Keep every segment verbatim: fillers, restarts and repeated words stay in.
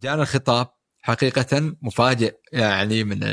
جاءنا الخطاب حقيقة مفاجئ يعني من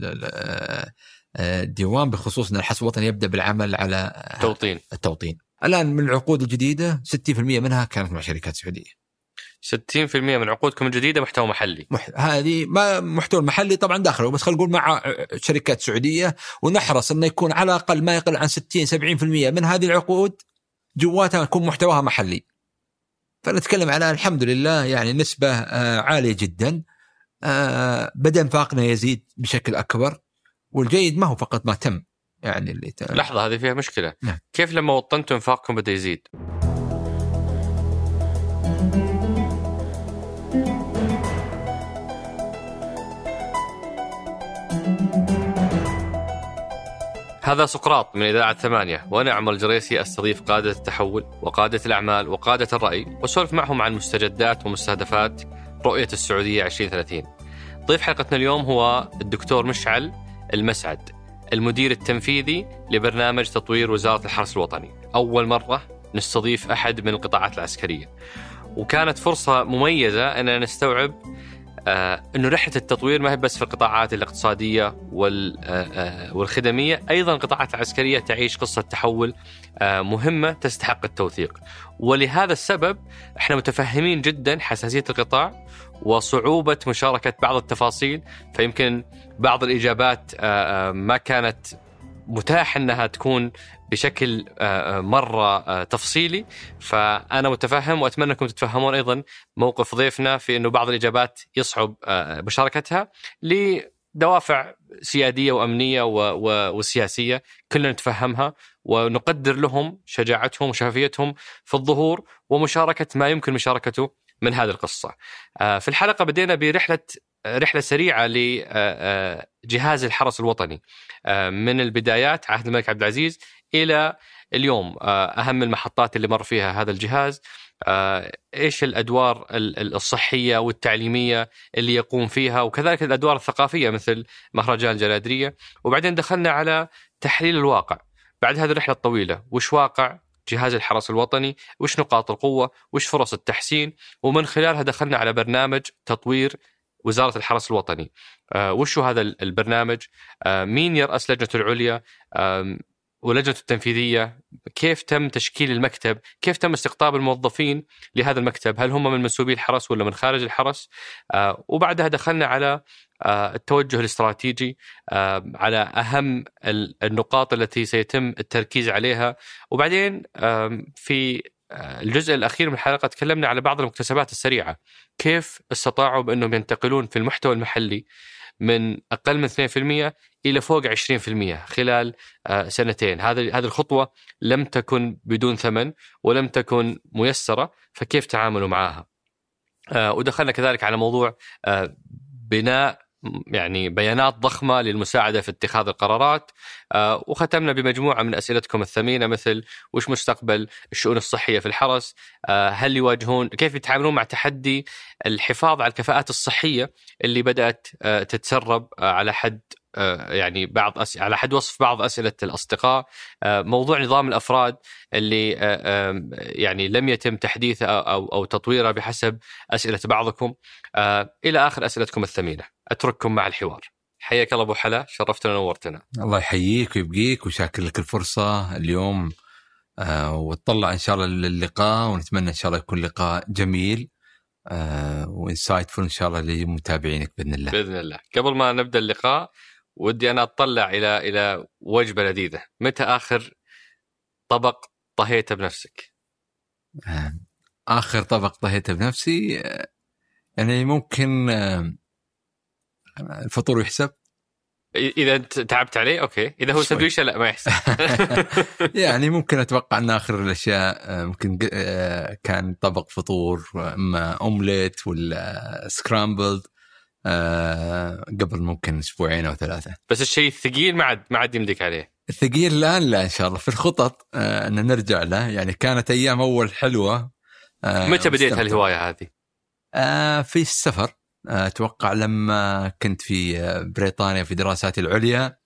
الديوان بخصوص أن الحرس الوطني يبدأ بالعمل على توطين التوطين. الآن من العقود الجديدة ستين بالمئة منها كانت مع شركات سعودية. ستين بالمئة من عقودكم الجديدة محتوى محلي. مح... هذه ما محتوى المحلي طبعا داخله، بس خلينا نقول مع شركات سعودية، ونحرص أنه يكون على الأقل ما يقل عن ستين سبعين بالمئة من هذه العقود جواتها يكون محتواها محلي. فنتكلم على الحمد لله يعني نسبة عالية جدا. بدأ انفاقنا يزيد بشكل أكبر، والجيد ما هو فقط ما تم يعني اللي ت... لحظة هذه فيها مشكلة. نعم. كيف لما وطنتوا انفاقكم بدأ يزيد؟ هذا سقراط من إذاعة ثمانية، وأنا عمر الجريسي أستضيف قادة التحول وقادة الأعمال وقادة الرأي، وسولف معهم عن مستجدات ومستهدفات رؤية السعودية عشرين ثلاثين. ضيف حلقتنا اليوم هو الدكتور مشعل المسعد، المدير التنفيذي لبرنامج تطوير وزارة الحرس الوطني. أول مرة نستضيف أحد من القطاعات العسكرية، وكانت فرصة مميزة أن نستوعب آه أنه رحلة التطوير ما هي بس في القطاعات الاقتصادية والخدمية، أيضا القطاعات العسكرية تعيش قصة تحول آه مهمة تستحق التوثيق. ولهذا السبب احنا متفهمين جدا حساسية القطاع وصعوبة مشاركة بعض التفاصيل، فيمكن بعض الإجابات آه ما كانت متاح أنها تكون بشكل مرة تفصيلي. فأنا متفهم وأتمنى أنكم تتفهمون أيضا موقف ضيفنا في أنه بعض الإجابات يصعب مشاركتها لدوافع سيادية وأمنية وسياسية، كلنا نتفهمها ونقدر لهم شجاعتهم وشفافيتهم في الظهور ومشاركة ما يمكن مشاركته من هذه القصة. في الحلقة بدينا برحلة رحلة سريعة لجهاز الحرس الوطني من البدايات عهد الملك عبد العزيز إلى اليوم، أهم المحطات اللي مر فيها هذا الجهاز، إيش الأدوار الصحية والتعليمية اللي يقوم فيها، وكذلك الأدوار الثقافية مثل مهرجان الجلادرية. وبعدين دخلنا على تحليل الواقع بعد هذه الرحلة الطويلة، وش واقع جهاز الحرس الوطني، وش نقاط القوة، وش فرص التحسين، ومن خلالها دخلنا على برنامج تطوير وزارة الحرس الوطني. آه وشو هذا البرنامج، آه مين يرأس لجنة العليا آه ولجنة التنفيذية، كيف تم تشكيل المكتب، كيف تم استقطاب الموظفين لهذا المكتب، هل هم من منسوبي الحرس ولا من خارج الحرس. آه وبعدها دخلنا على آه التوجه الاستراتيجي، آه على أهم النقاط التي سيتم التركيز عليها. وبعدين آه في الجزء الأخير من الحلقة تكلمنا على بعض المكتسبات السريعة، كيف استطاعوا بأنهم ينتقلون في المحتوى المحلي من أقل من اثنين بالمئة إلى فوق عشرين بالمئة خلال سنتين. هذه هذه الخطوة لم تكن بدون ثمن ولم تكن ميسرة، فكيف تعاملوا معها. ودخلنا كذلك على موضوع بناء يعني بيانات ضخمة للمساعدة في اتخاذ القرارات. آه وختمنا بمجموعة من أسئلتكم الثمينة، مثل وش مستقبل الشؤون الصحية في الحرس، آه هل يواجهون، كيف يتعاملون مع تحدي الحفاظ على الكفاءات الصحية اللي بدأت آه تتسرب آه على حد آه يعني بعض أس... على حد وصف بعض أسئلة الأصدقاء. آه موضوع نظام الأفراد اللي آه آه يعني لم يتم تحديثه أو, أو تطويره بحسب أسئلة بعضكم، آه إلى آخر أسئلتكم الثمينة. أترككم مع الحوار. حياك الله أبو حلا، شرفتنا ونورتنا. الله يحييك ويبقيك وشاكر لك الفرصة اليوم، آه وتطلع إن شاء الله للقاء، ونتمنى إن شاء الله يكون لقاء جميل آه وإنسايتفul إن شاء الله لمتابعينك بإذن الله. بإذن الله. قبل ما نبدأ اللقاء ودي أنا أطلع إلى إلى وجبة لذيذة. متى آخر طبق طهيته بنفسك؟ آه آخر طبق طهيته بنفسي آه يعني ممكن آه الفطور يحسب إذا أنت تعبت عليه أوكي، إذا هو سندويشة لا ما يحسب. يعني ممكن أتوقع أن آخر الأشياء ممكن كان طبق فطور، إما أومليت ولا سكرامبلد قبل ممكن أسبوعين أو ثلاثة. بس الشيء الثقيل ما عاد ما عاد يمدك عليه. الثقيل الآن لا، إن شاء الله في الخطط أن نرجع له. يعني كانت أيام أول حلوة. متى بديت هالهواية هذه؟ في السفر، أتوقع لما كنت في بريطانيا في دراساتي العليا.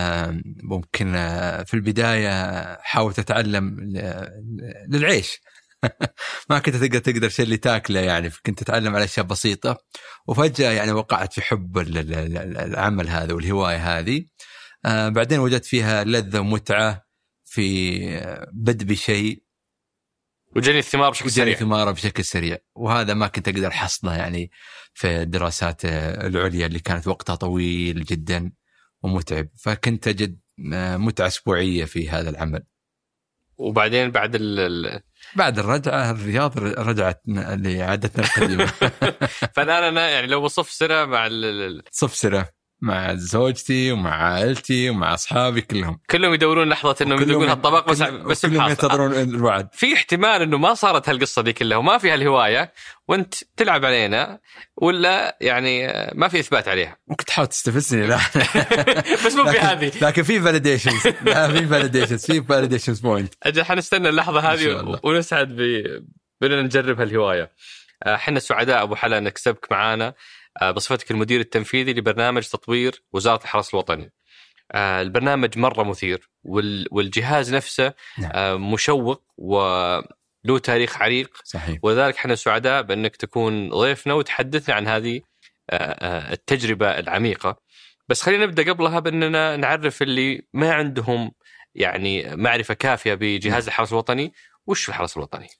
ممكن في البداية حاولت أتعلم للعيش ما كنت تقدر تقدر شيء اللي تاكله يعني، كنت تتعلم على أشياء بسيطة، وفجأة يعني وقعت في حب العمل هذا والهواية هذه. آه بعدين وجدت فيها لذة ومتعة في بدء بشيء، وجاني الثمار بشكل سريع. ثماره بشكل سريع، وهذا ما كنت أقدر حصله يعني في الدراسات العليا اللي كانت وقتها طويل جدا ومتعب، فكنت أجد متعة أسبوعية في هذا العمل. وبعدين بعد ال بعد الرجعة الرياض رجعت لعادتنا القديمة. فالآن أنا يعني لو صف سرة مع ال صف سرة مع زوجتي ومع عائلتي ومع أصحابي كلهم كلهم يدورون لحظة إنهم يذوقون هالطبق، بس بس كلهم ينتظرون الوعد. في احتمال إنه ما صارت هالقصة دي كلها وما فيها الهواية وأنت تلعب علينا، ولا يعني ما في إثبات عليها؟ ممكن تحاول تستفزني لا بس مو في هذه، لكن في فاليديشنز لا في فاليديشنز في فاليديشنز بوينت. أجل حنستنى اللحظة هذه ونسعد بأننا نجرب هالهواية. حنا سعداء أبو حلا أنك سبك معانا بصفتك المدير التنفيذي لبرنامج تطوير وزارة الحرس الوطني. البرنامج مرة مثير، والجهاز نفسه مشوق وله تاريخ عريق. صحيح. ولذلك احنا سعداء بأنك تكون ضيفنا وتحدثنا عن هذه التجربة العميقة. بس خلينا نبدأ قبلها بأننا نعرف اللي ما عندهم يعني معرفة كافية بجهاز الحرس الوطني. وش الحرس الوطني؟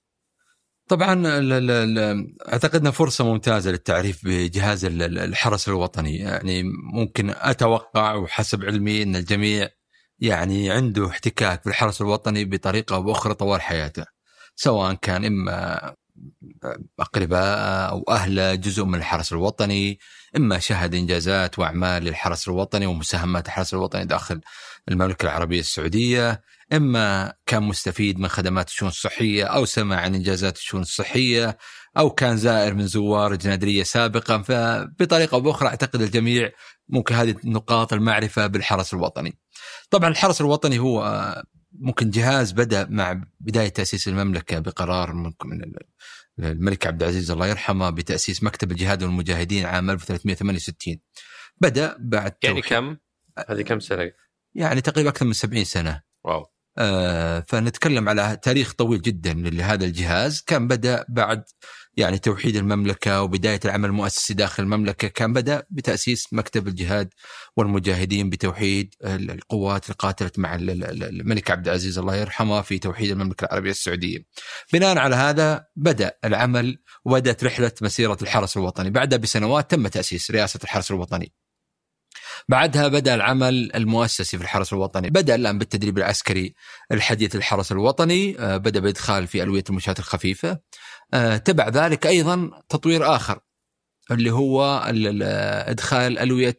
طبعا اعتقدنا فرصة ممتازة للتعريف بجهاز الحرس الوطني. يعني ممكن أتوقع وحسب علمي أن الجميع يعني عنده احتكاك بالحرس الوطني بطريقة أو بأخرى طوال حياته، سواء كان إما أقرباء أو أهل جزء من الحرس الوطني، إما شهد إنجازات وأعمال للحرس الوطني ومساهمات الحرس الوطني داخل المملكة العربية السعودية، إما كان مستفيد من خدمات الشؤون الصحية أو سمع عن إنجازات الشؤون الصحية، أو كان زائر من زوار الجنادرية سابقا. فبطريقة أو بأخرى أعتقد الجميع ممكن هذه نقاط المعرفة بالحرس الوطني. طبعا الحرس الوطني هو ممكن جهاز بدأ مع بداية تأسيس المملكة بقرار من الملك عبد العزيز الله يرحمه بتأسيس مكتب الجهاد والمجاهدين عام ألف وثلاثمائة وثمانية وستين. بدأ بعد يعني كم هذه كم سنة؟ يعني تقريبا أكثر من سبعين سنة. واو. آه فنتكلم على تاريخ طويل جدا لهذا الجهاز. كان بدأ بعد يعني توحيد المملكة وبداية العمل المؤسسي داخل المملكة، كان بدأ بتأسيس مكتب الجهاد والمجاهدين بتوحيد القوات اللي قاتلت مع الملك عبد العزيز الله يرحمه في توحيد المملكة العربية السعودية. بناء على هذا بدأ العمل وبدأت رحلة مسيرة الحرس الوطني. بعدها بسنوات تم تأسيس رئاسة الحرس الوطني. بعدها بدأ العمل المؤسسي في الحرس الوطني. بدأ الآن بالتدريب العسكري الحديث للحرس الوطني، بدأ بإدخال في ألوية المنشآت الخفيفة. تبع ذلك أيضا تطوير آخر اللي هو إدخال ألوية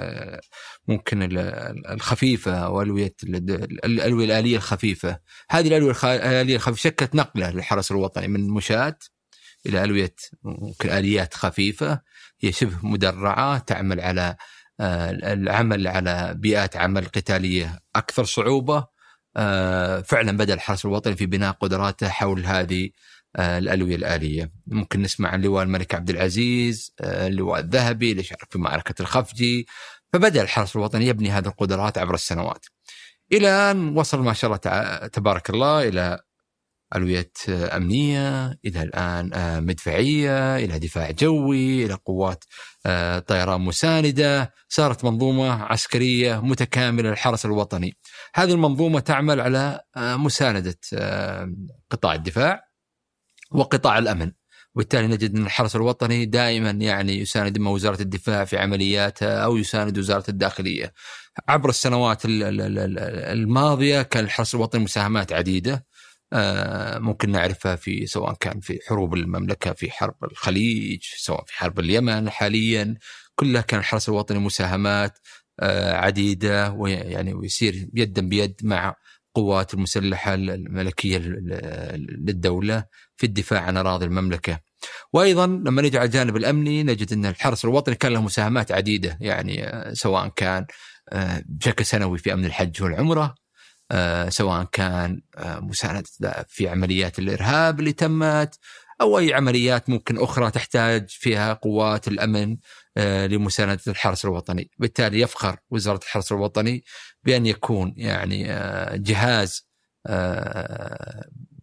ممكن الخفيفة وألوية الألوية الآلية الخفيفة. هذه الألوية الآلية الخفيفة شكلت نقلة للحرس الوطني من منشآت إلى ألوية ممكن آليات خفيفة هي شبه مدرعة تعمل على العمل على بيئات عمل قتالية أكثر صعوبة. فعلا بدأ الحرس الوطني في بناء قدراته حول هذه الألوية الآلية. ممكن نسمع عن لواء الملك عبد العزيز، اللواء الذهبي اللي شارك في معركة الخفجي. فبدأ الحرس الوطني يبني هذه القدرات عبر السنوات إلى أن وصل ما شاء الله تبارك الله إلى ألوية أمنية، إلى الآن مدفعية، إلى دفاع جوي، إلى قوات طيران مساندة. صارت منظومة عسكرية متكاملة للحرس الوطني. هذه المنظومة تعمل على مساندة قطاع الدفاع وقطاع الأمن، وبالتالي نجد أن الحرس الوطني دائما يعني يساند إما وزارة الدفاع في عملياتها أو يساند وزارة الداخلية. عبر السنوات الماضية كان الحرس الوطني مساهمات عديدة ممكن نعرفها في سواء كان في حروب المملكة في حرب الخليج، سواء في حرب اليمن حاليا، كلها كان الحرس الوطني مساهمات عديدة، ويعني ويصير يدا بيد مع قوات المسلحة الملكية للدولة في الدفاع عن أراضي المملكة. وأيضا لما نجي على الجانب الأمني نجد أن الحرس الوطني كان له مساهمات عديدة، يعني سواء كان بشكل سنوي في أمن الحج والعمرة، سواء كان مساندة في عمليات الإرهاب اللي تمت، أو أي عمليات ممكن أخرى تحتاج فيها قوات الأمن لمساندة الحرس الوطني. بالتالي يفخر وزارة الحرس الوطني بأن يكون يعني جهاز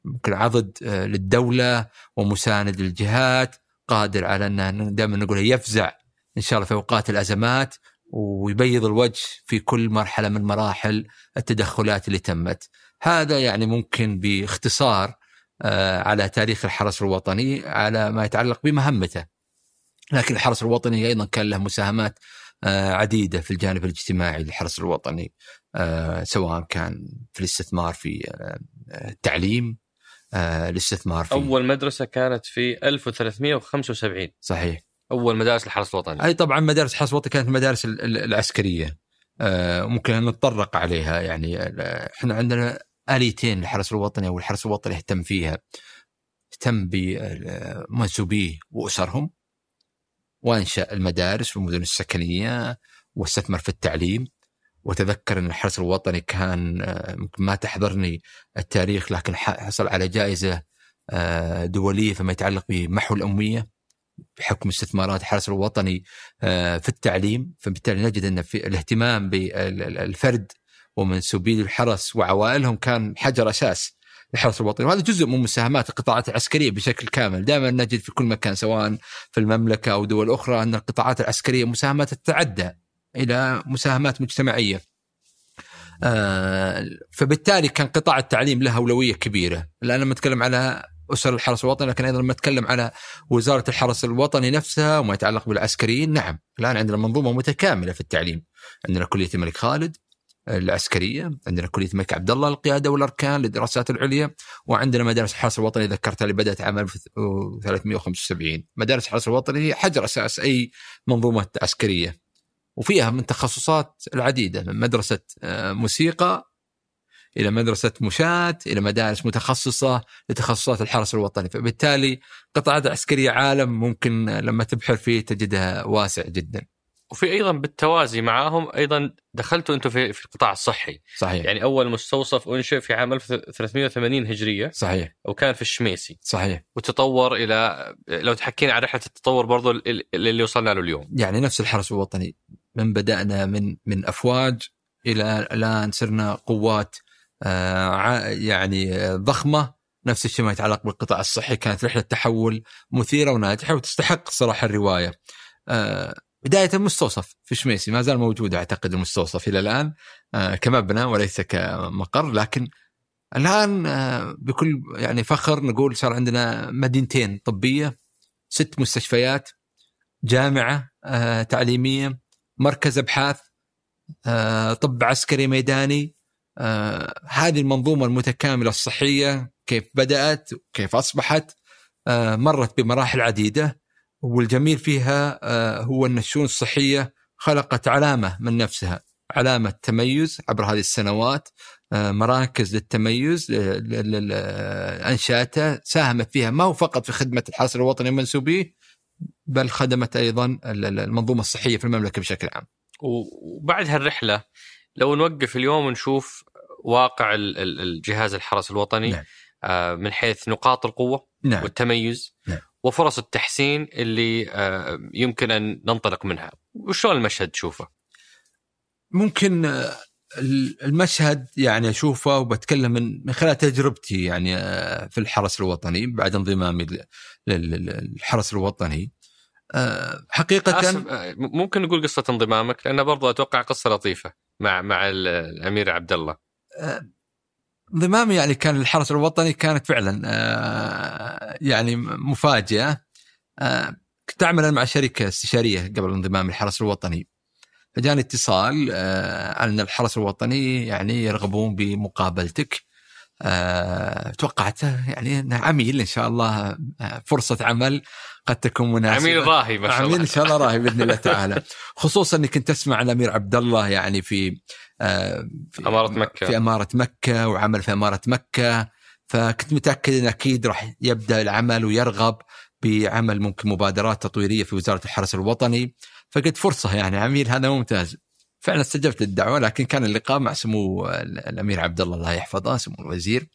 ممكن عضد للدولة ومساند للجهات، قادر على أن دائما نقول يفزع إن شاء الله في أوقات الأزمات ويبيض الوجه في كل مرحلة من مراحل التدخلات اللي تمت. هذا يعني ممكن باختصار على تاريخ الحرس الوطني على ما يتعلق بمهمته. لكن الحرس الوطني أيضا كان له مساهمات عديدة في الجانب الاجتماعي للحرس الوطني، سواء كان في الاستثمار في التعليم، الاستثمار في أول مدرسة كانت في ألف وثلاثمائة وخمسة وسبعين. صحيح، أول مدارس الحرس الوطني. أي طبعا مدارس الحرس الوطني كانت المدارس العسكرية، ممكن أن نتطرق عليها. يعني إحنا عندنا آليتين للحرس الوطني، والحرس الوطني اهتم فيها، اهتم بمنسوبيه وأسرهم، وأنشأ المدارس والمدن السكنية، واستثمر في التعليم. وتذكر أن الحرس الوطني كان ممكن ما تحضرني التاريخ، لكن حصل على جائزة دولية فيما يتعلق بمحو الأمية بحكم استثمارات الحرس الوطني في التعليم. فبالتالي نجد أن في الاهتمام بالفرد ومنسوبي الحرس وعوائلهم كان حجر أساس الحرس الوطني، وهذا جزء من مساهمات القطاعات العسكرية بشكل كامل. دائما نجد في كل مكان سواء في المملكة أو دول أخرى أن القطاعات العسكرية مساهمات تتعدى إلى مساهمات مجتمعية. فبالتالي كان قطاع التعليم له أولوية كبيرة. الآن لما نتكلم على أسر الحرس الوطني، لكن أيضا لما نتكلم على وزارة الحرس الوطني نفسها وما يتعلق بالعسكريين، نعم الآن عندنا منظومة متكاملة في التعليم. عندنا كلية الملك خالد العسكرية، عندنا كلية الملك عبد الله للقيادة والأركان للدراسات العليا، وعندنا مدارس الحرس الوطني ذكرتها اللي بدأت عام ألف وثلاثمائة وخمسة وسبعين. مدارس الحرس الوطني هي حجر أساس أي منظومة عسكرية، وفيها من تخصصات العديدة، من مدرسة موسيقى إلى مدرسة مشاة إلى مدارس متخصصة لتخصصات الحرس الوطني. فبالتالي قطاعات عسكرية عالم ممكن لما تبحر فيه تجدها واسع جدا. وفي أيضا بالتوازي معهم أيضا دخلتوا أنتم في في القطاع الصحي. صحيح. يعني أول مستوصف أنشئ في عام ألف وثلاثمائة وثمانين هجرية. صحيح. وكان في الشميسي. صحيح. وتطور إلى، لو تحكينا عن رحلة التطور برضو اللي وصلنا له اليوم. يعني نفس الحرس الوطني من بدأنا من من أفواج إلى الآن صرنا قوات آه يعني ضخمة. نفس الشيء ما يتعلق بالقطاع الصحي، كانت رحلة تحول مثيرة وناجحة وتستحق صراحة الرواية. آه بداية المستوصف في شميسي ما زال موجود أعتقد المستوصف إلى الآن آه كمبنى وليس كمقر، لكن الآن آه بكل يعني فخر نقول صار عندنا مدينتين طبية، ست مستشفيات، جامعة آه تعليمية، مركز أبحاث، آه طب عسكري ميداني. آه هذه المنظومة المتكاملة الصحية كيف بدأت وكيف أصبحت آه مرت بمراحل عديدة. والجميل فيها آه هو أن الشؤون الصحية خلقت علامة من نفسها، علامة تميز عبر هذه السنوات، آه مراكز للتميز أنشأتها ساهمت فيها، ما هو فقط في خدمة الحرس الوطني ومنسوبيه، بل خدمت أيضا المنظومة الصحية في المملكة بشكل عام. وبعد هالرحلة لو نوقف اليوم ونشوف واقع الجهاز الحرس الوطني، نعم. من حيث نقاط القوة، نعم. والتميز، نعم. وفرص التحسين اللي يمكن أن ننطلق منها، وشو المشهد تشوفه؟ ممكن المشهد يعني أشوفه وبتكلم من خلال تجربتي يعني في الحرس الوطني بعد انضمامي للحرس الوطني. حقيقة ممكن نقول قصة انضمامك، لأنها برضو أتوقع قصة لطيفة مع مع الأمير عبد الله. انضمامي يعني كان الحرس الوطني كانت فعلا يعني مفاجأة. كنت أعمل مع شركة استشارية قبل انضمام الحرس الوطني، فجاني اتصال أن الحرس الوطني يعني يرغبون بمقابلتك. أه توقعت يعني عميل إن شاء الله، فرصة عمل قد تكون مناسبة، عميل راهي ما شاء الله، عميل إن شاء الله راهي بإذن الله تعالى. خصوصا أني كنت أسمع عن الأمير عبد الله يعني في, أه في أمارة مكة في أمارة مكة وعمل في أمارة مكة، فكنت متأكد أن أكيد راح يبدأ العمل ويرغب بعمل ممكن مبادرات تطويرية في وزارة الحرس الوطني. فقلت فرصة يعني عميل هذا ممتاز. فعلا استجبت للدعوة، لكن كان اللقاء مع سمو الأمير عبد الله الله يحفظه سمو الوزير.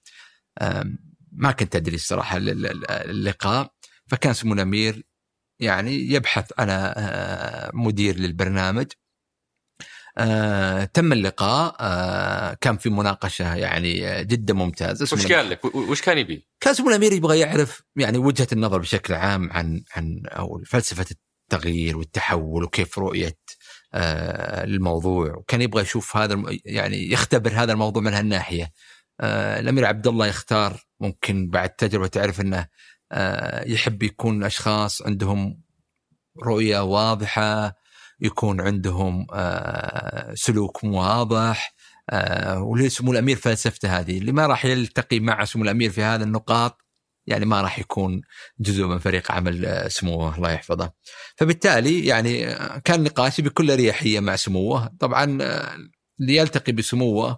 ما كنت أدري الصراحة اللقاء، فكان سمو الأمير يعني يبحث على مدير للبرنامج. آه تم اللقاء، آه كان في مناقشة يعني جدا ممتازة. وش قال لك؟ وش كان يبي؟ كان سمو الأمير يبغى يعرف يعني وجهة النظر بشكل عام عن عن أو فلسفة التغيير والتحول وكيف رؤية آه الموضوع، وكان يبغى يشوف هذا يعني يختبر هذا الموضوع من هالناحية. آه الأمير عبد الله يختار ممكن بعد تجربة تعرف أنه آه يحب يكون أشخاص عندهم رؤية واضحة، يكون عندهم آه سلوك واضح، آه وليه سمو الأمير فلسفته هذه اللي ما راح يلتقي مع سمو الأمير في هذه النقاط يعني ما راح يكون جزء من فريق عمل سموه الله يحفظه. فبالتالي يعني كان نقاشي بكل أريحية مع سموه. طبعا اللي يلتقي بسموه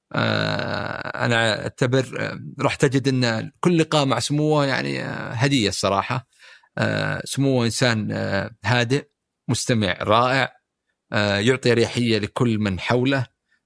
أنا أعتبر راح تجد أن كل لقاء مع سموه يعني هدية الصراحة. سموه إنسان هادئ مستمع رائع، يعطي أريحية لكل من حوله،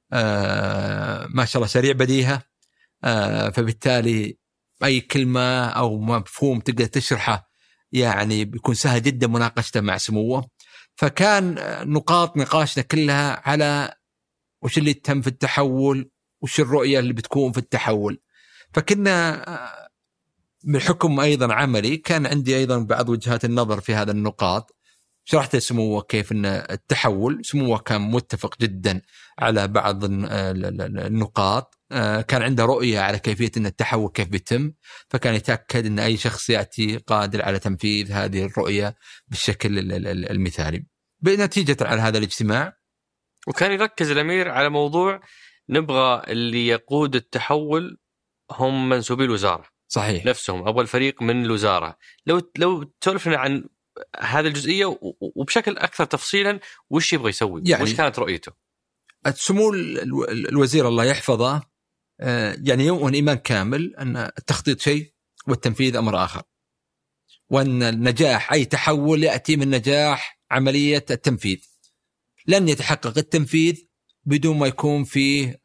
ما شاء الله سريع بديهة، فبالتالي أي كلمة أو مفهوم تقدر تشرحه يعني بيكون سهل جدا مناقشته مع سموه. فكان نقاط نقاشنا كلها على وش اللي تم في التحول، وش الرؤية اللي بتكون في التحول. فكنا بالحكم أيضا عملي كان عندي أيضا بعض وجهات النظر في هذا النقاط، شرحت سموه كيف أن التحول سموه كان متفق جدا على بعض النقاط، كان عنده رؤية على كيفية أن التحول كيف بيتم، فكان يتأكد أن أي شخص يأتي قادر على تنفيذ هذه الرؤية بالشكل المثالي. بنتيجة على هذا الاجتماع وكان يركز الأمير على موضوع نبغى اللي يقود التحول هم منسوبي الوزارة صحيح نفسهم، أبغى الفريق من الوزارة. لو لو تولفنا عن هذه الجزئية وبشكل أكثر تفصيلا وش يبغى يسوي يعني وش كانت رؤيته؟ سمو الوزير الله يحفظه يعني يؤمن إيمان كامل أن التخطيط شيء والتنفيذ أمر آخر، وأن النجاح أي تحول يأتي من نجاح عملية التنفيذ. لن يتحقق التنفيذ بدون ما يكون فيه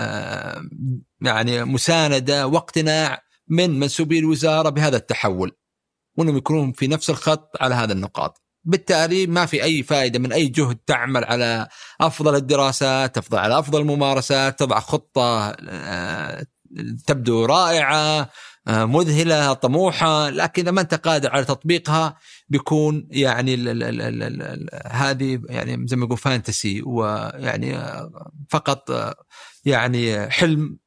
يعني مساندة واقتناع من منسوبي الوزارة بهذا التحول، وأنهم يكونون في نفس الخط على هذا النقاط. بالتالي ما في أي فائدة من أي جهد تعمل على أفضل الدراسات، تفضل على أفضل الممارسات، تضع خطة تبدو رائعة مذهلة طموحة، لكن إذا ما أنت قادر على تطبيقها بيكون يعني هذه يعني زي ما يقول فانتسي، ويعني فقط يعني حلم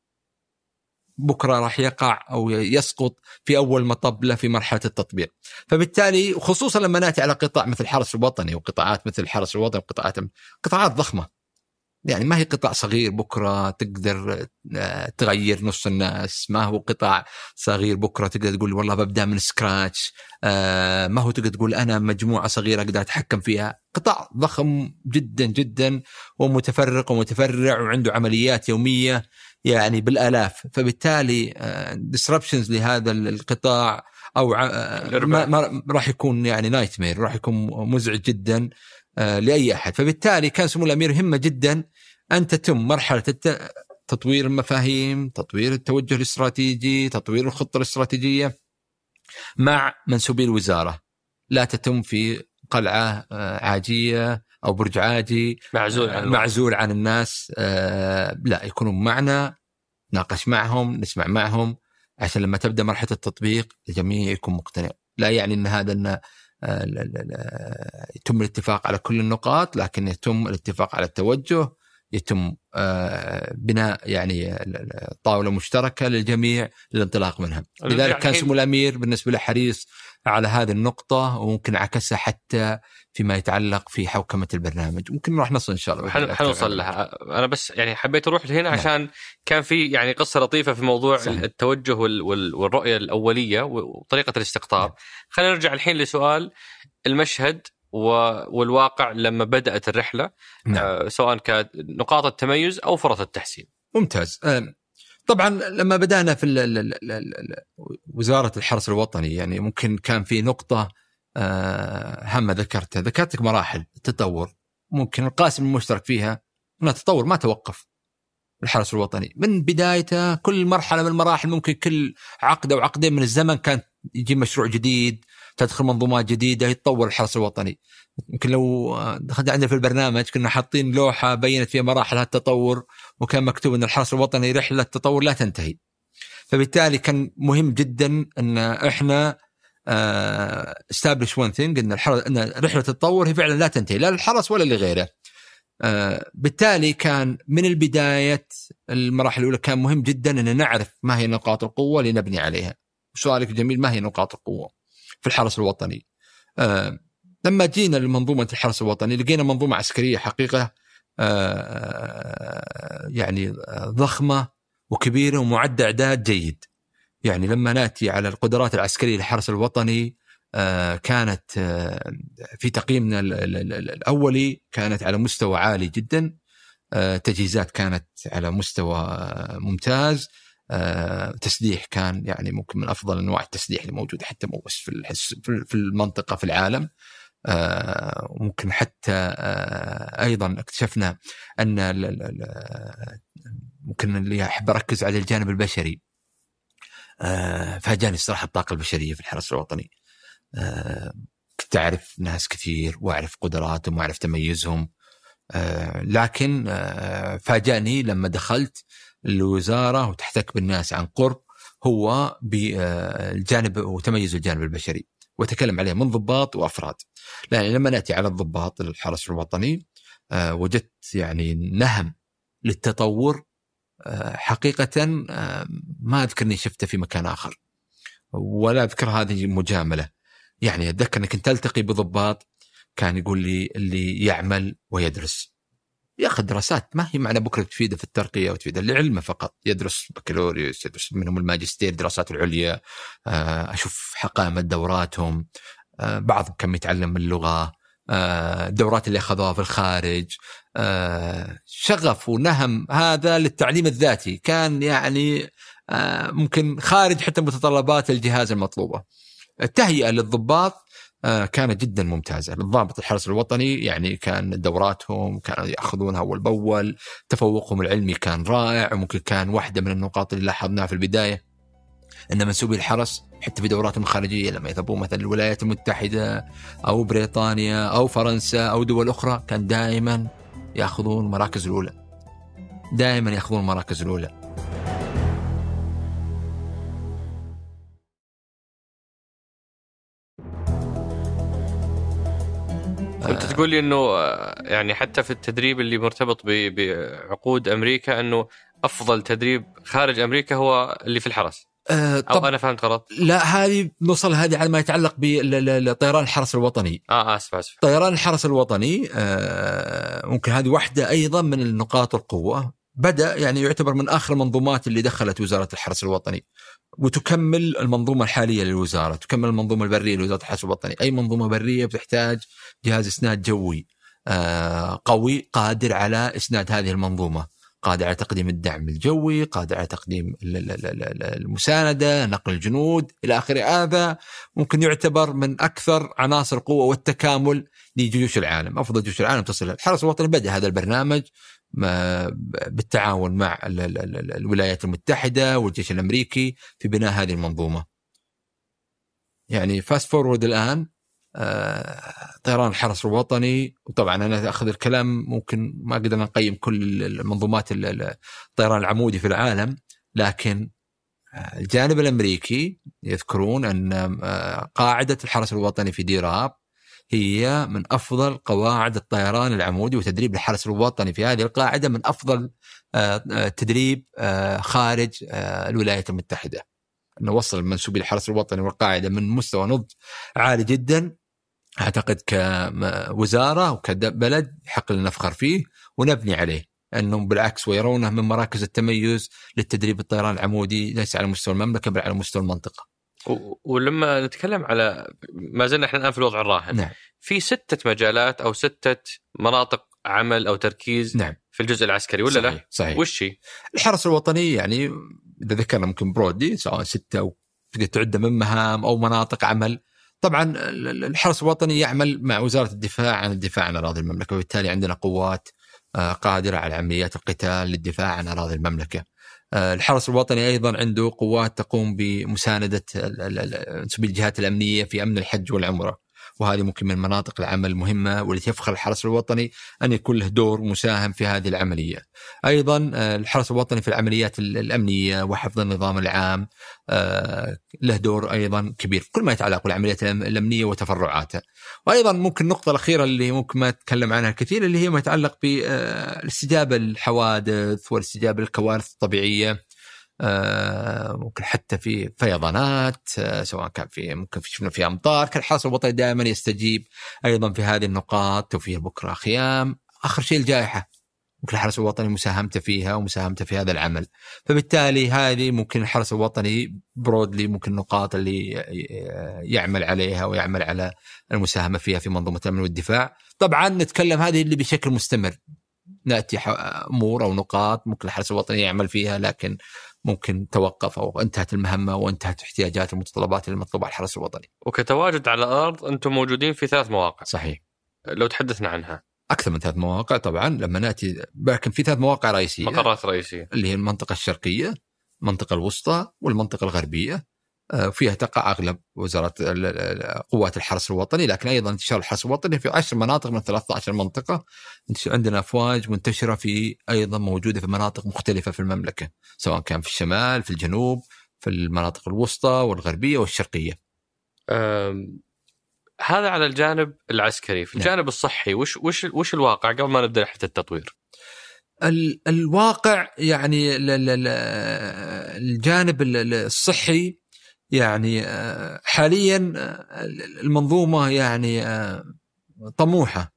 بكرة راح يقع أو يسقط في أول مطب له في مرحلة التطبيق. فبالتالي خصوصا لما نأتي على قطاع مثل الحرس الوطني وقطاعات مثل الحرس الوطني وقطاعات قطاعات ضخمة، يعني ما هي قطاع صغير بكرة تقدر تغير نص الناس، ما هو قطاع صغير بكرة تقدر تقول والله ببدأ من سكراتش، ما هو تقدر تقول أنا مجموعة صغيرة أقدر أتحكم فيها. قطاع ضخم جدا جدا ومتفرق ومتفرع وعنده عمليات يومية يعني بالآلاف. فبالتالي disruptions لهذا القطاع أو ما راح يكون يعني نايتمير، راح يكون مزعج جدا لأي أحد. فبالتالي كان سمو الأمير همة جدا أن تتم مرحلة تطوير المفاهيم، تطوير التوجه الاستراتيجي، تطوير الخطة الاستراتيجية مع منسوبي الوزارة، لا تتم في قلعة عاجية أو برج عاجي معزول عن, معزول عن الناس، لا يكونوا معنا، ناقش معهم، نسمع معهم، عشان لما تبدأ مرحلة التطبيق الجميع يكون مقتنع. لا يعني أن هذا أن يتم الاتفاق على كل النقاط، لكن يتم الاتفاق على التوجه، يتم بناء يعني طاولة مشتركة للجميع للانطلاق منها. لذلك كان سمو الأمير بالنسبة له حريص على هذه النقطة، وممكن عكسها حتى فيما يتعلق في حوكمة البرنامج. ممكن راح نصل إن شاء الله حنوصل لها. أنا بس يعني حبيت أروح لهنا عشان كان في يعني قصة لطيفة في موضوع صحيح. التوجه والرؤية الأولية وطريقة الاستقطاب. خلينا نرجع الحين لسؤال المشهد والواقع لما بدأت الرحلة، نعم. سواء كانت نقاط التميز أو فرص التحسين. ممتاز. طبعا لما بدأنا في ال ال ال ال وزارة الحرس الوطني يعني ممكن كان في نقطة هامة ذكرتها، ذكرتك مراحل التطور، ممكن القاسم المشترك فيها أن التطور ما توقف. الحرس الوطني من بدايته كل مرحلة من المراحل ممكن كل عقد أو عقدين من الزمن كان يجي مشروع جديد، تدخل منظومات جديدة، يتطور الحرس الوطني. يمكن لو دخلنا عندنا في البرنامج كنا حاطين لوحة بينت فيها مراحل التطور، وكان مكتوب أن الحرس الوطني رحلة تطور لا تنتهي. فبالتالي كان مهم جدا أن إحنا establish one thing، أن, أن رحلة التطور هي فعلا لا تنتهي لا للحرس ولا لغيره. بالتالي كان من البداية المراحل الأولى كان مهم جدا أن نعرف ما هي نقاط القوة اللي نبني عليها. سؤالك جميل، ما هي نقاط القوة في الحرس الوطني؟ آه لما جينا لمنظومة الحرس الوطني لقينا منظومة عسكرية حقيقة آه يعني ضخمة وكبيرة ومعد إعداد جيد. يعني لما نأتي على القدرات العسكرية للحرس الوطني آه كانت آه في تقييمنا الأولي كانت على مستوى عالي جدا. آه تجهيزات كانت على مستوى ممتاز. آه، تسليح كان يعني ممكن من أفضل أنواع التسليح اللي موجودة حتى مو بس في في المنطقة في العالم. آه، ممكن حتى آه، أيضا اكتشفنا أن ممكن اللي أحب أركز على الجانب البشري. آه، فاجاني الصراحة الطاقة البشرية في الحرس الوطني. آه، كنت أعرف ناس كثير وأعرف قدراتهم وأعرف تميزهم. آه، لكن آه، فاجأني لما دخلت الوزارة وتحتك بالناس عن قرب هو بالجانب وتميز الجانب البشري، وتكلم عليه من ضباط وأفراد. لأن لما نأتي على الضباط الحرس الوطني آه، وجدت يعني نهم للتطور آه، حقيقة آه، ما أذكرني شفته في مكان آخر، ولا أذكر هذه مجاملة. يعني أتذكر أنك كنت ألتقي بضباط كان يقول لي اللي يعمل ويدرس ياخذ دراسات ما هي معنى بكرة تفيده في الترقية وتفيده لعلمه فقط، يدرس بكالوريوس، يدرس منهم الماجستير، دراسات العليا. أشوف قائمة دوراتهم، بعضهم كم يتعلم اللغة، الدورات اللي أخذوها في الخارج. شغف ونهم هذا للتعليم الذاتي كان يعني ممكن خارج حتى متطلبات الجهاز المطلوبة. التهيئة للضباط كانت جدا ممتازة. الضابط الحرس الوطني يعني كان دوراتهم كانوا يأخذونها أول بأول، تفوقهم العلمي كان رائع. وممكن كان واحدة من النقاط اللي لاحظناها في البداية أن منسوبي الحرس حتى في دوراتهم الخارجية لما يذهبون مثلا الولايات المتحدة أو بريطانيا أو فرنسا أو دول أخرى كان دائما يأخذون المراكز الأولى، دائما يأخذون المراكز الأولى. أنت تقول لي إنه يعني حتى في التدريب اللي مرتبط بعقود أمريكا أنه أفضل تدريب خارج أمريكا هو اللي في الحرس. أه أو أنا فهمت غلط؟ لا، هذه نوصل هذه على ما يتعلق بطيران الحرس الوطني. آه آسف آسف. طيران الحرس الوطني آه ممكن هذه واحدة أيضا من النقاط القوة. بدأ يعني يعتبر من آخر المنظومات اللي دخلت وزارة الحرس الوطني، وتكمل المنظومة الحالية للوزارة، تكمل المنظومة البرية لوزارة الحرس الوطني. أي منظومة برية بتحتاج جهاز إسناد جوي آه قوي قادر على إسناد هذه المنظومة، قادر على تقديم الدعم الجوي، قادر على تقديم المساندة، نقل الجنود إلى آخره. هذا ممكن يعتبر من أكثر عناصر القوة والتكامل لجيوش العالم. أفضل جيوش العالم تصل. الحرس الوطني بدأ هذا البرنامج بالتعاون مع الولايات المتحدة والجيش الأمريكي في بناء هذه المنظومة. يعني فاست فورورد الآن طيران الحرس الوطني، وطبعا أنا أخذ الكلام ممكن ما أقدر نقيم كل المنظومات الطيران العمودي في العالم، لكن الجانب الأمريكي يذكرون أن قاعدة الحرس الوطني في ديراب هي من أفضل قواعد الطيران العمودي، وتدريب الحرس الوطني في هذه القاعدة من أفضل تدريب خارج الولايات المتحدة. أنه وصل منسوبي الحرس الوطني والقاعدة من مستوى نضج عالي جدا. أعتقد كوزارة وكبلد حق لنا نفخر فيه ونبني عليه، أنهم بالعكس ويرونه من مراكز التميز للتدريب الطيران العمودي ليس على مستوى المملكة بل على مستوى المنطقة. ولما نتكلم على ما زلنا احنا الآن في الوضع الراهن، نعم. في ستة مجالات أو ستة مناطق عمل أو تركيز نعم. في الجزء العسكري ولا صحيح. لا؟ صحيح. وش هي؟ الحرس الوطني يعني إذا ذكرنا ممكن برودي سواء ستة أو تقدر تعد من مهام أو مناطق عمل. طبعا الحرس الوطني يعمل مع وزارة الدفاع عن الدفاع عن أراضي المملكة، وبالتالي عندنا قوات قادرة على عمليات القتال للدفاع عن أراضي المملكة. الحرس الوطني أيضا عنده قوات تقوم بمساندة الجهات الأمنية في أمن الحج والعمرة، وهذه ممكن من مناطق العمل المهمة والتي يفخر الحرس الوطني أن يكون له دور مساهم في هذه العملية. أيضا الحرس الوطني في العمليات الأمنية وحفظ النظام العام له دور أيضا كبير، كل ما يتعلق بالعمليات الأمنية وتفرعاتها. وأيضا ممكن النقطة الأخيرة اللي ممكن ما نتكلم عنها كثير اللي هي ما يتعلق بالاستجابة للحوادث والاستجابة للكوارث الطبيعية، آه ممكن حتى في فيضانات، آه سواء كان في ممكن في شفنا في أمطار، كان الحرس الوطني دائما يستجيب أيضا في هذه النقاط، توفير بكرة خيام. آخر شيء الجائحة، ممكن الحرس الوطني مساهمته فيها ومساهمته في هذا العمل. فبالتالي هذه ممكن الحرس الوطني برودلي ممكن النقاط اللي يعمل عليها ويعمل على المساهمة فيها في منظومة الأمن والدفاع. طبعا نتكلم هذه اللي بشكل مستمر، نأتي أمور أو نقاط ممكن الحرس الوطني يعمل فيها لكن ممكن توقف أو انتهت المهمة وانتهت احتياجات المتطلبات المطلوبة على الحرس الوطني. وكتواجد على الأرض أنتم موجودين في ثلاث مواقع. صحيح. لو تحدثنا عنها. أكثر من ثلاث مواقع طبعا لما نأتي، لكن في ثلاث مواقع رئيسية، مقرات رئيسية، اللي هي المنطقة الشرقية، المنطقة الوسطى، والمنطقة الغربية. فيها تقع أغلب وزارة قوات الحرس الوطني، لكن أيضا انتشار الحرس الوطني في عشر مناطق من ثلاثة عشر منطقة. عندنا أفواج منتشرة في أيضا موجودة في مناطق مختلفة في المملكة، سواء كان في الشمال، في الجنوب، في المناطق الوسطى والغربية والشرقية. هذا على الجانب العسكري. في الجانب نعم. الصحي وش وش وش الواقع قبل ما نبدأ رحلة التطوير؟ ال الواقع يعني الجانب الصحي يعني حاليا المنظومة يعني طموحة،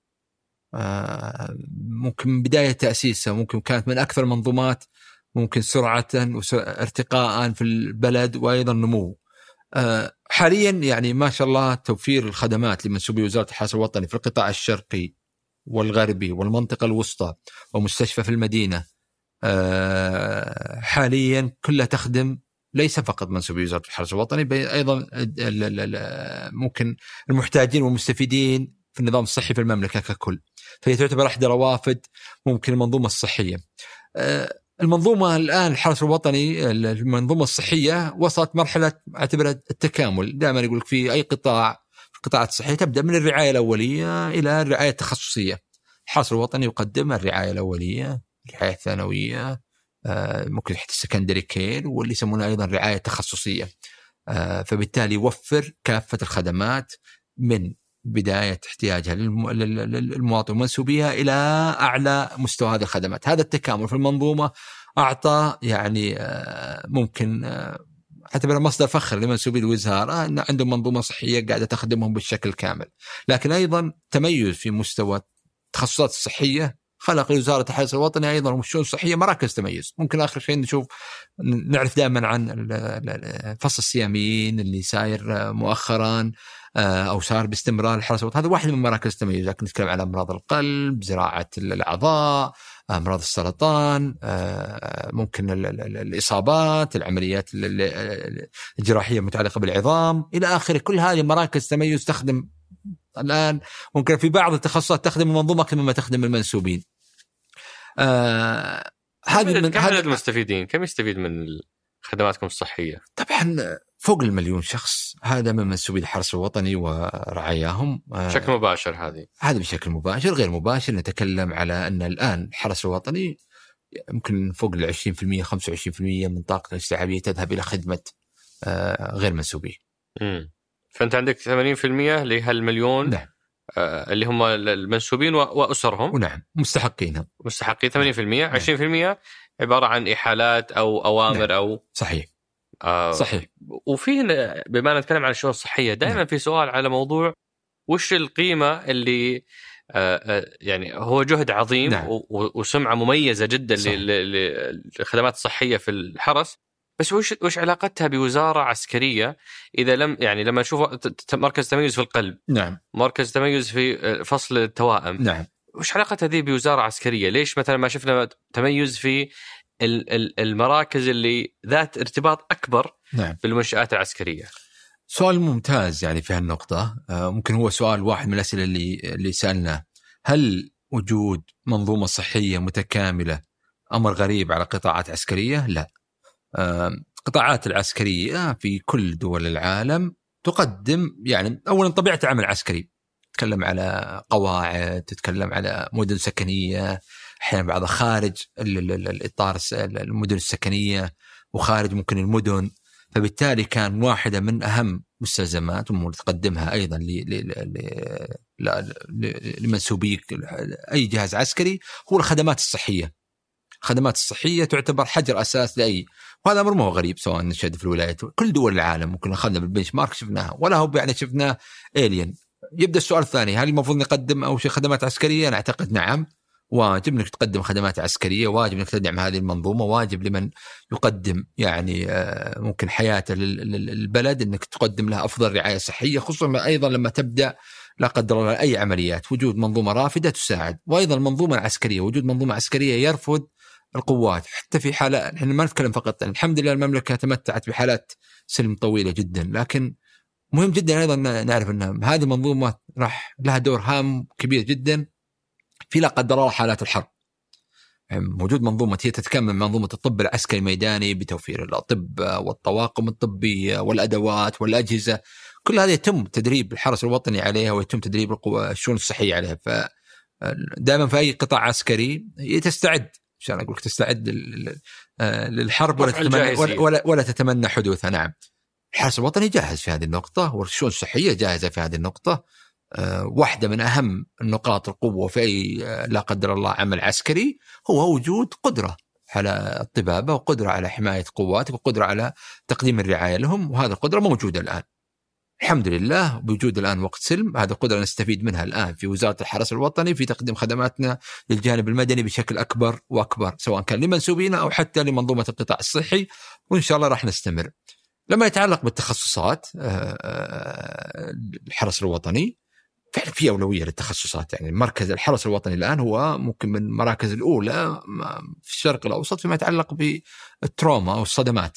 ممكن من بداية تأسيسها ممكن كانت من أكثر المنظومات ممكن سرعة وارتقاء في البلد وأيضا نمو. حاليا يعني ما شاء الله توفير الخدمات لمنسوبي وزارة الحرس الوطني في القطاع الشرقي والغربي والمنطقة الوسطى ومستشفى في المدينة حاليا كلها تخدم ليس فقط منسوبي وزارة الحرس الوطني، بل أيضا ممكن المحتاجين والمستفيدين في النظام الصحي في المملكة ككل. فهي تعتبر أحد روافد ممكن المنظومة الصحية. المنظومة الآن الحرس الوطني المنظومة الصحية وصلت مرحلة اعتبرها التكامل. دائما يقولك في أي قطاع القطاعات الصحية تبدأ من الرعاية الأولية إلى الرعاية التخصصية. الحرس الوطني يقدم الرعاية الأولية، الرعاية الثانوية، ممكن تحت السكندري كير، واللي يسمونها أيضا رعاية تخصصية. فبالتالي يوفر كافة الخدمات من بداية احتياجها للمواطن ومنسوبيها إلى أعلى مستوى هذه الخدمات. هذا التكامل في المنظومة أعطى يعني ممكن اعتبره مصدر فخر لمنسوبي الوزارة أن عندهم منظومة صحية قاعدة تخدمهم بالشكل كامل. لكن أيضا تميز في مستوى التخصصات الصحية خلق لوزارة الحرس الوطني أيضا والشؤون الصحية مراكز تميز. ممكن آخر شيء نشوف نعرف دائما عن فصل السيامين اللي ساير مؤخرا أو صار باستمرار الحرس الوطني، هذا واحد من مراكز تميز. لكن نتكلم على أمراض القلب، زراعة الأعضاء، أمراض السرطان، ممكن الإصابات، العمليات الجراحية المتعلقة بالعظام إلى آخره. كل هذه مراكز تميز تخدم الآن ممكن في بعض التخصصات تخدم المنظومة كما ما تخدم المنسوبين. آه هذه من هذا المستفيدين كم يستفيد من خدماتكم الصحية؟ طبعا فوق المليون شخص، هذا من منسوبي الحرس الوطني ورعاياهم بشكل مباشر. هذه هذا بشكل مباشر. غير مباشر نتكلم على أن الآن الحرس الوطني يمكن فوق العشرين في المية خمسة وعشرين في المية من طاقة الاستيعابية تذهب إلى خدمة غير منسوبي. امم فأنت عندك ثمانين في المية لهالمليون. نعم. آه اللي هم المنسوبين وأسرهم. ونعم مستحقينها مستحقين ثمانين في المية. نعم. عشرين في المية عبارة عن إحالات أو أوامر. نعم. أو صحيح. آه صحيح. وفيه بما نتكلم عن الشؤون الصحية دائما. نعم. في سؤال على موضوع وش القيمة اللي آه يعني هو جهد عظيم. نعم. وسمعة مميزة جدا للخدمات الصحية في الحرس، بس وش وش علاقتها بوزارة عسكرية إذا لم يعني لما نشوف مركز تميز في القلب. نعم. مركز تميز في فصل التوائم. نعم. وش علاقتها ذي بوزارة عسكرية؟ ليش مثلا ما شفنا تميز في المراكز اللي ذات ارتباط أكبر. نعم. بالمنشآت العسكرية؟ سؤال ممتاز يعني في هالنقطة. ممكن هو سؤال واحد من الأسئلة اللي اللي سألنا، هل وجود منظومة صحية متكاملة أمر غريب على قطاعات عسكرية؟ لا، قطاعات العسكرية في كل دول العالم تقدم يعني أولا طبيعة عمل عسكري، تتكلم على قواعد، تتكلم على مدن سكنية، أحيانا بعضها خارج الإطار المدن السكنية وخارج ممكن المدن، فبالتالي كان واحدة من أهم مستلزمات وتقدمها أيضا لمنسوبي أي جهاز عسكري هو الخدمات الصحية. الخدمات الصحية تعتبر حجر أساس لأي، وهذا أمر ما هو غريب سواء نشهد في الولايات كل دول العالم، ممكن أخذنا بالبنش مارك شفناها ولا هو يعني شفناه إيليان. يبدأ السؤال الثاني، هل المفروض نقدم أو شيء خدمات عسكرية؟ أنا أعتقد نعم، واجب انك تقدم خدمات عسكريه، واجب انك تدعم هذه المنظومه، واجب لمن يقدم يعني ممكن حياته للبلد انك تقدم لها افضل رعايه صحيه، خصوصا ايضا لما تبدا لا قدر الله اي عمليات، وجود منظومه رافده تساعد. وايضا المنظومه العسكريه، وجود منظومه عسكريه يرفض القوات حتى في حالات، احنا ما نتكلم فقط يعني الحمد لله المملكه تمتعت بحالات سلم طويله جدا، لكن مهم جدا ايضا نعرف ان هذه المنظومه راح لها دور هام كبير جدا في لا قدر الله حالات الحرب. وجود منظومة هي تتكمل منظومة الطب العسكري الميداني بتوفير الأطباء والطواقم الطبية والأدوات والأجهزة، كل هذا يتم تدريب الحرس الوطني عليها ويتم تدريب الشؤون الصحية عليها. فدائما في أي قطاع عسكري تستعد، عشان أقولك تستعد للحرب ولا تتمنى, ولا, ولا تتمنى حدوثها. نعم، الحرس الوطني جاهز في هذه النقطة والشؤون الصحية جاهزة في هذه النقطة. أه واحدة من أهم النقاط القوة في أي أه لا قدر الله عمل عسكري هو وجود قدرة على الطبابة وقدرة على حماية قواتك وقدرة على تقديم الرعاية لهم، وهذا القدرة موجودة الآن الحمد لله. بوجود الآن وقت سلم، هذا القدرة نستفيد منها الآن في وزارة الحرس الوطني في تقديم خدماتنا للجانب المدني بشكل أكبر وأكبر، سواء كان لمنسوبين أو حتى لمنظومة القطاع الصحي، وإن شاء الله راح نستمر. لما يتعلق بالتخصصات أه الحرس الوطني فعلا في أولوية للتخصصات، يعني مركز الحرس الوطني الآن هو ممكن من المراكز الأولى في الشرق الأوسط فيما يتعلق بالتروما أو الصدمات.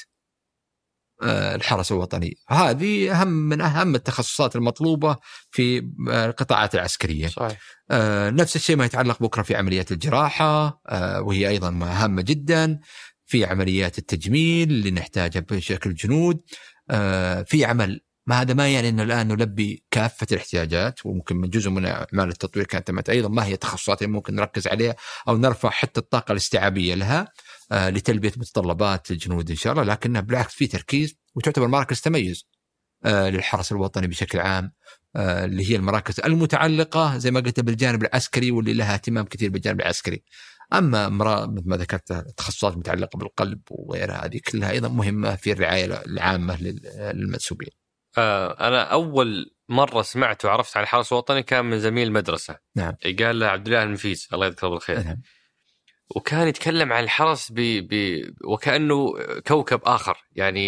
الحرس الوطني هذه أهم من أهم التخصصات المطلوبة في القطاعات العسكرية. صحيح. نفس الشيء ما يتعلق بكرة في عمليات الجراحة وهي أيضا هامة جدا، في عمليات التجميل اللي نحتاجها بشكل جنود، في عمل ما هذا ما يعني أن الآن نلبي كافة الاحتياجات، وممكن من جزء من أعمال التطوير كانت تمت أيضا ما هي التخصصات اللي ممكن نركز عليها أو نرفع حتى الطاقة الاستيعابية لها آه لتلبية متطلبات الجنود إن شاء الله، لكنها بالعكس في تركيز وتعتبر مراكز تميز آه للحرس الوطني بشكل عام، آه اللي هي المراكز المتعلقة زي ما قلت بالجانب العسكري واللي لها اهتمام كثير بالجانب العسكري. أما مثل ما ذكرت التخصصات المتعلقة بالقلب وغيرها هذه كلها أيضا مهمة في الرعاية العامة للمنسوبين. أنا أول مرة سمعت وعرفت عن الحرس الوطني كان من زميل المدرسة. نعم. قال له عبد الله المفيز الله يذكره بالخير. نعم. وكان يتكلم عن الحرس ب... ب... وكأنه كوكب آخر، يعني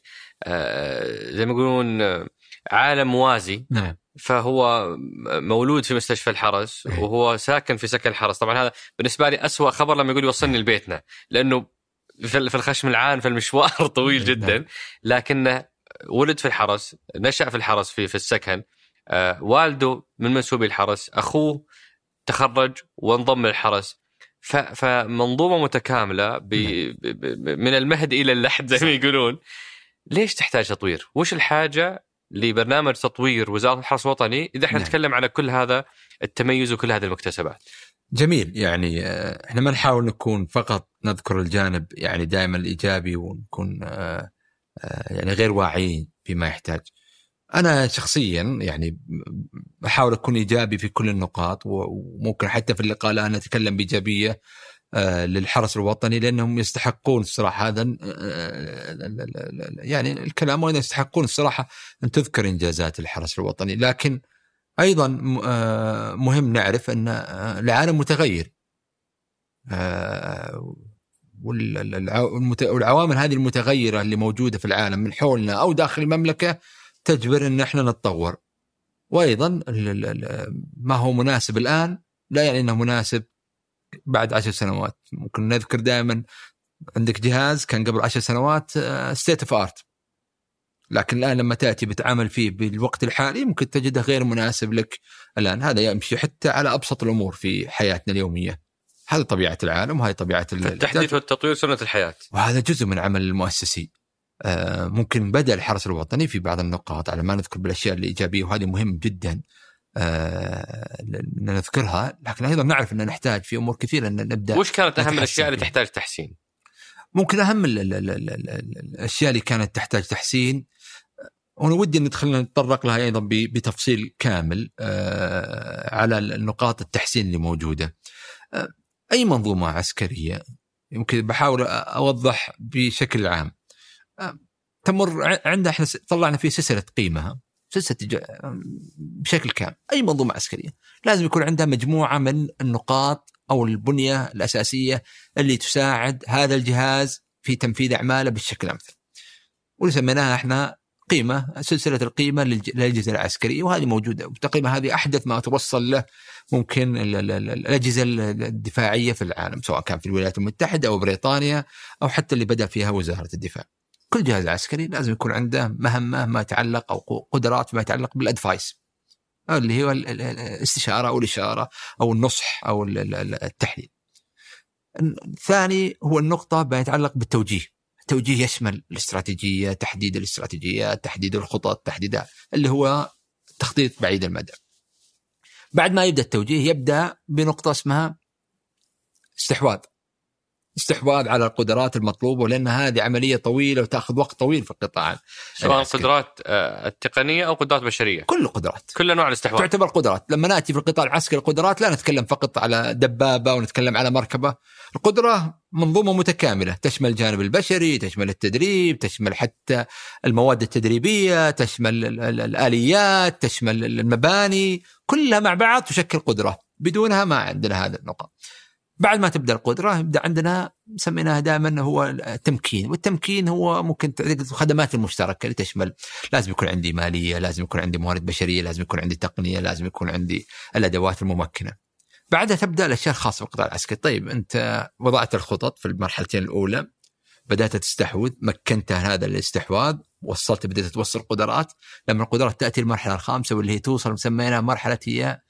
زي ما يقولون عالم موازي. نعم. فهو مولود في مستشفى الحرس وهو ساكن في سكن الحرس. طبعا هذا بالنسبة لي أسوأ خبر لما يقول يوصلني لبيتنا، لأنه في الخشم العان فالمشوار طويل جدا، لكنه ولد في الحرس، نشأ في الحرس في في السكن، آه والده من منسوبي الحرس، أخوه تخرج وانضم للحرس، فمنظومة متكاملة ب ب من المهد إلى اللحد زي ما يقولون. ليش تحتاج تطوير؟ وش الحاجة لبرنامج تطوير وزارة الحرس الوطني إذا احنا نتكلم على كل هذا التميز وكل هذه المكتسبات؟ جميل. يعني احنا ما نحاول نكون فقط نذكر الجانب يعني دائما الإيجابي ونكون آه يعني غير واعيين فيما يحتاج. أنا شخصيا يعني بحاول أكون إيجابي في كل النقاط، وممكن حتى في اللقاء الآن نتكلم بإيجابية للحرس الوطني لأنهم يستحقون الصراحة هذا يعني الكلام، وأن يستحقون الصراحة أن تذكر إنجازات الحرس الوطني. لكن أيضا مهم نعرف أن العالم متغير، والعوامل هذه المتغيرة اللي موجودة في العالم من حولنا أو داخل المملكة تجبر أن احنا نتطور. وأيضا ما هو مناسب الآن لا يعني أنه مناسب بعد عشر سنوات. ممكن نذكر دائما عندك جهاز كان قبل عشر سنوات state of art، لكن الآن لما تأتي بتعامل فيه بالوقت الحالي ممكن تجده غير مناسب لك الآن. هذا يمشي حتى على أبسط الأمور في حياتنا اليومية، هذا طبيعة العالم وهذه طبيعة التحديث والتطوير سنة الحياة، وهذا جزء من عمل المؤسسي. آه ممكن بدأ الحرس الوطني في بعض النقاط على ما نذكر بالأشياء الإيجابية، وهذه مهم جدا آه نذكرها، لكن أيضا نعرف أن نحتاج في أمور كثيرة أن نبدأ. وش كانت أهم الأشياء اللي تحتاج تحسين؟ ممكن أهم ال ال ال ال الأشياء اللي كانت تحتاج تحسين، وأنا ودي أن ندخلنا نتطرق لها أيضا بتفصيل كامل آه على النقاط التحسين اللي موجودة. آه أي منظومة عسكرية يمكن بحاول أوضح بشكل عام آه تمر عندها، احنا طلعنا في سلسلة قيمة، سلسلة بشكل كامل. أي منظومة عسكرية لازم يكون عندها مجموعة من النقاط أو البنية الأساسية اللي تساعد هذا الجهاز في تنفيذ أعماله بالشكل الأمثل، واللي سميناها احنا قيمة، سلسلة القيمة للأجهزة العسكرية، وهذه موجودة. والتقييمة هذه أحدث ما توصل له ممكن الأجهزة الدفاعية في العالم، سواء كان في الولايات المتحدة أو بريطانيا أو حتى اللي بدأ فيها وزارة الدفاع. كل جهاز عسكري لازم يكون عنده مهمة ما يتعلق أو قدرات ما يتعلق بالأدفايس، اللي هو الاستشارة أو الإشارة أو النصح أو التحليل. الثاني هو النقطة ما يتعلق بالتوجيه. التوجيه يشمل الاستراتيجية، تحديد الاستراتيجيات، تحديد الخطط، تحديد اللي هو تخطيط بعيد المدى. بعد ما يبدأ التوجيه يبدأ بنقطة اسمها استحواذ استحواذ على القدرات المطلوبة، لأن هذه عملية طويلة وتأخذ وقت طويل في القطاع، سواء قدرات التقنية أو قدرات بشرية. كل القدرات، كل أنواع الاستحواذ تعتبر قدرات. لما نأتي في القطاع العسكري القدرات لا نتكلم فقط على دبابة ونتكلم على مركبة. القدرة منظومة متكاملة تشمل الجانب البشري، تشمل التدريب، تشمل حتى المواد التدريبية، تشمل الآليات، تشمل المباني، كلها مع بعض تشكل قدرة. بدونها ما عندنا هذا النقاط. بعد ما تبدأ القدرة يبدأ عندنا سميناها دائما هو التمكين، والتمكين هو ممكن الخدمات المشتركة اللي تشمل لازم يكون عندي مالية، لازم يكون عندي موارد بشرية، لازم يكون عندي تقنية، لازم يكون عندي الأدوات الممكنة. بعدها تبدأ الأشياء الخاصة بالقطاع العسكري. طيب أنت وضعت الخطط في المرحلتين الأولى، بدأت تستحوذ، مكنت هذا الاستحواذ، وصلت بدأت توصل قدرات. لما القدرات تأتي المرحلة الخامسة واللي هي توصل مسميناها مرحلة هي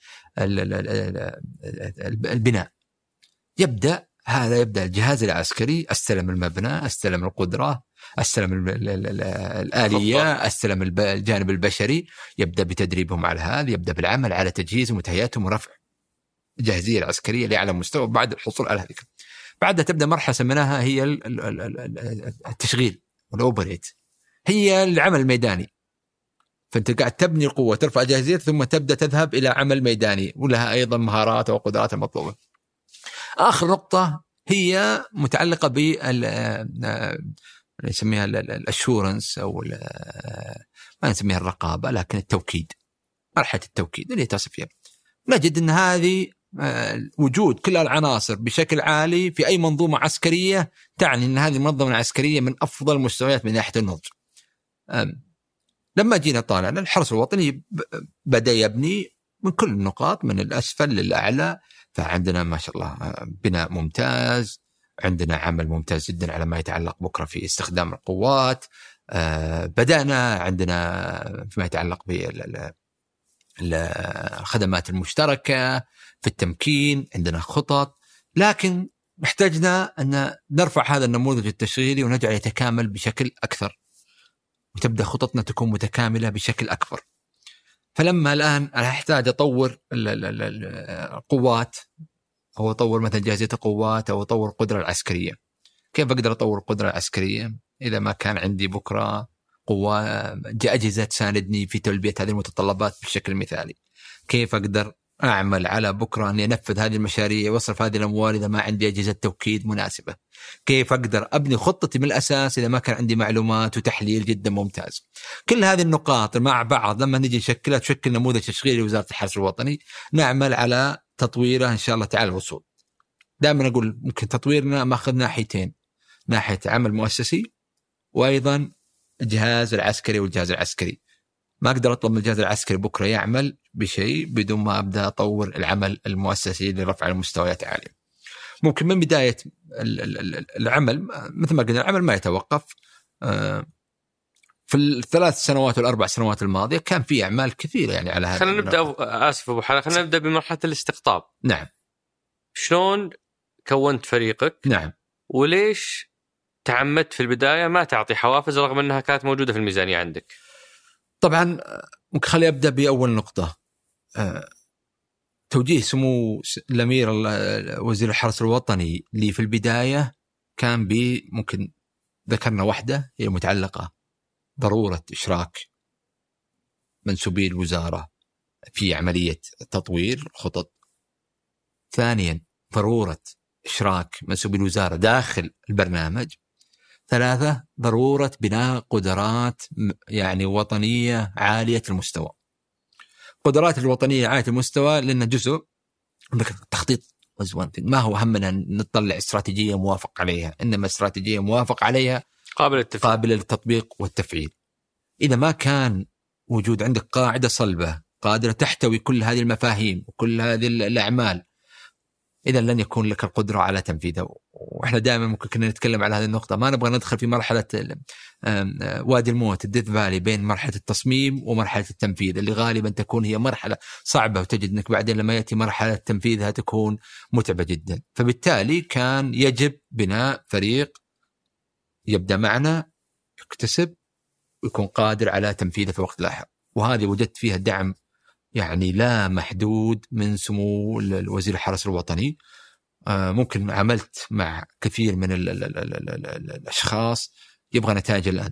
البناء. يبدأ هذا يبدأ الجهاز العسكري، استلم المبنى، استلم القدرة، استلم الآلية، استلم الجانب البشري، يبدأ بتدريبهم على هذا، يبدأ بالعمل على تجهيزهم وتهيئتهم ورفع الجاهزية العسكرية لأعلى مستوى بعد الحصول على هذه. بعدها تبدأ مرحلة سميناها هي التشغيل والأوبريت، هي العمل الميداني. فأنت قاعد تبني القوة، ترفع جاهزية، ثم تبدأ تذهب إلى عمل ميداني ولها أيضا مهارات وقدرات المطلوبة. آخر نقطة هي متعلقة بال نسميها الأشورنس أو ما نسميها الرقابة، لكن التوكيد، مرحلة التوكيد اللي تصف فيها. نجد أن هذه وجود كل العناصر بشكل عالي في أي منظومة عسكرية تعني أن هذه المنظومة العسكرية من أفضل المستويات من ناحية النضج. لما جينا طالع الحرس الوطني بدأ يبني من كل النقاط من الأسفل للأعلى، فعندنا ما شاء الله بناء ممتاز، عندنا عمل ممتاز جدا على ما يتعلق بكرة في استخدام القوات. بدأنا عندنا فيما يتعلق بالخدمات المشتركة في التمكين، عندنا خطط، لكن محتاجنا أن نرفع هذا النموذج التشغيلي ونجعل يتكامل بشكل أكثر، وتبدأ خططنا تكون متكاملة بشكل أكبر. فلما الآن أنا أحتاج أطور القوات أو أطور مثلا جاهزية القوات أو أطور القدرة العسكرية، كيف أقدر أطور القدرة العسكرية إذا ما كان عندي بكرة قوة أجهزة تساندني في تلبية هذه المتطلبات بالشكل المثالي؟ كيف أقدر أعمل على بكرة أن ينفذ هذه المشاريع ويصرف هذه الأموال إذا ما عندي أجهزة توكيد مناسبة؟ كيف أقدر أبني خطتي من الأساس إذا ما كان عندي معلومات وتحليل جدا ممتاز؟ كل هذه النقاط مع بعض لما نجي نشكلها تشكل نموذج تشغيلي لوزارة الحرس الوطني، نعمل على تطويره إن شاء الله تعالى الوصول. دائما أقول ممكن تطويرنا ماخذ ناحيتين، ناحية عمل مؤسسي وأيضا الجهاز العسكري والجهاز العسكري. ما أقدر أطلب من الجهاز العسكري بكرة يعمل بشيء بدون ما أبدأ أطور العمل المؤسسي لرفع المستويات عالية. ممكن من بداية العمل مثل ما قلنا العمل ما يتوقف. في الثلاث سنوات والأربع سنوات الماضية كان في أعمال كثيرة يعني على هذا. خلينا نبدأ، آسف أبو حلا، خلينا نبدأ بمرحلة الاستقطاب. نعم. شلون كونت فريقك. نعم. وليش تعمدت في البداية ما تعطي حوافز رغم أنها كانت موجودة في الميزانية عندك؟ طبعا ممكن خلي أبدأ بأول نقطة. أه توجيه سمو الأمير وزير الحرس الوطني لي في البداية كان بممكن ذكرنا واحدة هي متعلقة ضرورة إشراك منسوبي الوزارة في عملية تطوير الخطط. ثانيا ضرورة إشراك منسوبي الوزارة داخل البرنامج. ثلاثة ضرورة بناء قدرات يعني وطنية عالية المستوى. قدرات الوطنية عالية المستوى لأنه جزء من التخطيط ما هو همنا نطلع استراتيجية موافق عليها، إنما استراتيجية موافق عليها قابلة قابلة للتطبيق والتفعيل. إذا ما كان وجود عندك قاعدة صلبة قادرة تحتوي كل هذه المفاهيم وكل هذه الأعمال، إذا لن يكون لك القدرة على تنفيذها. وإحنا دائما ممكن كنا نتكلم على هذه النقطة، ما نبغى ندخل في مرحلة وادي الموت الديث فالي بين مرحلة التصميم ومرحلة التنفيذ اللي غالبا تكون هي مرحلة صعبة، وتجد أنك بعدين لما يأتي مرحلة تنفيذها تكون متعبة جدا. فبالتالي كان يجب بناء فريق يبدأ معنا يكتسب ويكون قادر على تنفيذه في وقت لاحق، وهذه وجدت فيها دعم يعني لا محدود من سمو الوزير الحرس الوطني. ممكن عملت مع كثير من ال ال ال ال ال ال الأشخاص يبغى نتائج الآن،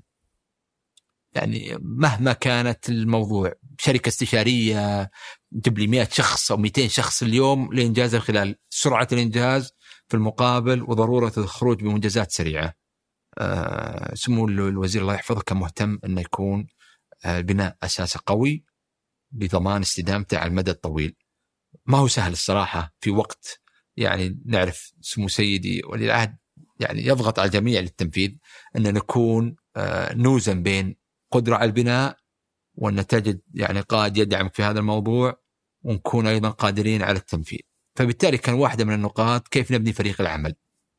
يعني مهما كانت الموضوع شركة استشارية تجيب لي مئة شخص أو مئتين شخص اليوم لإنجازها خلال سرعة الإنجاز في المقابل وضرورة الخروج بمنجزات سريعة. آه سمو الوزير الله يحفظه كان مهتم أنه يكون آه بناء أساس قوي بضمان استدامته على المدى الطويل. ما هو سهل الصراحة في وقت يعني نعرف سمو سيدي ولي العهد يعني يضغط على الجميع للتنفيذ، أن نكون آه نوزن بين قدرة على البناء وأن تجد يعني قائد يدعمك في هذا الموضوع ونكون أيضا قادرين على التنفيذ. فبالتالي كان واحدة من النقاط كيف نبني فريق العمل.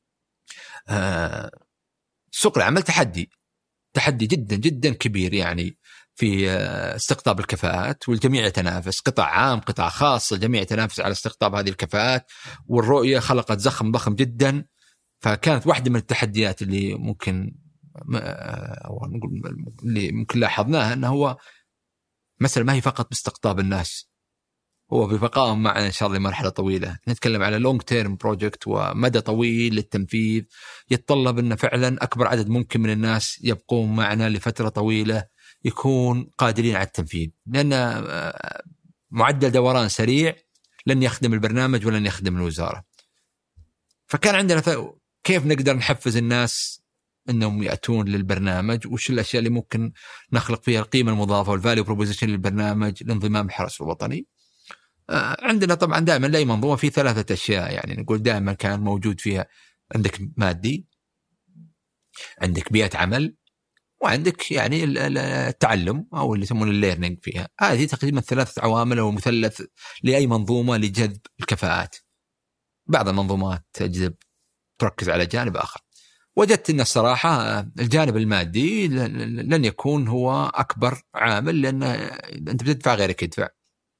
آه سوق العمل تحدي تحدي جدا جدا كبير يعني في استقطاب الكفاءات، والجميع يتنافس، قطاع عام قطاع خاص، الجميع يتنافس على استقطاب هذه الكفاءات، والرؤية خلقت زخم ضخم جدا. فكانت واحدة من التحديات اللي ممكن أو نقول اللي ممكن لاحظناها أنه هو مثلا ما هي فقط باستقطاب الناس، هو ببقائهم معنا إن شاء الله مرحلة طويلة. نتكلم على لونج تيرم بروجكت ومدى طويل للتنفيذ، يتطلب أن فعلا أكبر عدد ممكن من الناس يبقون معنا لفترة طويلة يكون قادرين على التنفيذ، لأن معدل دوران سريع لن يخدم البرنامج ولن يخدم الوزارة. فكان عندنا ف... كيف نقدر نحفز الناس أنهم يأتون للبرنامج، وش الأشياء اللي ممكن نخلق فيها القيمة المضافة والفاليو بروبوزيشن للبرنامج لانضمام الحرس الوطني. عندنا طبعا دائما لا منظومة في ثلاثة أشياء، يعني نقول دائما كان موجود فيها عندك مادي، عندك بيئة عمل، وعندك يعني التعلم أو اللي يسمونه الليرنينج فيها. هذه تقريبا ثلاثة عوامل أو مثلث لأي منظومة لجذب الكفاءات. بعض المنظومات تجذب تركز على جانب آخر. وجدت أن الصراحة الجانب المادي لن يكون هو أكبر عامل، لأن أنت بتدفع غيرك يدفع.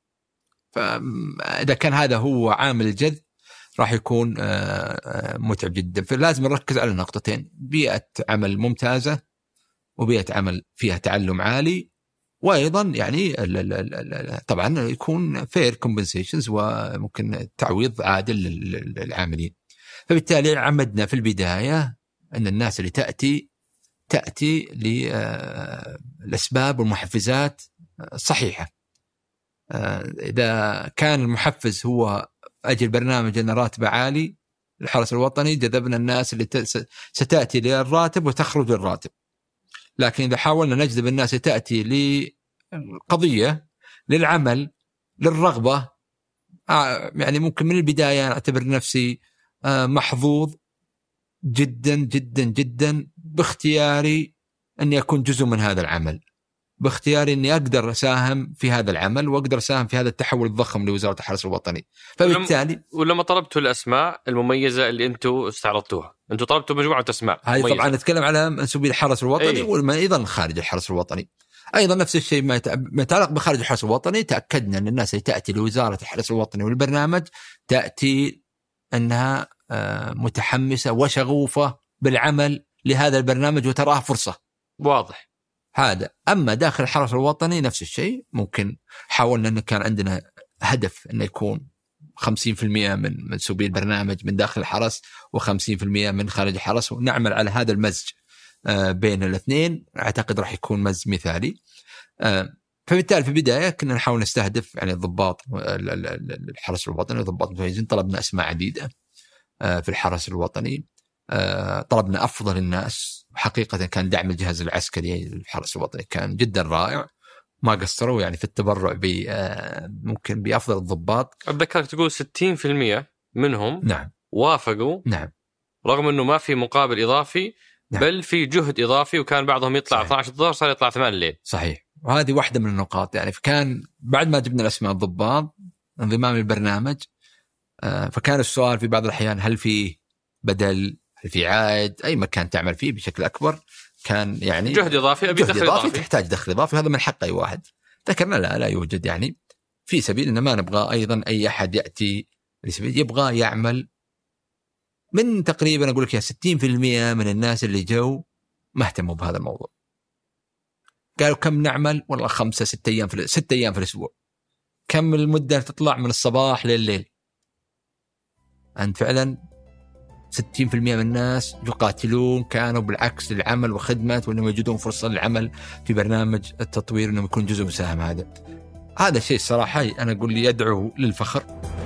فإذا كان هذا هو عامل الجذب راح يكون متعب جدا. فلازم نركز على نقطتين: بيئة عمل ممتازة وبيئة عمل فيها تعلم عالي، وأيضا يعني طبعا يكون fair compensations وممكن تعويض عادل للعاملين. فبالتالي عمدنا في البداية أن الناس اللي تأتي تأتي للأسباب والمحفزات الصحيحة. إذا كان المحفز هو أجل برنامج أن راتبه عالي الحرس الوطني، جذبنا الناس اللي ستأتي للراتب وتخرج للراتب. لكن إذا حاولنا نجذب الناس تأتي للقضية للعمل للرغبة، يعني ممكن من البداية أعتبر نفسي محظوظ جدا جدا جدا باختياري أني أكون جزء من هذا العمل، باختياري أني أقدر أساهم في هذا العمل وأقدر أساهم في هذا التحول الضخم لوزارة الحرس الوطني. فبالتالي ولما طلبتوا الأسماء المميزة اللي أنتوا استعرضتوها، أنتوا طلبتوا مجموعة أسماء هاي مميزة. طبعا نتكلم على منسوبي الحرس الوطني أيه. وما أيضا خارج الحرس الوطني أيضا نفس الشيء. ما يتعلق بخارج الحرس الوطني تأكدنا أن الناس اللي تأتي لوزارة الحرس الوطني والبرنامج تأتي أنها متحمسة وشغوفة بالعمل لهذا البرنامج وتراه فرصة. واضح هذا. أما داخل الحرس الوطني نفس الشيء، ممكن حاولنا أن كان عندنا هدف أن يكون خمسين بالمئة من منسوبي البرنامج من داخل الحرس وخمسين بالمئة من خارج الحرس، ونعمل على هذا المزج بين الاثنين. أعتقد راح يكون مزج مثالي. فبالتالي في البداية كنا نحاول نستهدف يعني الضباط الحرس الوطني وضباط متميزين. طلبنا أسماء عديدة في الحرس الوطني، طلبنا أفضل الناس. حقيقة كان دعم الجهاز العسكري للحرس الوطني كان جدا رائع، ما قصروا يعني في التبرع ب ممكن بأفضل الضباط. أتذكرك تقول ستين بالمئة منهم نعم وافقوا، نعم، رغم أنه ما في مقابل إضافي، نعم. بل في جهد إضافي، وكان بعضهم يطلع اثنا عشر الظهر صار يطلع ثمانية الليل. صحيح، وهذه واحدة من النقاط. يعني فكان بعد ما جبنا الأسماء الضباط انضمام البرنامج، فكان السؤال في بعض الأحيان هل في بدل، هل في عائد، أي مكان تعمل فيه بشكل أكبر كان يعني جهد إضافي، أبي جهد دخل إضافي، إضافي، تحتاج دخل إضافي، هذا من حق أي واحد. ذكرنا لا لا يوجد يعني في سبيل إن ما نبغى أيضا أي أحد يأتي يبغى يعمل. من تقريبا أقول لك يا ستين بالمئة من الناس اللي جو ما اهتموا بهذا الموضوع. قالوا كم نعمل؟ والله خمسة ستة أيام في ستة أيام في الأسبوع. كم المدة تطلع من الصباح لليل؟ أنت فعلا ستين بالمئة من الناس يقاتلون كانوا بالعكس للعمل وخدمة، وأنهم يجدون فرصة للعمل في برنامج التطوير، أنهم يكون جزء مساهم. هذا هذا شيء صراحة أنا أقول لي يدعو للفخر.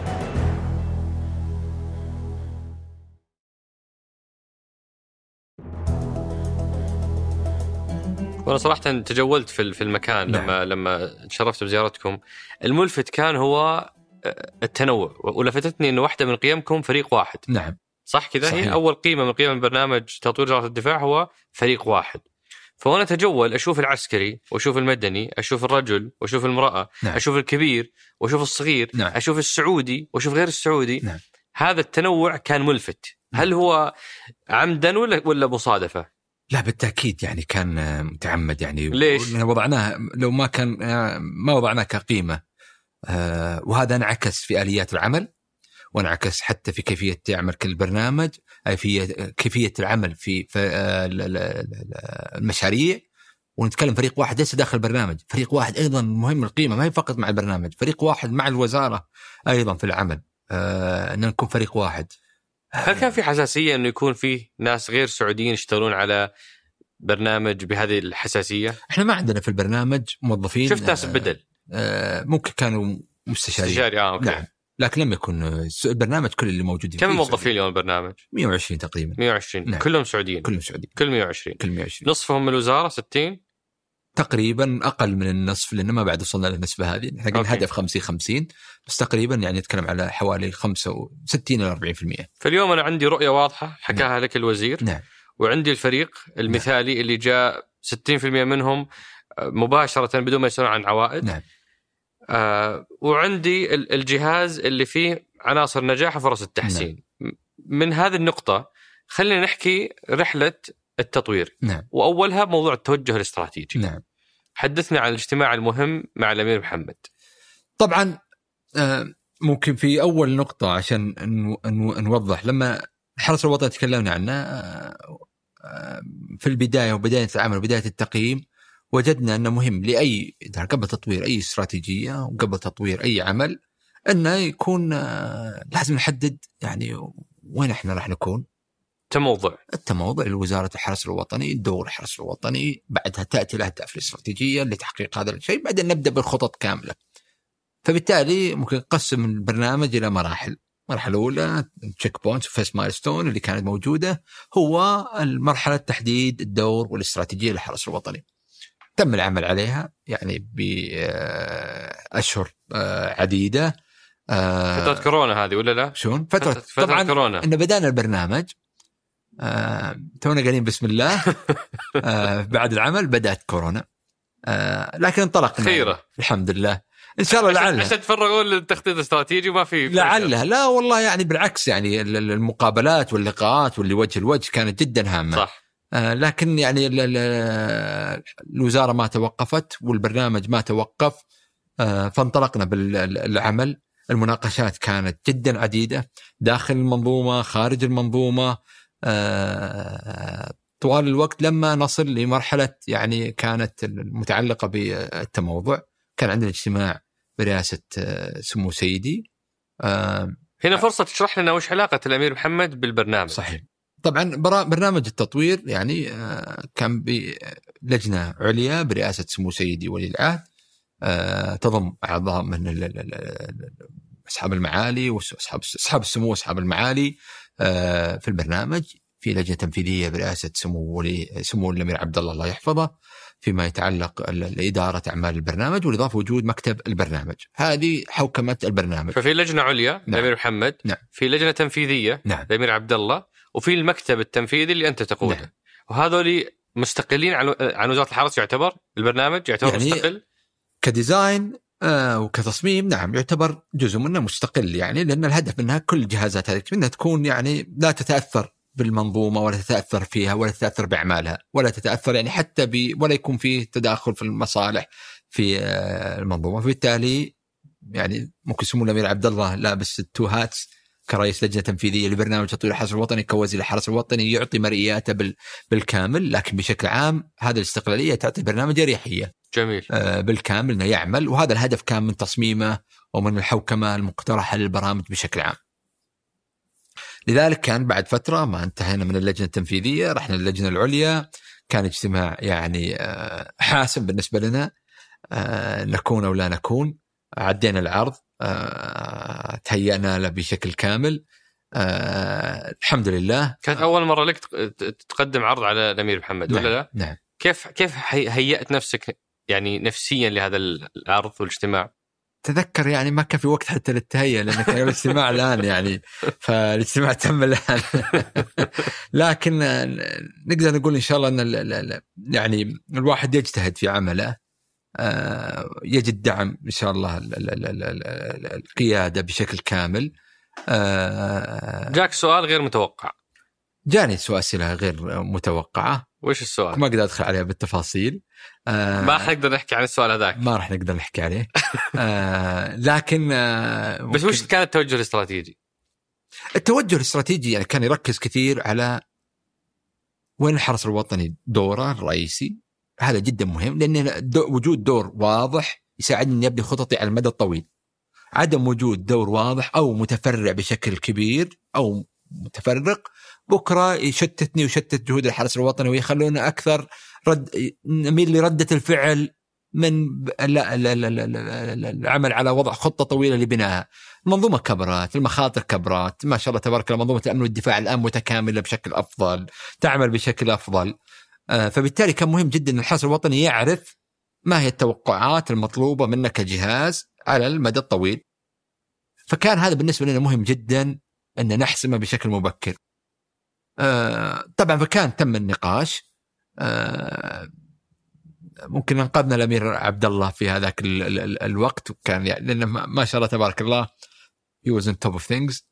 وأنا صراحة تجولت في في المكان نعم. لما لما تشرفت بزيارتكم. الملفت كان هو التنوع، ولفتتني إنه واحدة من قيمكم فريق واحد. نعم صح كذا، هي أول قيمة من قيم برنامج تطوير جرائد الدفاع هو فريق واحد. فأنا أتجول أشوف العسكري وأشوف المدني، أشوف الرجل وأشوف المرأة، نعم. أشوف الكبير وأشوف الصغير، نعم. أشوف السعودي وأشوف غير السعودي. نعم. هذا التنوع كان ملفت. نعم. هل هو عمدا ولا ولا مصادفة؟ لا بالتأكيد يعني كان متعمد. يعني ليش؟ وضعناه لو ما كان ما وضعناه كقيمة، وهذا انعكس في آليات العمل، وانعكس حتى في كيفية عمل كل برنامج، أي في كيفية العمل في المشاريع. ونتكلم فريق واحد ليس داخل البرنامج، فريق واحد أيضا مهم القيمة، ما هي فقط مع البرنامج، فريق واحد مع الوزارة أيضا في العمل، أن نكون فريق واحد. هل كان في حساسية أنه يكون فيه ناس غير سعوديين يشتغلون على برنامج بهذه الحساسية؟ احنا ما عندنا في البرنامج موظفين. شفت ناس بدل ممكن كانوا مستشارين. استشاري آه، أوكي. نعم. لكن لم يكن البرنامج كل اللي موجودين. كم موظفين اليوم البرنامج؟ مئة وعشرين تقريبا. مئة وعشرين. نعم. كلهم سعوديين. كلهم سعوديين. كل مئة وعشرين. كل مئة وعشرين. نصفهم من الوزارة ستين تقريبا، أقل من النصف لأن ما بعد وصلنا للنسبة هذه. احنا قلنا هدف خمسين خمسين، بس تقريبا يعني نتكلم على حوالي خمسة وستين إلى أربعين بالمئة. فاليوم أنا عندي رؤية واضحة حكاها نعم. لك الوزير. نعم. وعندي الفريق المثالي. نعم. اللي جاء ستين بالمئة منهم مباشرة بدون ما يسألون عن عوائد. نعم. آه وعندي الجهاز اللي فيه عناصر نجاح وفرص التحسين. نعم. من هذه النقطة خلينا نحكي رحلة التطوير. نعم. وأولها موضوع التوجه الاستراتيجي. نعم. حدثنا عن الاجتماع المهم مع الأمير محمد. طبعا ممكن في أول نقطة عشان نوضح، لما الحرس الوطني تكلمنا عنه في البداية وبداية العمل وبداية التقييم، وجدنا أنه مهم لأي قبل تطوير أي استراتيجية وقبل تطوير أي عمل أنه يكون لازم نحدد يعني وين إحنا راح نكون. التموضع التموضع لوزارة الحرس الوطني، دور الحرس الوطني، بعدها تأتي الأهداف الاستراتيجية لتحقيق هذا الشيء، بعدين نبدأ بالخطط كاملة. فبالتالي ممكن نقسم البرنامج إلى مراحل. المرحلة الأولى تشيك بوينتس وفيس مايلستون اللي كانت موجودة، هو المرحلة تحديد الدور والاستراتيجية للحرس الوطني. تم العمل عليها يعني بأشهر عديدة. فترة كورونا هذه ولا لا؟ شون؟ فترة, فترة طبعا كورونا. إن بدأنا البرنامج آه، تونا قاعدين بسم الله آه، بعد العمل بدأت كورونا، آه، لكن انطلقنا خيرة الحمد لله إن شاء الله. لعله عشان تفرغون للتخطيط الاستراتيجي وما في لعله لا والله يعني بالعكس، يعني المقابلات واللقاءات واللي وجه الوجه كانت جدا هامة. صح. آه، لكن يعني الوزارة ما توقفت والبرنامج ما توقف، آه، فانطلقنا بالعمل. المناقشات كانت جدا عديدة داخل المنظومة خارج المنظومة طوال الوقت لما نصل لمرحلة يعني كانت المتعلقة بالتموضع. كان عندنا اجتماع برئاسة سمو سيدي. هنا فرصة تشرح لنا وش علاقة الأمير محمد بالبرنامج. صحيح. طبعا برنامج التطوير يعني كان بلجنة عليا برئاسة سمو سيدي ولي العهد تضم أعضاء من أصحاب المعالي وأصحاب أصحاب السمو وأصحاب المعالي في البرنامج، في لجنة تنفيذية برئاسة سمو ولي سمو الأمير عبد الله الله يحفظه فيما يتعلق لإدارة أعمال البرنامج، والإضافة وجود مكتب البرنامج. هذه حوكمة البرنامج. ففي لجنة عليا نعم. الأمير محمد نعم. في لجنة تنفيذية نعم. الأمير عبد الله، وفي المكتب التنفيذي اللي أنت تقوده نعم. وهذول مستقلين عن عن وزارة الحرس. يعتبر البرنامج يعتبر يعني مستقل كديزاين آه وكتصميم. نعم يعتبر جزء منه مستقل، يعني لأن الهدف منها كل جهازات هذه منها تكون يعني لا تتأثر بالمنظومة ولا تتأثر فيها ولا تتأثر بأعمالها ولا تتأثر يعني حتى ب ولا يكون فيه تداخل في المصالح في المنظومة. فبالتالي يعني ممكن سمو الأمير عبد الله لابس التو هاتس كرئيس لجنة تنفيذية لبرنامج تطوير الحرس الوطني، كوزير الحرس الوطني، يعطي مرئياته بالكامل، لكن بشكل عام هذا الاستقلالية تعطي برنامج أريحية جميل بالكامل انه يعمل. وهذا الهدف كان من تصميمه ومن الحوكمة المقترحة للبرامج بشكل عام. لذلك كان بعد فترة ما انتهينا من اللجنة التنفيذية رحنا للجنة العليا. كان اجتماع يعني حاسم بالنسبة لنا، نكون أو لا نكون. عدينا العرض، تهيأنا له بشكل كامل الحمد لله. كانت أول مرة لك تقدم عرض على الأمير محمد نعم. ولا لا؟ نعم. كيف كيف هيأت نفسك يعني نفسيا لهذا العرض والاجتماع؟ تذكر يعني ما كان في وقت حتى للتهيئة لأن كان الاجتماع الآن يعني، فالاجتماع تم الآن. لكن نقدر نقول إن شاء الله أن يعني الواحد يجتهد في عمله، يجد دعم إن شاء الله القيادة بشكل كامل. جاك سؤال غير متوقع؟ جاني سؤال أسئلة غير متوقعة. وش السؤال؟ ما أقدر أدخل عليها بالتفاصيل. آه ما راح نقدر نحكي عن السؤال هذاك. ما راح نقدر نحكي عليه. آه لكن آه بس وش كان التوجه الاستراتيجي؟ التوجه الاستراتيجي يعني كان يركز كثير على وين الحرس الوطني دوره الرئيسي. هذا جدا مهم، لأن دو وجود دور واضح يساعدني أن يبني خططي على المدى الطويل. عدم وجود دور واضح أو متفرع بشكل كبير أو متفرق بكرة يشتتني ويشتت جهود الحرس الوطني ويخلونا أكثر رد نميل لردة الفعل من لا لا لا لا لا العمل على وضع خطة طويلة لبنائها. المنظومة كبرت، المخاطر كبرت، ما شاء الله تبارك الله. منظومة الأمن والدفاع الآن متكاملة بشكل أفضل، تعمل بشكل أفضل. فبالتالي كان مهم جدا أن الحرس الوطني يعرف ما هي التوقعات المطلوبة منه كجهاز على المدى الطويل. فكان هذا بالنسبة لنا مهم جدا أن نحسمه بشكل مبكر. آه طبعا فكان تم النقاش. آه ممكن انقذنا الأمير عبد الله في هذاك ال ال ال الوقت، وكان يعني لأنه ما شاء الله تبارك الله he was on top of things.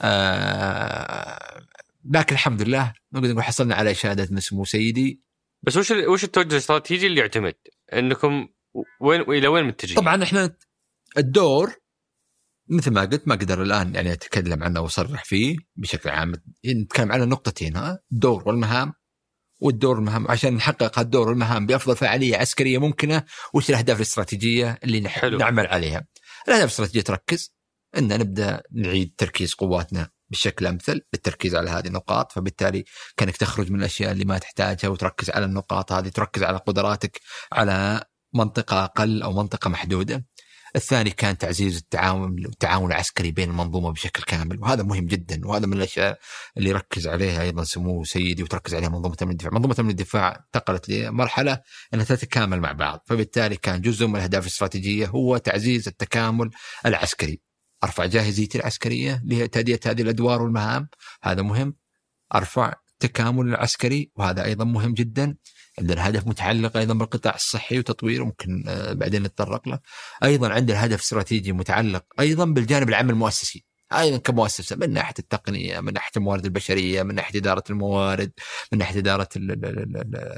آه لكن الحمد لله نقدر نقول حصلنا على إشادة من سمو سيدي. بس وش وش التوجه الاستراتيجي اللي يعتمد انكم وين والى وين متجهين؟ طبعا احنا الدور مثل ما قلت ما أقدر الآن يعني أتكلم عنه وأصرح فيه بشكل عام. نتكلم عن نقطتين، ها الدور والمهام. والدور المهام عشان نحقق هالدور والمهام بأفضل فعالية عسكرية ممكنة، وش الأهداف الاستراتيجية اللي نح... نعمل عليها. الأهداف الاستراتيجية تركز أن نبدأ نعيد تركيز قواتنا بشكل أمثل بالتركيز على هذه النقاط. فبالتالي كانك تخرج من الأشياء اللي ما تحتاجها وتركز على النقاط هذه، تركز على قدراتك على منطقة أقل أو منطقة محدودة. الثاني كان تعزيز التعاون التعاون العسكري بين المنظومة بشكل كامل، وهذا مهم جدا، وهذا من الأشياء اللي ركز عليها أيضا سمو سيدي وتركز عليها منظومة أمن الدفاع. منظومة أمن الدفاع انتقلت لمرحلة أنها تتكامل مع بعض، فبالتالي كان جزء من الأهداف الاستراتيجية هو تعزيز التكامل العسكري. أرفع جاهزيتي العسكرية لتأدية هذه الأدوار والمهام، هذا مهم. أرفع التكامل العسكري، وهذا أيضا مهم جدا. عندنا هدف متعلق أيضا بالقطاع الصحي وتطويره، ممكن بعدين نتطرق له. أيضا عندنا هدف استراتيجي متعلق أيضا بالجانب العام المؤسسي، أيضا كمؤسسة من ناحية التقنية، من ناحية الموارد البشرية، من ناحية إدارة الموارد، من ناحية إدارة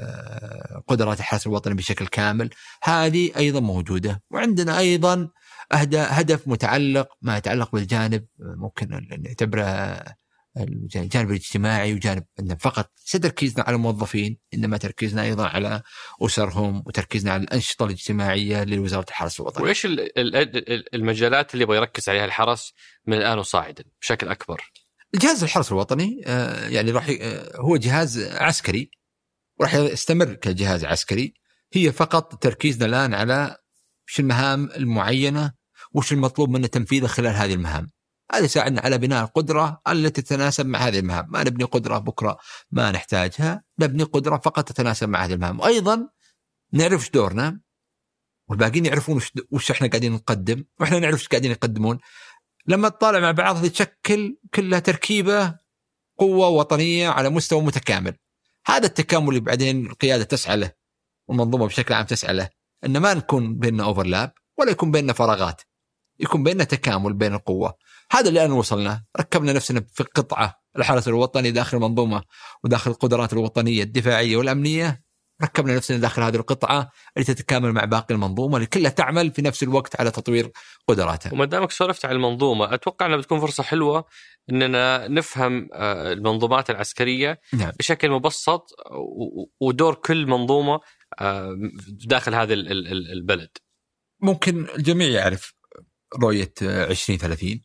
قدرات الحرس الوطني بشكل كامل. هذه أيضا موجودة. وعندنا أيضا هدف متعلق ما يتعلق بالجانب ممكن نعتبره الجانب الاجتماعي، وجانب أن فقط تركيزنا على الموظفين، إنما تركيزنا أيضا على أسرهم، وتركيزنا على الأنشطة الاجتماعية لوزارة الحرس الوطني. وإيش المجالات اللي بيركز عليها الحرس من الآن وصاعدا بشكل أكبر؟ الجهاز الحرس الوطني يعني راح هو جهاز عسكري وراح يستمر كجهاز عسكري. هي فقط تركيزنا الآن على وش المهام المعينة، وش المطلوب منا تنفيذه خلال هذه المهام. هذا يساعدنا على بناء القدرة التي تتناسب مع هذه المهام. ما نبني قدرة بكرة ما نحتاجها، نبني قدرة فقط تتناسب مع هذه المهام. وأيضا نعرف وش دورنا، والباقيين يعرفون وش, وش احنا قاعدين نقدم، واحنا نعرف وش قاعدين يقدمون. لما تطالع مع بعض هذه تشكل كلها تركيبة قوة وطنية على مستوى متكامل. هذا التكامل اللي بعدين القيادة تسعى له والمنظومة بشكل عام تسعى له، إن ما نكون بيننا أوفرلاب ولا يكون بيننا فراغات، يكون بيننا تكامل بين القوة. هذا اللي أنا وصلنا. ركبنا نفسنا في قطعة الحرس الوطني داخل المنظومة وداخل القدرات الوطنية الدفاعية والأمنية. ركبنا نفسنا داخل هذه القطعة اللي تتكامل مع باقي المنظومة اللي كلها تعمل في نفس الوقت على تطوير قدراتها. وما دامك سولفت عن المنظومة، أتوقع أنها بتكون فرصة حلوة أننا نفهم المنظومات العسكرية نعم. بشكل مبسط، ودور كل منظومة داخل هذا البلد. ممكن الجميع يعرف رؤية عشرين ثلاثين،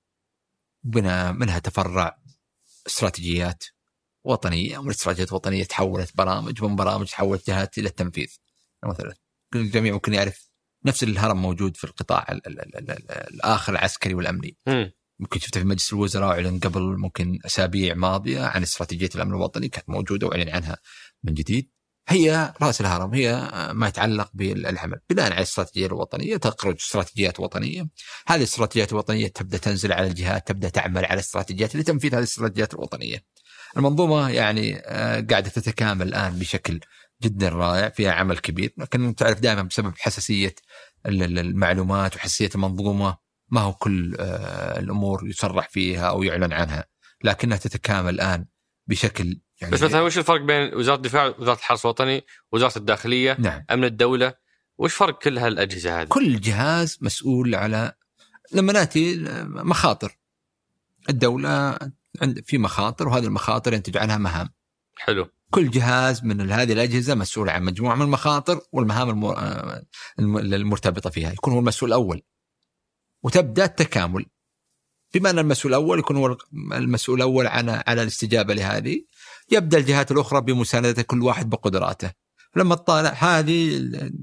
بنا منها تفرع استراتيجيات وطنية، ومن الاستراتيجيات الوطنية تحولت برامج، ومن برامج تحولت جهات إلى التنفيذ. مثلا الجميع ممكن يعرف نفس الهرم موجود في القطاع ال ال ال ال الآخر العسكري والأمني. م. ممكن شفته في مجلس الوزراء وعلن قبل ممكن أسابيع ماضية عن استراتيجية الأمن الوطني، كانت موجودة وعلن عنها من جديد. هي رأس الهرم، هي ما يتعلق بالعمل بناء على الاستراتيجية الوطنية. تخرج استراتيجيات وطنية، هذه الاستراتيجيات الوطنية تبدأ تنزل على الجهات، تبدأ تعمل على استراتيجيات لتنفيذ هذه الاستراتيجيات الوطنية. المنظومة يعني قاعدة تتكامل الآن بشكل جدا رائع، فيها عمل كبير، لكن تعرف دائما بسبب حساسية المعلومات وحساسية المنظومة ما هو كل الأمور يصرح فيها أو يعلن عنها، لكنها تتكامل الآن بشكل يعني. بس مثلا وش الفرق بين وزارة الدفاع ووزارة الحرس الوطني ووزارة الداخلية نعم. أمن الدولة، وش فرق كل هالأجهزة هذه؟ كل جهاز مسؤول على لما نأتي مخاطر الدولة، في مخاطر وهذه المخاطر ينتج عنها مهام. حلو. كل جهاز من هذه الأجهزة مسؤول عن مجموعة من المخاطر والمهام المرتبطة فيها، يكون هو المسؤول الأول، وتبدأ التكامل. بما أن المسؤول الأول يكون هو المسؤول الأول عن على الاستجابة لهذه، يبدأ الجهات الأخرى بمساندة كل واحد بقدراته. لما تطالع هذه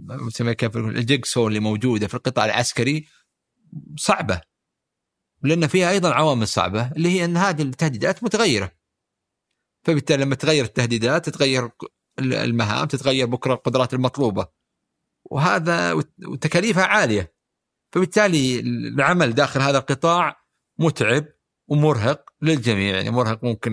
الجيكسو اللي موجودة في القطاع العسكري صعبة، لأن فيها أيضا عوامل صعبة، اللي هي أن هذه التهديدات متغيرة، فبالتالي لما تغير التهديدات تتغير المهام، تتغير بكرة القدرات المطلوبة، وهذا وتكاليفها عالية. فبالتالي العمل داخل هذا القطاع متعب ومرهق للجميع، يعني مرهق ممكن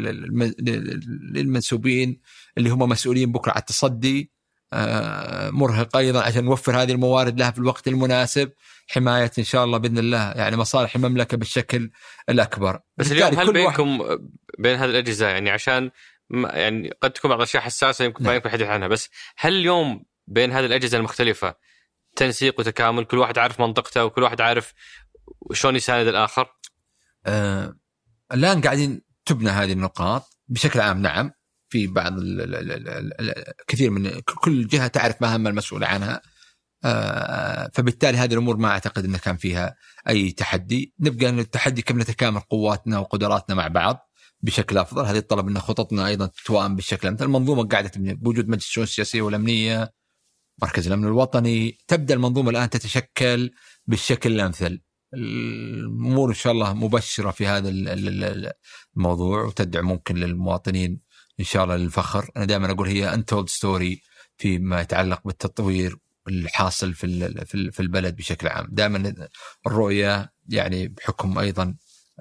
للمنسوبين اللي هم مسؤولين بكرة على التصدي، مرهق أيضا عشان نوفر هذه الموارد لها في الوقت المناسب، حماية إن شاء الله بإذن الله يعني مصالح المملكة بالشكل الأكبر. بس اليوم هل بينكم واحد... بين هذه الأجهزة يعني عشان يعني قد تكون بعض الأشياء حساسة يمكن ما يمكن الحديث عنها، بس هل اليوم بين هذه الأجهزة المختلفة تنسيق وتكامل، كل واحد عارف منطقته وكل واحد عارف شلون يساند الآخر؟ آه، الآن قاعدين تبنى هذه النقاط بشكل عام. نعم في بعض ال ال ال ال كثير من كل جهة تعرف مهام المسؤولة عنها، آه، فبالتالي هذه الأمور ما أعتقد أن كان فيها أي تحدي. نبقى أن التحدي كم نتكامل قواتنا وقدراتنا مع بعض بشكل أفضل. هذه الطلب أن خططنا أيضا تتوائم بالشكل أمثل. المنظومة قاعدة تبني بوجود مجلس الشؤون السياسية والأمنية، مركز الأمن الوطني، تبدأ المنظومة الآن تتشكل بالشكل الأمثل. الأمور إن شاء الله مبشرة في هذا الموضوع، وتدعو ممكن للمواطنين إن شاء الله للفخر. أنا دائما أقول هي untold story فيما يتعلق بالتطوير الحاصل في في البلد بشكل عام. دائما الرؤية يعني بحكم أيضا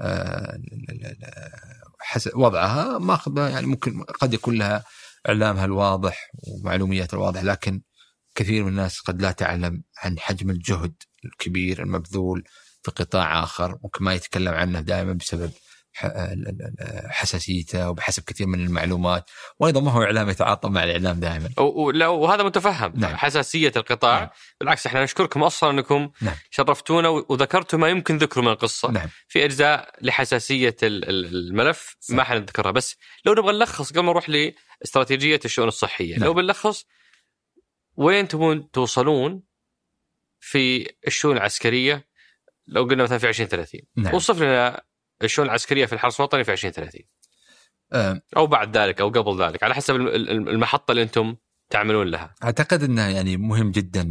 وضعها ماخذة يعني ممكن قد يكون لها إعلامها الواضح ومعلوميات الواضح، لكن كثير من الناس قد لا تعلم عن حجم الجهد الكبير المبذول في قطاع آخر ممكن ما يتكلم عنه دائما بسبب حساسيته وبحسب كثير من المعلومات، وأيضا ما هو إعلام يتعاطى مع الإعلام دائما. وهذا متفهم. نعم. حساسية القطاع. نعم. بالعكس احنا نشكركم أصلا أنكم نعم. شرفتونا وذكرتوا ما يمكن ذكره من القصة. نعم. في أجزاء لحساسية الملف صح. ما حنذكرها، بس لو نبغى نلخص قبل ما نروح لاستراتيجية الشؤون الصحية. نعم. لو بنلخص وين تبون توصلون في الشؤون العسكرية، لو قلنا مثلا في عشرين ثلاثين. نعم. وصف لنا الشؤون العسكرية في الحرس الوطني في عشرين ثلاثين أه أو بعد ذلك أو قبل ذلك، على حسب المحطة اللي أنتم تعملون لها. أعتقد أنه يعني مهم جدا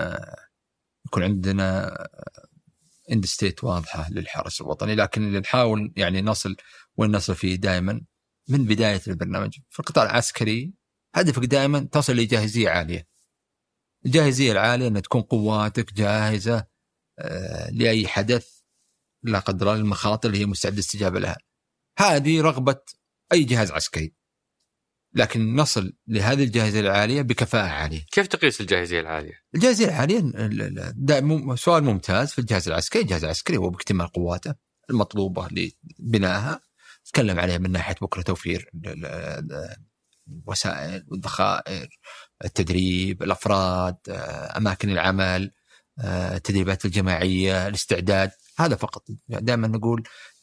يكون عندنا اند ستيت واضحة للحرس الوطني، لكن اللي نحاول يعني نصل وين نصل فيه دائما من بداية البرنامج. في القطاع العسكري هدفك دائما تصل لجاهزية عالية. الجاهزية العالية أن تكون قواتك جاهزة أه لأي حدث لا قدر الله، المخاطر اللي هي مستعد الاستجابة لها. هذه رغبة أي جهاز عسكري، لكن نصل لهذه الجاهزية العالية بكفاءة عالية. كيف تقيس الجاهزية العالية؟ الجاهزية العالية سؤال ممتاز. في الجهاز العسكري، الجهاز العسكري هو باكتمال قواته المطلوبة لبنائها. نتكلم عليها من ناحية بكرة توفير الوسائل والذخائر، التدريب، الأفراد، أماكن العمل، التدريبات الجماعية، الاستعداد. هذا فقط. دائما نقول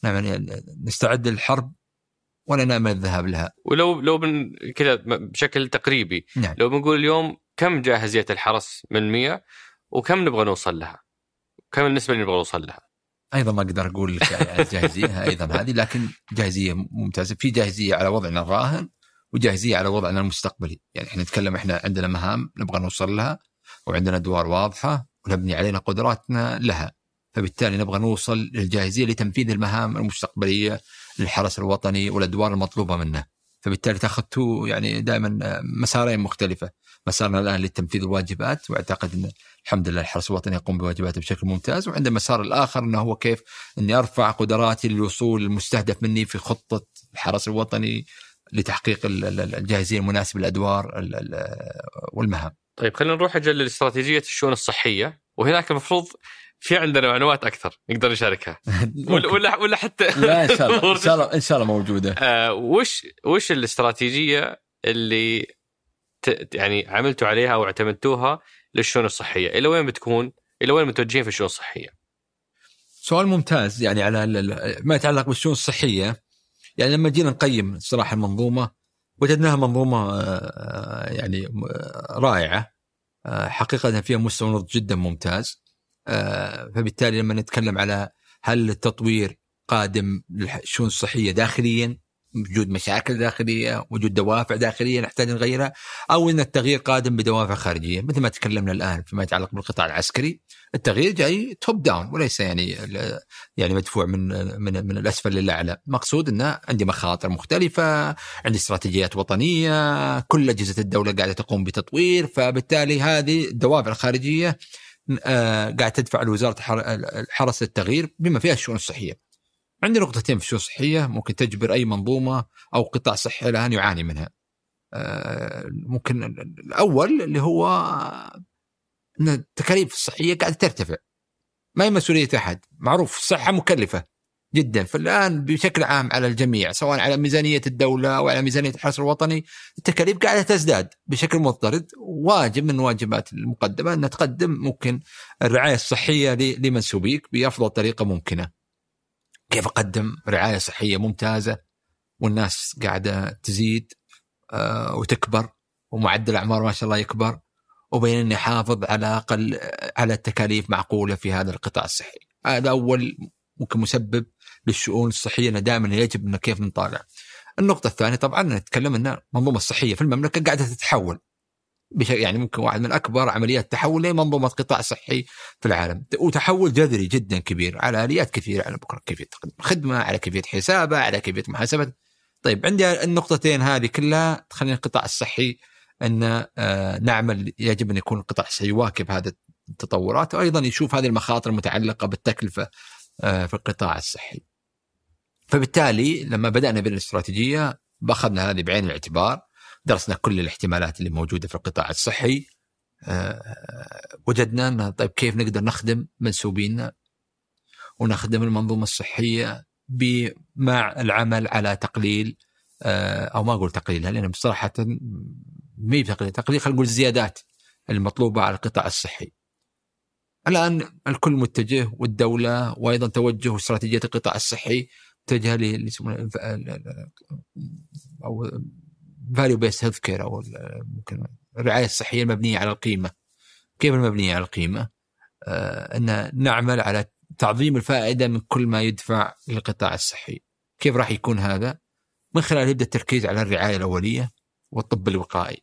نستعد للحرب ولا نأمل الذهاب لها. ولو لو من كذا بشكل تقريبي نعم. لو بنقول اليوم كم جاهزية الحرس من مية وكم نبغى نوصل لها، كم النسبة اللي نبغى نوصل لها؟ أيضا ما أقدر أقول لك الجاهزية أيضا هذه، لكن جاهزية ممتازة. في جاهزية على وضعنا الراهن وجاهزية على وضعنا المستقبلي. يعني إحنا نتكلم إحنا عندنا مهام نبغى نوصل لها وعندنا أدوار واضحة ونبني علينا قدراتنا لها، فبالتالي نبغى نوصل للجاهزية لتنفيذ المهام المستقبلية للحرس الوطني والأدوار المطلوبة منه. فبالتالي تأخذتوا يعني دائما مسارين مختلفة. مسارنا الآن للتنفيذ الواجبات، واعتقد أن الحمد لله الحرس الوطني يقوم بواجباته بشكل ممتاز. وعند المسار الآخر أنه هو كيف أني أرفع قدراتي للوصول المستهدف مني في خطة الحرس الوطني لتحقيق الجاهزية المناسبة للأدوار والمهام. طيب خلينا نروح أجل لاستراتيجية الشؤون الصحية، وهناك المفروض في عندنا معلومات أكثر نقدر نشاركها ولا ولا ولا حتى لا إن شاء الله إن شاء الله إن شاء الله موجودة. آه وش وش الاستراتيجية اللي ت يعني عملتوا عليها أو اعتمدتوها للشؤون الصحية؟ إلى وين بتكون؟ إلى وين متوجهين في الشؤون الصحية؟ سؤال ممتاز. يعني على ما يتعلق بالشؤون الصحية، يعني لما جينا نقيم صراحة المنظومة وجدناها منظومة يعني رائعة حقيقة، فيها مستوى نضج جدا ممتاز. فبالتالي لما نتكلم على هل التطوير قادم للشؤون الصحية داخليا، وجود مشاكل داخلية، وجود دوافع داخلية نحتاج نغيرها، أو إن التغيير قادم بدوافع خارجية مثل ما تكلمنا الآن فيما يتعلق بالقطاع العسكري. التغيير جاي توب داون وليس يعني يعني مدفوع من من من الأسفل للأعلى. مقصود إنه عندي مخاطر مختلفة، عندي استراتيجيات وطنية، كل أجهزة الدولة قاعدة تقوم بتطوير، فبالتالي هذه الدوافع الخارجية قاعد تدفع لوزارة الحرس التغيير بما فيها الشؤون الصحية. عندي نقطتين في الشؤون الصحية ممكن تجبر أي منظومة أو قطاع صحي الآن يعاني منها. ممكن الأول اللي هو أن التكاليف الصحية قاعدة ترتفع، ما هي مسؤولية أحد، معروف الصحة مكلفة جدا. فالآن بشكل عام على الجميع سواء على ميزانية الدولة أو على ميزانية الحرس الوطني التكاليف قاعدة تزداد بشكل مضطرد. واجب من واجبات المقدمة أن تقدم ممكن الرعاية الصحية لمنسوبيك بأفضل طريقة ممكنة. كيف أقدم رعاية صحية ممتازة والناس قاعدة تزيد وتكبر ومعدل الأعمار ما شاء الله يكبر، وبين أن يحافظ على أقل على التكاليف معقولة في هذا القطاع الصحي. هذا أول ممكن مسبب للشؤون الصحية أنه دائما يجب أن كيف نطالع. النقطة الثانية طبعا نتكلم أن المنظومة الصحية في المملكة قاعدة تتحول بشكل يعني ممكن واحد من أكبر عمليات تحول لمنظومة قطاع صحي في العالم، وتحول جذري جدا كبير على آليات كثيرة، على بكرة كيفية تقديم خدمة، على كيفية حسابة، على كيفية محاسبة. طيب عندي النقطتين هذه كلها تخلي القطاع الصحي أن نعمل، يجب أن يكون القطاع الصحي يواكب هذا التطورات، وأيضا يشوف هذه المخاطر المتعلقة بالتكلفة في القطاع الصحي. فبالتالي لما بدأنا بالاستراتيجية أخذنا هذه بعين الاعتبار، درسنا كل الاحتمالات اللي موجودة في القطاع الصحي. أه وجدنا أن طيب كيف نقدر نخدم منسوبينا ونخدم المنظومة الصحية مع العمل على تقليل أو ما أقول تقليلها لأن بصراحة مي بتقليل تقليل خلينا نقول الزيادات المطلوبة على القطاع الصحي. الآن الكل متجه والدولة وأيضا توجه استراتيجية القطاع الصحي تجه اللي يسمونه أو value based health care أو ممكن الرعاية الصحية المبنية على القيمة. كيف المبنية على القيمة؟ آه أن نعمل على تعظيم الفائدة من كل ما يدفع للقطاع الصحي. كيف راح يكون هذا؟ من خلال يبدأ التركيز على الرعاية الأولية والطب الوقائي.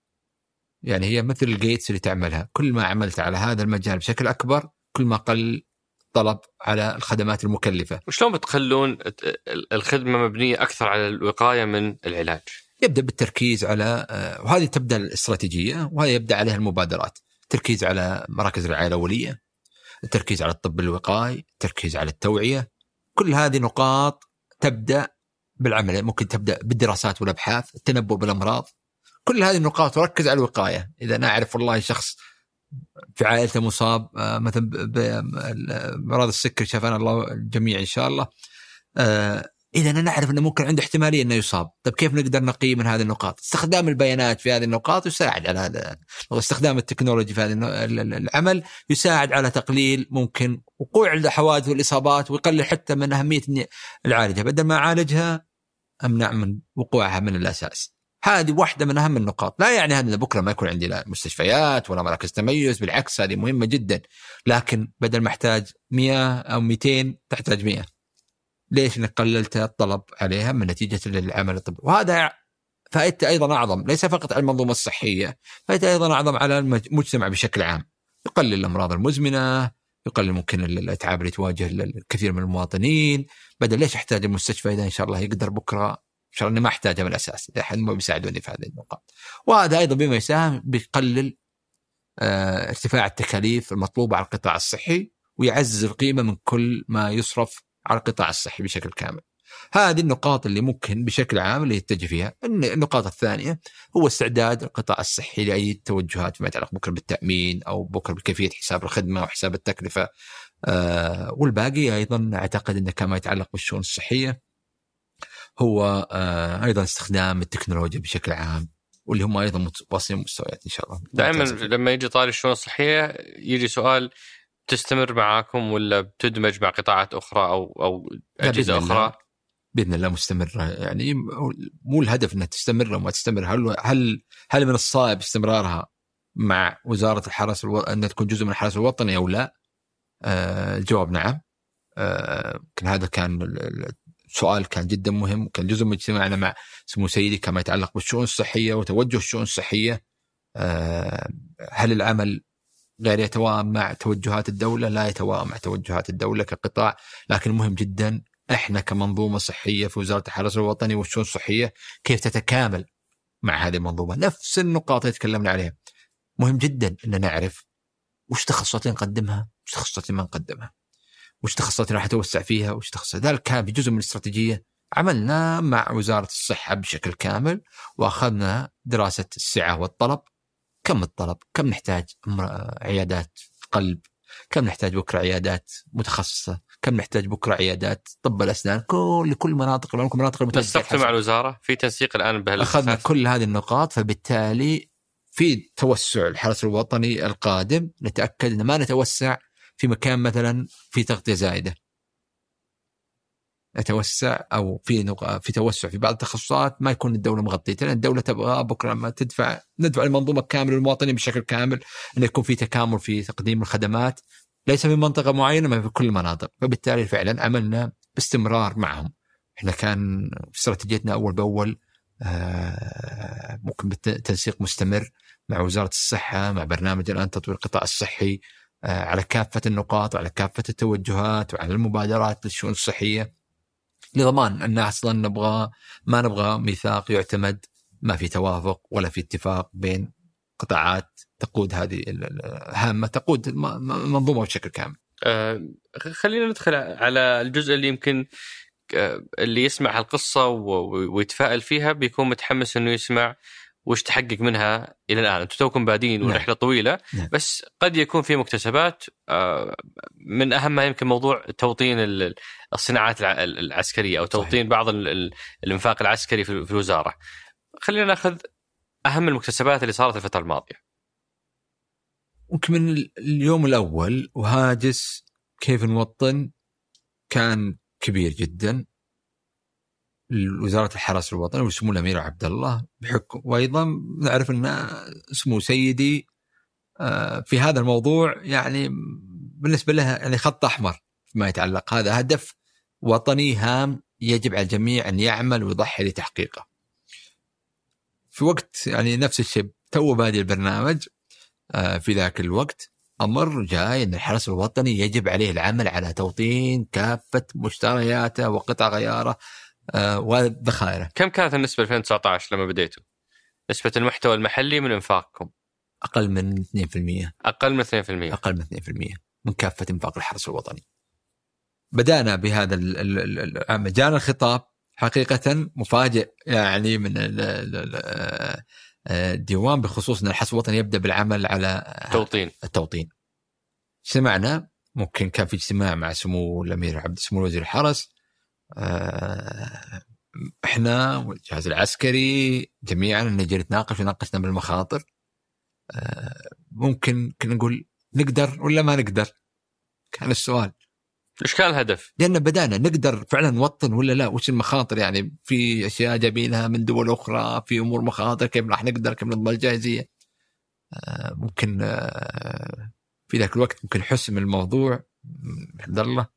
يعني هي مثل الجيتس اللي تعملها، كل ما عملت على هذا المجال بشكل أكبر كل ما قل طلب على الخدمات المكلفة. وشلون بتخلون الخدمة مبنية أكثر على الوقاية من العلاج؟ يبدأ بالتركيز على وهذه تبدأ الاستراتيجية وهذه يبدأ عليها المبادرات. التركيز على مراكز الرعاية الأولية، التركيز على الطب الوقائي، التركيز على التوعية. كل هذه نقاط تبدأ بالعمل. ممكن تبدأ بالدراسات والأبحاث، التنبؤ بالأمراض. كل هذه النقاط تركز على الوقاية. إذا نعرف والله شخص في عائلته مصاب مثلا بمرض السكر، شفانا الله الجميع إن شاء الله، إذا أنا نعرف أنه ممكن عنده احتمالية أنه يصاب. طيب كيف نقدر نقي من هذه النقاط؟ استخدام البيانات في هذه النقاط يساعد على هذا، واستخدام التكنولوجيا في هذا العمل يساعد على تقليل ممكن وقوع الحوادث والإصابات، ويقلل حتى من أهمية العالجة. بدل ما عالجها أمنع من وقوعها من الأساس. هذه واحدة من أهم النقاط. لا يعني هذا بكرة ما يكون عندي لا مستشفيات ولا مراكز تميز، بالعكس هذه مهمة جدا، لكن بدل ما احتاج مئة أو مئتين تحتاج مئة. ليش؟ إنك قللت الطلب عليها من نتيجة للعمل الطبي. وهذا فائدته أيضا أعظم، ليس فقط على المنظومة الصحية، فائدته أيضا أعظم على المجتمع بشكل عام. يقلل الأمراض المزمنة، يقلل ممكن الأتعاب اللي تواجه الكثير من المواطنين. بدل ليش أحتاج المستشفى إذا إن شاء الله يقدر بكرة إن شاء الله ما أحتاجها من الأساس، إذا أحد ما بيساعدوني في هذه النقاط. وهذا أيضا بما يساهم بيقلل اه ارتفاع التكاليف المطلوبة على القطاع الصحي، ويعزز القيمة من كل ما يصرف على القطاع الصحي بشكل كامل. هذه النقاط اللي ممكن بشكل عام اللي يتجه فيها. النقاط الثانية هو استعداد القطاع الصحي لأي توجهات فيما يتعلق بكرة بالتأمين أو بكرة بكيفية حساب الخدمة وحساب التكلفة. آه والباقي أيضا أعتقد أنه كما يتعلق بالشؤون الصحية هو آه أيضا استخدام التكنولوجيا بشكل عام، واللي هم أيضا واصلين مستويات إن شاء الله. دائما لما يجي طاري الشؤون الصحية يجي سؤال: تستمر معاكم ولا بتدمج مع قطاعات أخرى أو أو أجهزة أخرى؟ بإذن الله مستمرة. يعني مو الهدف أنها تستمر وما تستمر. هل هل هل من الصعب استمرارها مع وزارة الحرس الو... أن تكون جزء من الحرس الوطني أو لا؟ آه الجواب نعم. آه كان هذا كان السؤال كان جدا مهم، وكان جزء من اجتماعنا مع سمو سيدي كما يتعلق بالشؤون الصحية وتوجه الشؤون الصحية. آه هل العمل غير يتوائم مع توجهات الدولة؟ لا يتوائم مع توجهات الدولة كقطاع، لكن مهم جدا احنا كمنظومة صحية في وزارة الحرس الوطني والشؤون الصحية كيف تتكامل مع هذه المنظومة. نفس النقاط اللي تكلمنا عليها مهم جدا ان نعرف وش تخصصات نقدمها، وش تخصصات ما نقدمها، وش تخصصات راح توسع فيها، وش تخصصات. ذلك كان بجزء من الاستراتيجية. عملنا مع وزارة الصحة بشكل كامل واخذنا دراسة السعة والطلب. كم الطلب، كم نحتاج عيادات قلب، كم نحتاج بكرة عيادات متخصصة، كم نحتاج بكرة عيادات طب الأسنان، كل كل مناطق المناطق المتخصصة. مع الوزارة في تنسيق الآن بهالأساس. أخذنا كل هذه النقاط، فبالتالي في توسع الحرس الوطني القادم نتأكد أن ما نتوسع في مكان مثلا في تغطية زائدة، نتوسع أو في نق... في توسع في بعض التخصصات ما يكون الدولة مغطية، لأن الدولة تبغى بكرة ما تدفع ندفع المنظومة كامل للمواطنين بشكل كامل، أن يكون في تكامل في تقديم الخدمات ليس في منطقة معينة ما في كل المناطق. فبالتالي فعلا عملنا باستمرار معهم. إحنا كان في استراتيجيتنا أول بأول آه ممكن بالتنسيق مستمر مع وزارة الصحة، مع برنامج الآن تطوير القطاع الصحي آه على كافة النقاط وعلى كافة التوجهات وعلى المبادرات للشؤون الصحية، لضمان أن أصلا نبغى ما نبغى ميثاق يعتمد ما في توافق ولا في اتفاق بين قطاعات تقود هذه الهامة، تقود منظومة بشكل كامل. آه خلينا ندخل على الجزء اللي يمكن اللي يسمع القصة ويتفائل فيها بيكون متحمس إنه يسمع وش تحقق منها إلى الآن؟ أنتم توكم بادين ورحلة طويلة. نعم. بس قد يكون في مكتسبات، من أهمها يمكن موضوع توطين الصناعات العسكرية أو توطين صحيح. بعض الإنفاق العسكري في الوزارة. خلينا نأخذ أهم المكتسبات اللي صارت الفترة الماضية. ممكن من اليوم الأول وهاجس كيف نوطن كان كبير جدا. وزارة الحرس الوطني وسمو الأمير عبد الله بحكم، وأيضا نعرف أن سمو سيدي في هذا الموضوع يعني بالنسبة لها يعني خط أحمر فيما يتعلق. هذا هدف وطني هام يجب على الجميع أن يعمل ويضحي لتحقيقه. في وقت يعني نفس الشيء تو بادي البرنامج في ذاك الوقت أمر جاي أن الحرس الوطني يجب عليه العمل على توطين كافة مشترياته وقطع غياره وذخائره. كم كانت النسبة ألفين وتسعة عشر لما بديتوا؟ نسبة المحتوى المحلي من إنفاقكم؟ أقل من اثنين بالمئة. أقل من اثنين بالمئة. أقل من اثنين بالمئة من كافة إنفاق الحرس الوطني. بدأنا بهذا العام، جانا الخطاب حقيقة مفاجئ يعني من الديوان بخصوص أن الحرس الوطني يبدأ بالعمل على توطين. التوطين. سمعنا ممكن كان في اجتماع مع سمو الأمير عبد سمو وزير الحرس، احنا والجهاز العسكري جميعا نجي نتناقش وناقشنا بالمخاطر. ممكن كنا نقول نقدر ولا ما نقدر، كان السؤال. ايش كان الهدف؟ لأن بدأنا نقدر فعلا نوطن ولا لا، وش المخاطر، يعني في أشياء جايبينها من دول أخرى، في أمور مخاطر، كيف راح نقدر، كيف نضمن الجاهزية. ممكن في ذاك الوقت ممكن حسم الموضوع عبد الله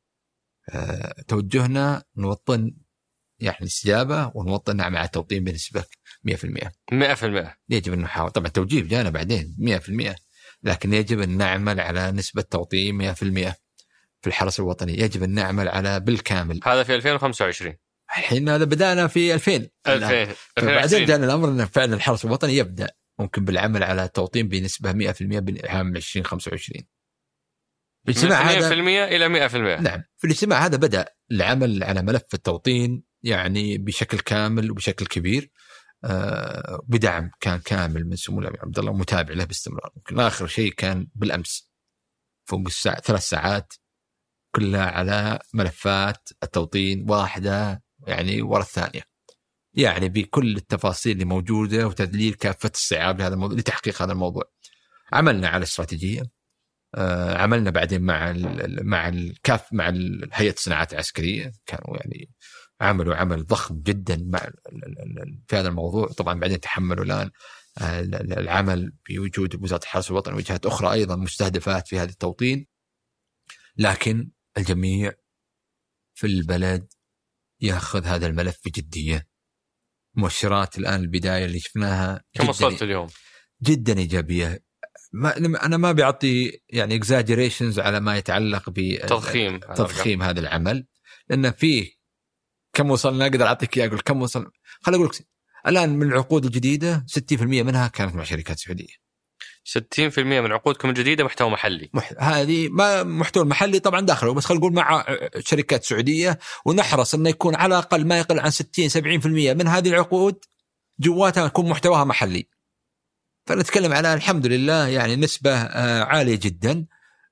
توجهنا نوطن يعني استجابة ونوطن مع التوطين بنسبة مئة بالمئة. مئة بالمئة يجب أن نحاول، طبعا توجيه جانا بعدين مئة بالمئة، لكن يجب أن نعمل على نسبة توطين مئة بالمئة في الحرس الوطني. يجب أن نعمل على بالكامل. هذا في ألفين وخمسة وعشرين. الحين هذا بدأنا في ألفين. ألفين. بعدين جانا الأمر أن فعلا الحرس الوطني يبدأ ممكن بالعمل على توطين بنسبة مئة بالمئة بعام ألفين وخمسة وعشرين. بالاجتماع هذا مئة بالمئة إلى مئة بالمئة. نعم، في الاجتماع هذا بدأ العمل على ملف التوطين يعني بشكل كامل وبشكل كبير، آه بدعم كان كامل من سمو الأمير عبد الله، متابع له باستمرار. ممكن آخر شيء كان بالأمس فوق الساعة ثلاث ساعات كلها على ملفات التوطين واحدة يعني ورا الثانية، يعني بكل التفاصيل اللي موجودة وتذليل كافة الصعاب لهذا الموضوع لتحقيق هذا الموضوع. عملنا على استراتيجية، آه عملنا بعدين مع ال مع الكاف مع هيئة الصناعات العسكرية، كانوا يعني عملوا عمل ضخم جدا مع في هذا الموضوع. طبعا بعدين تحملوا الآن العمل بوجود وزارة الحرس الوطني وجهات أخرى أيضا مستهدفات في هذا التوطين، لكن الجميع في البلد يأخذ هذا الملف بجدية. مؤشرات الآن البداية اللي شفناها كم وصلت اليوم؟ جدا إيجابية. ما أنا ما بيعطي يعني exaggerations على ما يتعلق بتضخيم تضخيم هذا العمل، لأن فيه كم وصلنا أقدر أعطيك إياه. أقول كم وصل، خلي أقول لك الآن من العقود الجديدة ستين بالمئة منها كانت مع شركات سعودية. ستين بالمئة من عقودكم الجديدة محتوى محلي. مح... هذه ما محتوى محلي طبعا داخله، بس خلي نقول مع شركات سعودية، ونحرص أنه يكون على الأقل ما يقل عن ستين سبعين بالمئة من هذه العقود جواتها يكون محتواها محلي. فنتكلم على الحمد لله يعني نسبة عالية جدا.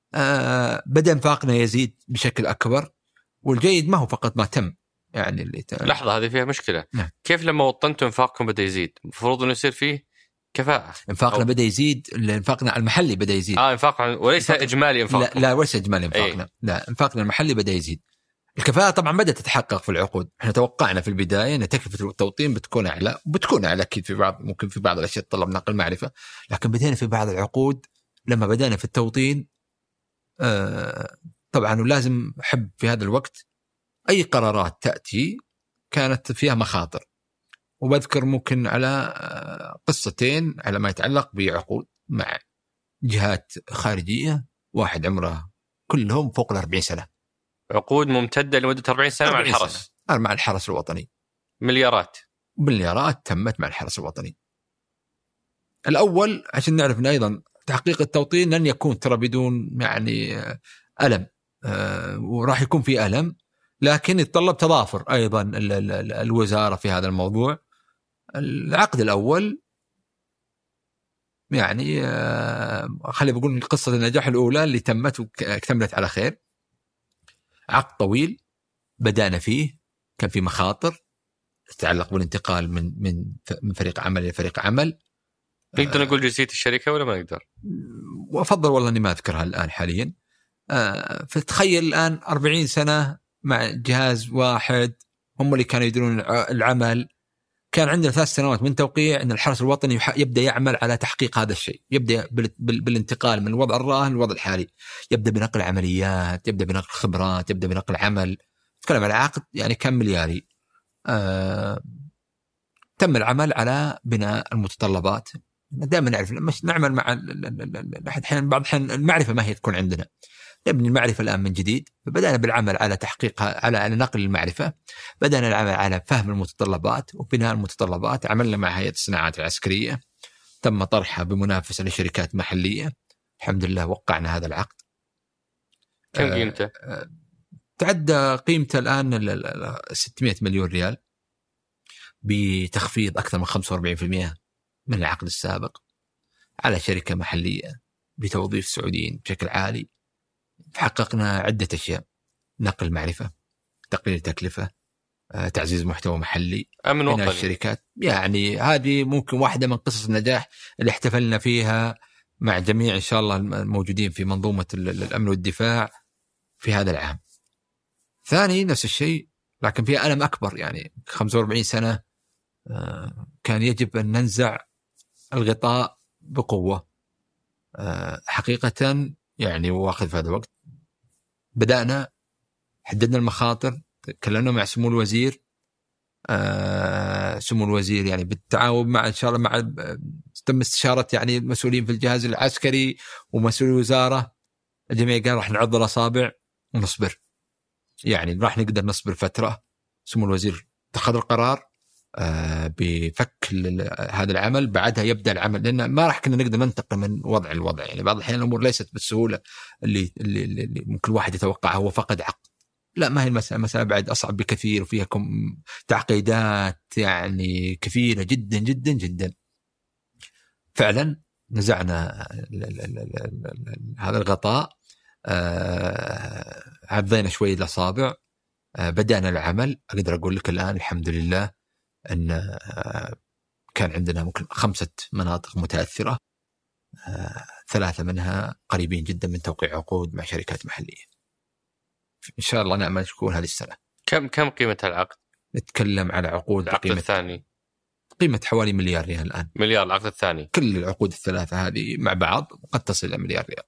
بدأ انفاقنا يزيد بشكل أكبر، والجيد ما هو فقط ما تم يعني اللي ت... لحظة هذه فيها مشكلة. نعم. كيف لما وطنتوا انفاقكم بدأ يزيد؟ المفروض أنه يصير فيه كفاءة. انفاقنا أو... بدأ يزيد، انفاقنا المحلي بدأ يزيد. اه انفاق وليس انفاق... إجمالي انفاق. لا لا وليس إجمالي انفاقنا. أي. لا انفاقنا المحلي بدأ يزيد. الكفاءة طبعا بدأت تتحقق في العقود. احنا توقعنا في البداية ان تكلفة التوطين بتكون اعلى، بتكون اعلى اكيد في بعض، ممكن في بعض الاشياء تطلب نقل معرفة، لكن بدينا في بعض العقود لما بدأنا في التوطين آه طبعا ولازم احب في هذا الوقت اي قرارات تأتي كانت فيها مخاطر. وبذكر ممكن على قصتين على ما يتعلق بعقود مع جهات خارجية، واحد عمره كلهم فوق الأربعين سنة، عقود ممتدة لمدة أربعين سنة مع الحرس. سنة. مع الحرس الوطني مليارات مليارات تمت مع الحرس الوطني. الأول عشان نعرف أن أيضا تحقيق التوطين لن يكون ترى بدون يعني ألم، أه وراح يكون في ألم، لكن يتطلب تضافر أيضا الوزارة في هذا الموضوع. العقد الأول يعني خلي بقول قصة النجاح الأولى اللي تمت واكتملت على خير. عقد طويل بدأنا فيه، كان في مخاطر تتعلق بالانتقال من من من فريق عمل إلى فريق عمل. نقدر نقول جنسية الشركة ولا ما نقدر؟ وأفضل والله إني ما أذكرها الآن حاليا. فتخيل الآن أربعين سنة مع جهاز واحد، هم اللي كانوا يديرون العمل. كان عندنا ثلاث سنوات من توقيع أن الحرس الوطني يبدأ يعمل على تحقيق هذا الشيء، يبدأ بالانتقال من الوضع الراهن للوضع الحالي، يبدأ بنقل عمليات، يبدأ بنقل خبرات، يبدأ بنقل عمل. تكلم على عقد يعني كم ملياري. آه تم العمل على بناء المتطلبات. دائما نعرف مش نعمل مع الحين بعض الحين المعرفة ما هي تكون عندنا، نبني المعرفة الآن من جديد. فبدأنا بالعمل على تحقيقها، على على نقل المعرفة. بدأنا العمل على فهم المتطلبات وبناء المتطلبات. عملنا مع هيئة الصناعات العسكرية، تم طرحها بمنافسة لشركات محلية. الحمد لله وقعنا هذا العقد. كم قيمته؟ آه آه تعدى قيمته الآن ستمائة مليون ريال، بتخفيض أكثر من خمسة وأربعين بالمئة من العقد السابق، على شركة محلية بتوظيف سعوديين بشكل عالي. حققنا عدة أشياء: نقل معرفة، تقليل تكلفة، تعزيز محتوى محلي، أمن وطني. الشركات يعني هذه ممكن واحدة من قصص النجاح اللي احتفلنا فيها مع جميع إن شاء الله الموجودين في منظومة الأمن والدفاع في هذا العام. ثاني نفس الشيء لكن فيها ألم أكبر، يعني خمسة وأربعين سنة كان يجب أن ننزع الغطاء بقوة حقيقة. يعني واخذ في هذا الوقت بدأنا حددنا المخاطر، تكلمنا مع سمو الوزير. آه سمو الوزير يعني بالتعاون مع إن شاء الله مع تم استشارة يعني المسؤولين في الجهاز العسكري ومسؤولي الوزارة. الجميع قال راح نعض الأصابع ونصبر، يعني راح نقدر نصبر فترة. سمو الوزير اتخذ القرار آه بفك هذا العمل، بعدها يبدأ العمل، لأن ما راح كنا نقدر ننتقل من وضع الوضع. يعني بعض الأحيان الأمور ليست بالسهولة اللي, اللي, اللي ممكن الواحد يتوقعها. هو فقد عقد، لا ما هي المسألة، مسألة بعد أصعب بكثير وفيها تعقيدات يعني كثيرة جدا جدا جدا. فعلا نزعنا هذا الغطاء، عضينا شوي الأصابع، بدأنا العمل. أقدر أقول لك الآن الحمد لله أن كان عندنا ممكن خمسة مناطق متأثرة، ثلاثة منها قريبين جدا من توقيع عقود مع شركات محلية. إن شاء الله نأمل تكون هذه السنة. كم كم قيمة العقد؟ نتكلم على عقود العقد الثاني قيمة حوالي مليار ريال الآن. مليار العقد الثاني. كل العقود الثلاثة هذه مع بعض قد تصل إلى مليار ريال.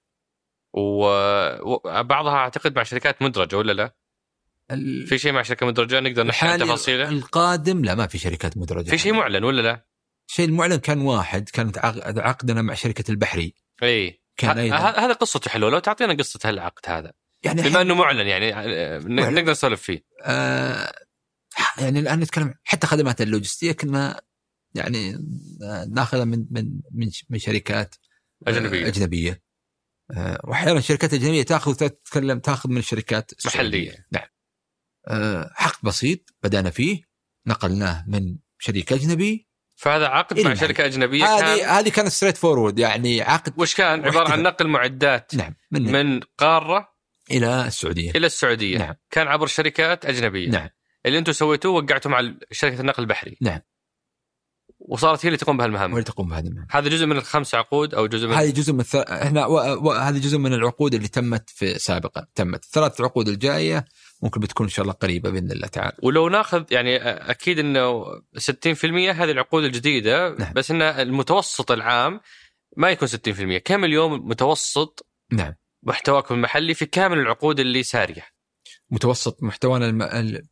وبعضها أعتقد مع شركات مدرجة ولا لا؟ ال... في شيء مع شركة مدرجة نقدر نحكي عن تفاصيله؟ القادم لا، ما في شركات مدرجة. في شيء معلن ولا لا؟ شيء المعلن كان واحد، كانت عقدنا مع شركة البحري. اي كان ه... هذا قصته حلوة، لو تعطينا قصة هالعقد هذا يعني بما أنه معلن يعني معلن. نقدر نسولف فيه. آه يعني الآن نتكلم حتى خدمات اللوجستية كنا يعني ناخذها من من من من شركات أجنبية أجنبية. آه وأحيانا شركات أجنبية تأخذ تتكلم تأخذ من شركات محلية. نعم. آه عقد بسيط بدأنا فيه، نقلناه من شركة أجنبي. فهذا عقد مع شركة أجنبية. هذه هذه كانت ستريت فورورد، يعني عقد وش كان عبارة عن نقل معدات نعم من, من قارة إلى السعودية. إلى السعودية نعم. كان عبر شركات أجنبية. نعم. اللي أنتم سويتوه وقعتوا مع شركة النقل البحري. نعم. وصارت هي اللي تقوم بهالمهام. وهي تقوم بهذه المهام. هذا جزء من الخمس عقود أو جزء من هذه جزء من الث... احنا و... و... هذه جزء من العقود اللي تمت في سابقا. تمت ثلاث عقود الجاية ممكن بتكون إن شاء الله قريبة بإذن الله تعالى. ولو ناخذ يعني أكيد إنه ستين بالمئة هذه العقود الجديدة. نعم. بس إن المتوسط العام ما يكون ستين بالمئة. كم اليوم متوسط نعم محتواكم المحلي في كامل العقود اللي سارية؟ متوسط محتوانا الم... ال...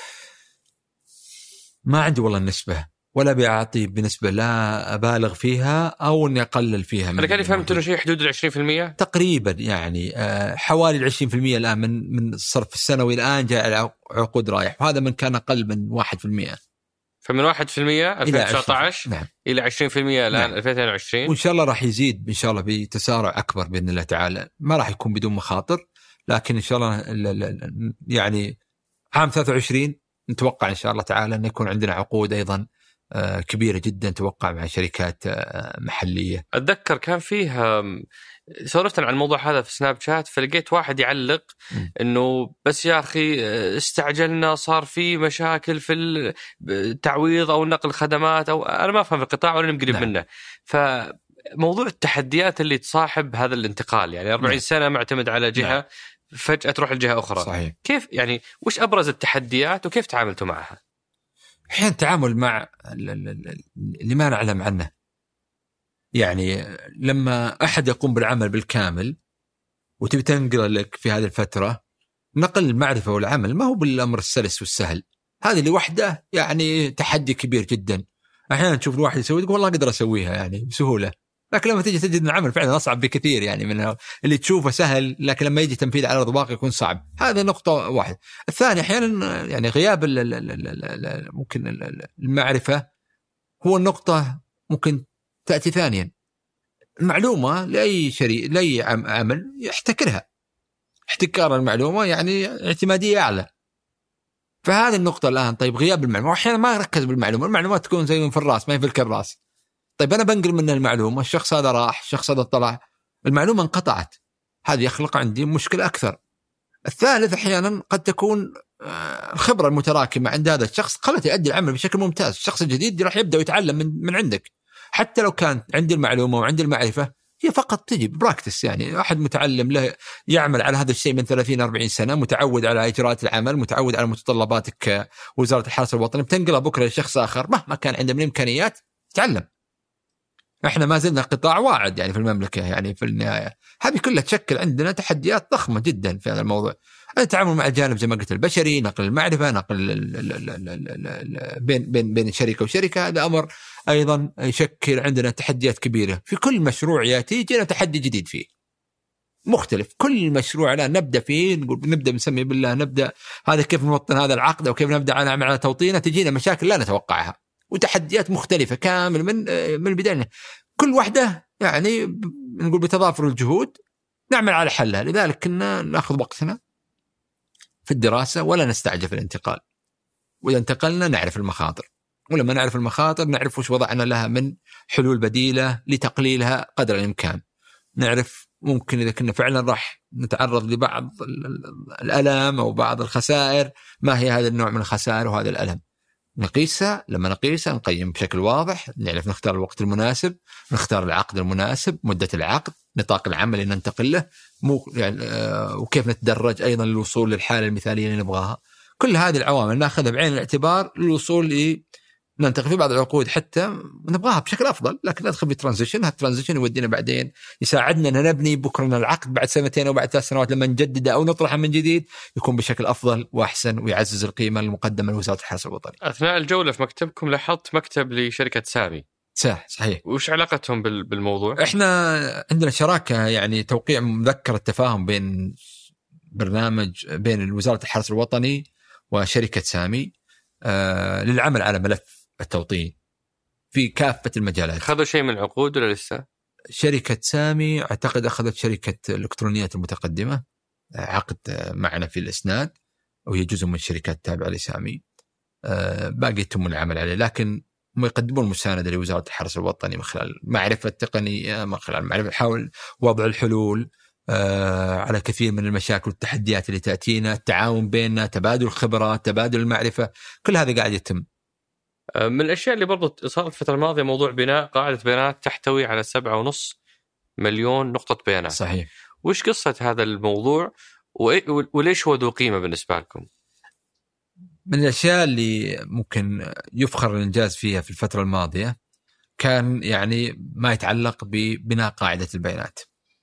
ما عندي والله النسبة، ولا بيعطي بنسبة لا أبالغ فيها أو إني أقلل فيها. أنا كان فهمت إنه شيء حدود العشرين في المئة تقريبا، يعني حوالي العشرين في المئة الآن من من الصرف السنوي الآن جاء عقود رايح، وهذا من كان أقل من واحد في المئة. فمن واحد في المئة ألفين وتسعة عشر نعم. إلى عشرين في المئة الآن. نعم. ألفين واثنين وعشرين، وإن شاء الله راح يزيد إن شاء الله بتسارع أكبر بإذن الله تعالى. ما راح يكون بدون مخاطر، لكن إن شاء الله يعني عام ثلاثة وعشرين نتوقع إن شاء الله تعالى أن يكون عندنا عقود أيضا كبيرة جدا توقع مع شركات محلية. أتذكر كان فيه سولفت عن الموضوع هذا في سناب شات، فلقيت واحد يعلق م. إنه بس يا أخي استعجلنا، صار في مشاكل في التعويض أو نقل خدمات، أو أنا ما أفهم القطاع ولا نقرب نعم. منه. فموضوع التحديات اللي تصاحب هذا الانتقال، يعني أربعين نعم. سنة معتمد على جهة نعم. فجأة تروح الجهة أخرى. صحيح. كيف يعني وش أبرز التحديات وكيف تعاملتوا معها؟ حين التعامل مع اللي ما نعلم عنه، يعني لما أحد يقوم بالعمل بالكامل وتبي تنقل لك في هذه الفترة، نقل المعرفة والعمل ما هو بالأمر السلس والسهل، هذه لوحده يعني تحدي كبير جدا. أحيانا تشوف الواحد يسوي تقول والله أقدر أسويها يعني بسهولة، لكن لما تيجي تجد العمل فعلا أصعب بكثير، يعني من اللي تشوفه سهل لكن لما يجي تنفيذ على أرض الواقع يكون صعب. هذه نقطة واحدة. الثاني أحيانا يعني غياب ممكن المعرفة هو النقطة ممكن تأتي ثانيا. المعلومة لأي شريك لأي عمل يحتكرها، احتكار المعلومة يعني اعتمادية أعلى. فهذه النقطة الآن. طيب غياب المعلومة، أحيانا ما يركز بالمعلومة، المعلومات تكون زي من في الراس ما هي في الكراس. طيب أنا بنقل منه المعلومة، الشخص هذا راح، الشخص هذا طلع، المعلومة انقطعت، هذا يخلق عندي مشكلة أكثر. الثالث أحيانا قد تكون الخبرة المتراكمة عند هذا الشخص خلت يؤدي العمل بشكل ممتاز. الشخص الجديد راح يبدأ يتعلم من من عندك، حتى لو كان عندي المعلومة وعندي المعرفة هي فقط تجي براكتس. يعني أحد متعلم له يعمل على هذا الشيء من ثلاثين أربعين سنة، متعود على إجراءات العمل، متعود على متطلباتك وزارة الحرس الوطني، بتنقلها بكرة لشخص آخر مهما كان عنده من إمكانيات يتعلم. احنا ما زلنا قطاع واعد يعني في المملكة، يعني في النهاية هذه كلها تشكل عندنا تحديات ضخمة جدا في هذا الموضوع. التعامل مع الجانب زي ما قلت البشري، نقل المعرفة، نقل بين بين بين شركة وشركة، هذا أمر أيضا يشكل عندنا تحديات كبيرة. في كل مشروع يأتي يجينا تحدي جديد فيه مختلف. كل مشروع لا نبدأ فيه نقول نبدأ بنسمي بالله نبدأ هذا كيف نوطن هذا العقد أو كيف نبدأ نعمل على توطينه، تجينا مشاكل لا نتوقعها وتحديات مختلفة كامل من من البداية. كل واحدة يعني نقول بتضافر الجهود نعمل على حلها. لذلك كنا نأخذ وقتنا في الدراسة ولا نستعجل في الانتقال، وإذا انتقلنا نعرف المخاطر، ولما نعرف المخاطر نعرف وش وضعنا لها من حلول بديلة لتقليلها قدر الإمكان. نعرف ممكن إذا كنا فعلا راح نتعرض لبعض الألم أو بعض الخسائر، ما هي هذا النوع من الخسائر وهذا الألم، نقيسها. لما نقيسها نقيم بشكل واضح، نعرف نختار الوقت المناسب، نختار العقد المناسب، مدة العقد، نطاق العمل اللي ننتقل له، مو يعني آه وكيف نتدرج أيضا للوصول للحالة المثالية اللي نبغاها. كل هذه العوامل ناخذها بعين الاعتبار للوصول ل ننتقل في بعض العقود حتى نبغاها بشكل أفضل، لكن ندخل في ترانزيشن. هالترانزيشن يودينا بعدين يساعدنا أن نبني بكرنا العقد بعد سنتين أو بعد ثلاث سنوات لما نجدده أو نطرحه من جديد يكون بشكل أفضل وأحسن ويعزز القيمة المقدمة لوزارة الحرس الوطني. أثناء الجولة في مكتبكم لاحظت مكتب لشركة سامي. صح صحيح. وش علاقتهم بالموضوع؟ إحنا عندنا شراكة، يعني توقيع مذكرة تفاهم بين برنامج بين وزارة الحرس الوطني وشركة سامي آه للعمل على ملف التوطين في كافة المجالات. أخذوا شيء من العقود ولا لسه؟ شركة سامي أعتقد أخذت شركة الإلكترونيات المتقدمة عقد معنا في الإسناد، وهي جزء من الشركات التابعة لسامي. أه باقي يتم العمل عليه، لكن هم يقدمون مساندة لوزارة الحرس الوطني من خلال معرفة التقنية، من خلال معرفة حول وضع الحلول أه على كثير من المشاكل والتحديات اللي تأتينا، التعاون بيننا، تبادل الخبرات، تبادل المعرفة، كل هذا قاعد يتم. من الأشياء اللي برضو صارت الفترة الماضية موضوع بناء قاعدة بيانات تحتوي على سبعة ونص مليون نقطة بيانات. صحيح. وش قصة هذا الموضوع وليش هو ذو قيمة بالنسبة لكم؟ من الأشياء اللي ممكن يفخر الإنجاز فيها في الفترة الماضية كان يعني ما يتعلق ببناء قاعدة البيانات.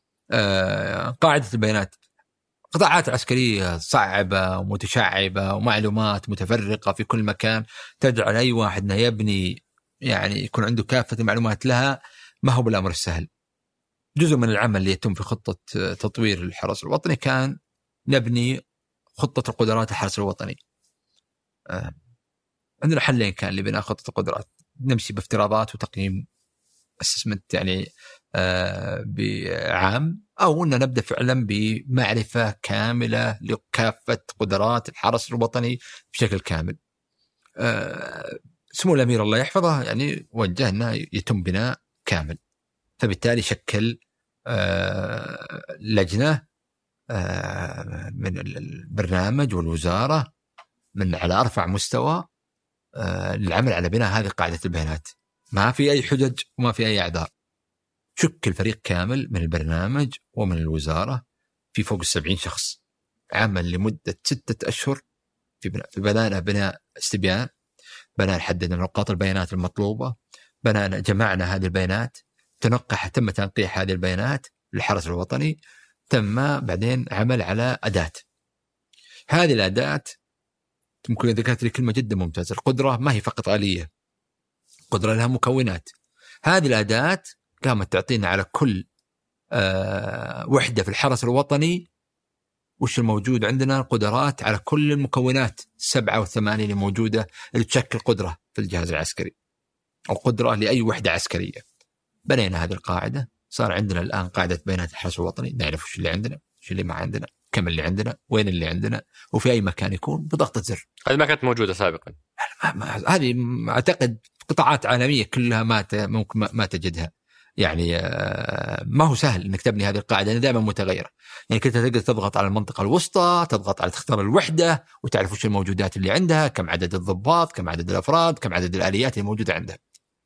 آه قاعدة البيانات قطاعات عسكرية صعبة ومتشعبة ومعلومات متفرقة في كل مكان، تجعل أي واحد أنه يبني يعني يكون عنده كافة المعلومات لها ما هو بالأمر السهل. جزء من العمل اللي يتم في خطة تطوير الحرس الوطني كان نبني خطة القدرات الحرس الوطني. آه. عندنا حلين كان لبناء خطة القدرات، نمشي بافتراضات وتقييم أسسمنت يعني آه بعام، أو أن نبدأ فعلا بمعرفة كاملة لكافة قدرات الحرس الوطني بشكل كامل. آه سمو الأمير الله يحفظه يعني وجهنا يتم بناء كامل، فبالتالي شكل آه لجنة آه من البرنامج والوزارة من على أرفع مستوى آه للعمل على بناء هذه قاعدة البيانات. ما في أي حجج وما في أي أعذار. شكل فريق كامل من البرنامج ومن الوزارة في فوق السبعين شخص، عمل لمدة ستة أشهر في بناء في بدأنا بناء استبيان، بدأنا حددنا نقاط البيانات المطلوبة، بدأنا جمعنا هذه البيانات، تنقح تم تنقيح هذه البيانات للحرس الوطني، تم بعدين عمل على أداة. هذه الأداة ممكن ذكرت لي كلمة جدا ممتازة، القدرة ما هي فقط آلية، قدرة لها مكونات. هذه الأداة قامت تعطينا على كل آه وحدة في الحرس الوطني وش الموجود عندنا، قدرات على كل المكونات سبعة وثمانية اللي موجودة اللي تشكل قدرة في الجهاز العسكري أو قدرة لأي وحدة عسكرية. بنينا هذه القاعدة، صار عندنا الآن قاعدة بيانات الحرس الوطني، نعرف وش اللي عندنا وش اللي ما عندنا، كم اللي عندنا، وين اللي عندنا، وفي أي مكان يكون بضغطة زر. هذه ما كانت موجودة سابقا. هذه أعتقد قطاعات عالمية كلها ما ممكن ما تجدها. يعني ما هو سهل انك تبني هذه القاعده، لأنها دائما متغيره. يعني كنت تقدر تضغط على المنطقه الوسطى، تضغط على تختار الوحده وتعرف وش الموجودات اللي عندها، كم عدد الضباط، كم عدد الافراد، كم عدد الاليات اللي موجوده عندها.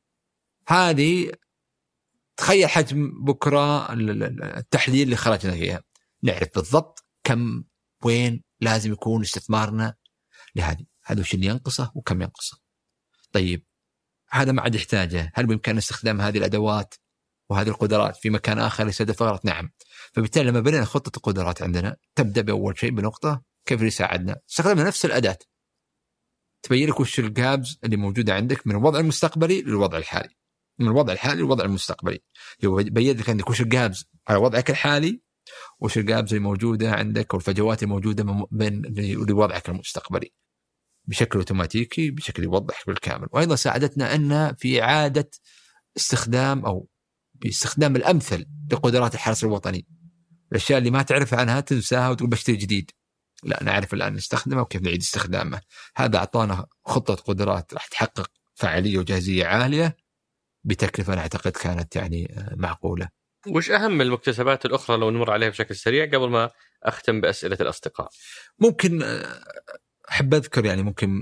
هذه تخيل حجم بكره التحليل اللي خرجنا فيها، نعرف بالضبط كم وين لازم يكون استثمارنا لهذه، هذا وش اللي ينقصه وكم ينقصه. طيب هذا ما عاد يحتاجه، هل بإمكاننا استخدام هذه الادوات وهذه القدرات في مكان آخر يسد فقرات؟ نعم. فبالتالي لما بنينا خطة القدرات عندنا تبدأ بأول شيء بنقطة كيف يساعدنا. استخدمنا نفس الأداة تبين لك وش الجابز اللي موجودة عندك من الوضع المستقبلي للوضع الحالي، من الوضع الحالي للوضع المستقبلي. يبين لك عندك وش الجابز على وضعك الحالي وش الجابز اللي موجودة عندك والفجوات الموجودة بين لوضعك المستقبلي بشكل أوتوماتيكي، بشكل يوضح بالكامل. وأيضا ساعدتنا أن في إعادة استخدام أو باستخدام الأمثل لقدرات الحرس الوطني. الأشياء اللي ما تعرف عنها تنساها وتقول بشتري جديد، لا نعرف الآن نستخدمه وكيف نعيد استخدامه. هذا أعطانا خطة قدرات راح تحقق فاعلية وجاهزية عالية بتكلفة أنا أعتقد كانت يعني معقولة. وش أهم المكتسبات الأخرى لو نمر عليها بشكل سريع قبل ما أختم بأسئلة الأصدقاء؟ ممكن أحب أذكر يعني ممكن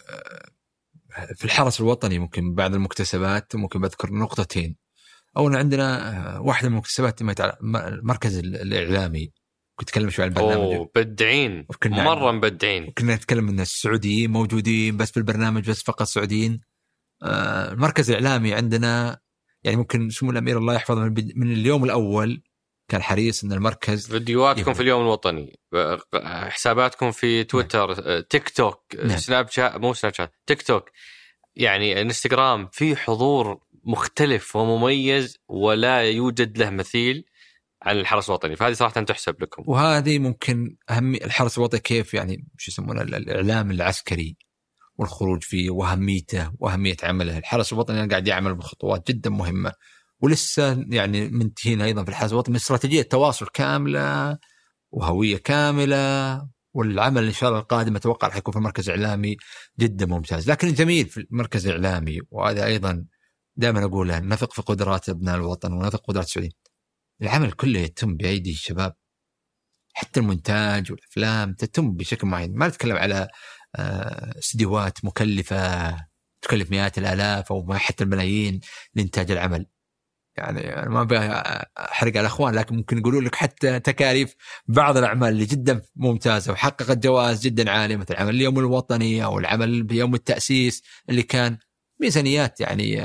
في الحرس الوطني ممكن بعد المكتسبات ممكن بذكر نقطتين. أولا عندنا واحدة من المكتسبات المركز الإعلامي، كنت أتكلم شوي عن البرنامج. أوه بدعين مرة مبدعين. كنا نتكلم أن السعوديين موجودين بس في البرنامج بس فقط سعوديين. المركز الإعلامي عندنا يعني ممكن سمو الأمير الله يحفظه من اليوم الأول كان حريص أن المركز فيديوهاتكم يفضل. في اليوم الوطني، حساباتكم في تويتر، نعم. تيك توك، نعم. سناب شات، مو سناب شات، تيك توك، يعني انستغرام، في حضور مختلف ومميز ولا يوجد له مثيل عن الحرس الوطني. فهذه صراحة تحسب لكم. وهذه ممكن أهم الحرس الوطني كيف يعني شو يسمونه الإعلام العسكري والخروج فيه وأهميته وأهمية عمله. الحرس الوطني قاعد يعمل بخطوات جدا مهمة ولسه يعني منتهين أيضا في الحرس الوطني من استراتيجية تواصل كاملة وهوية كاملة، والعمل إن شاء الله القادم أتوقع راح يكون في المركز الإعلامي جدا ممتاز. لكن الجميل في المركز الإعلامي وهذا أيضا دائما أقولها، نثق في قدرات أبناء الوطن ونثق في قدرات السعوديين. العمل كله يتم بأيدي الشباب، حتى المونتاج والأفلام تتم بشكل معين. ما نتكلم على استديوهات مكلفة تكلف مئات الآلاف أو حتى الملايين لإنتاج العمل. يعني أنا ما بحرق على الأخوان لكن ممكن يقولوا لك حتى تكاليف بعض الأعمال اللي جدا ممتازة وحققت جوائز جدا عالية مثل عمل اليوم الوطني أو العمل بيوم التأسيس اللي كان ميزانيات يعني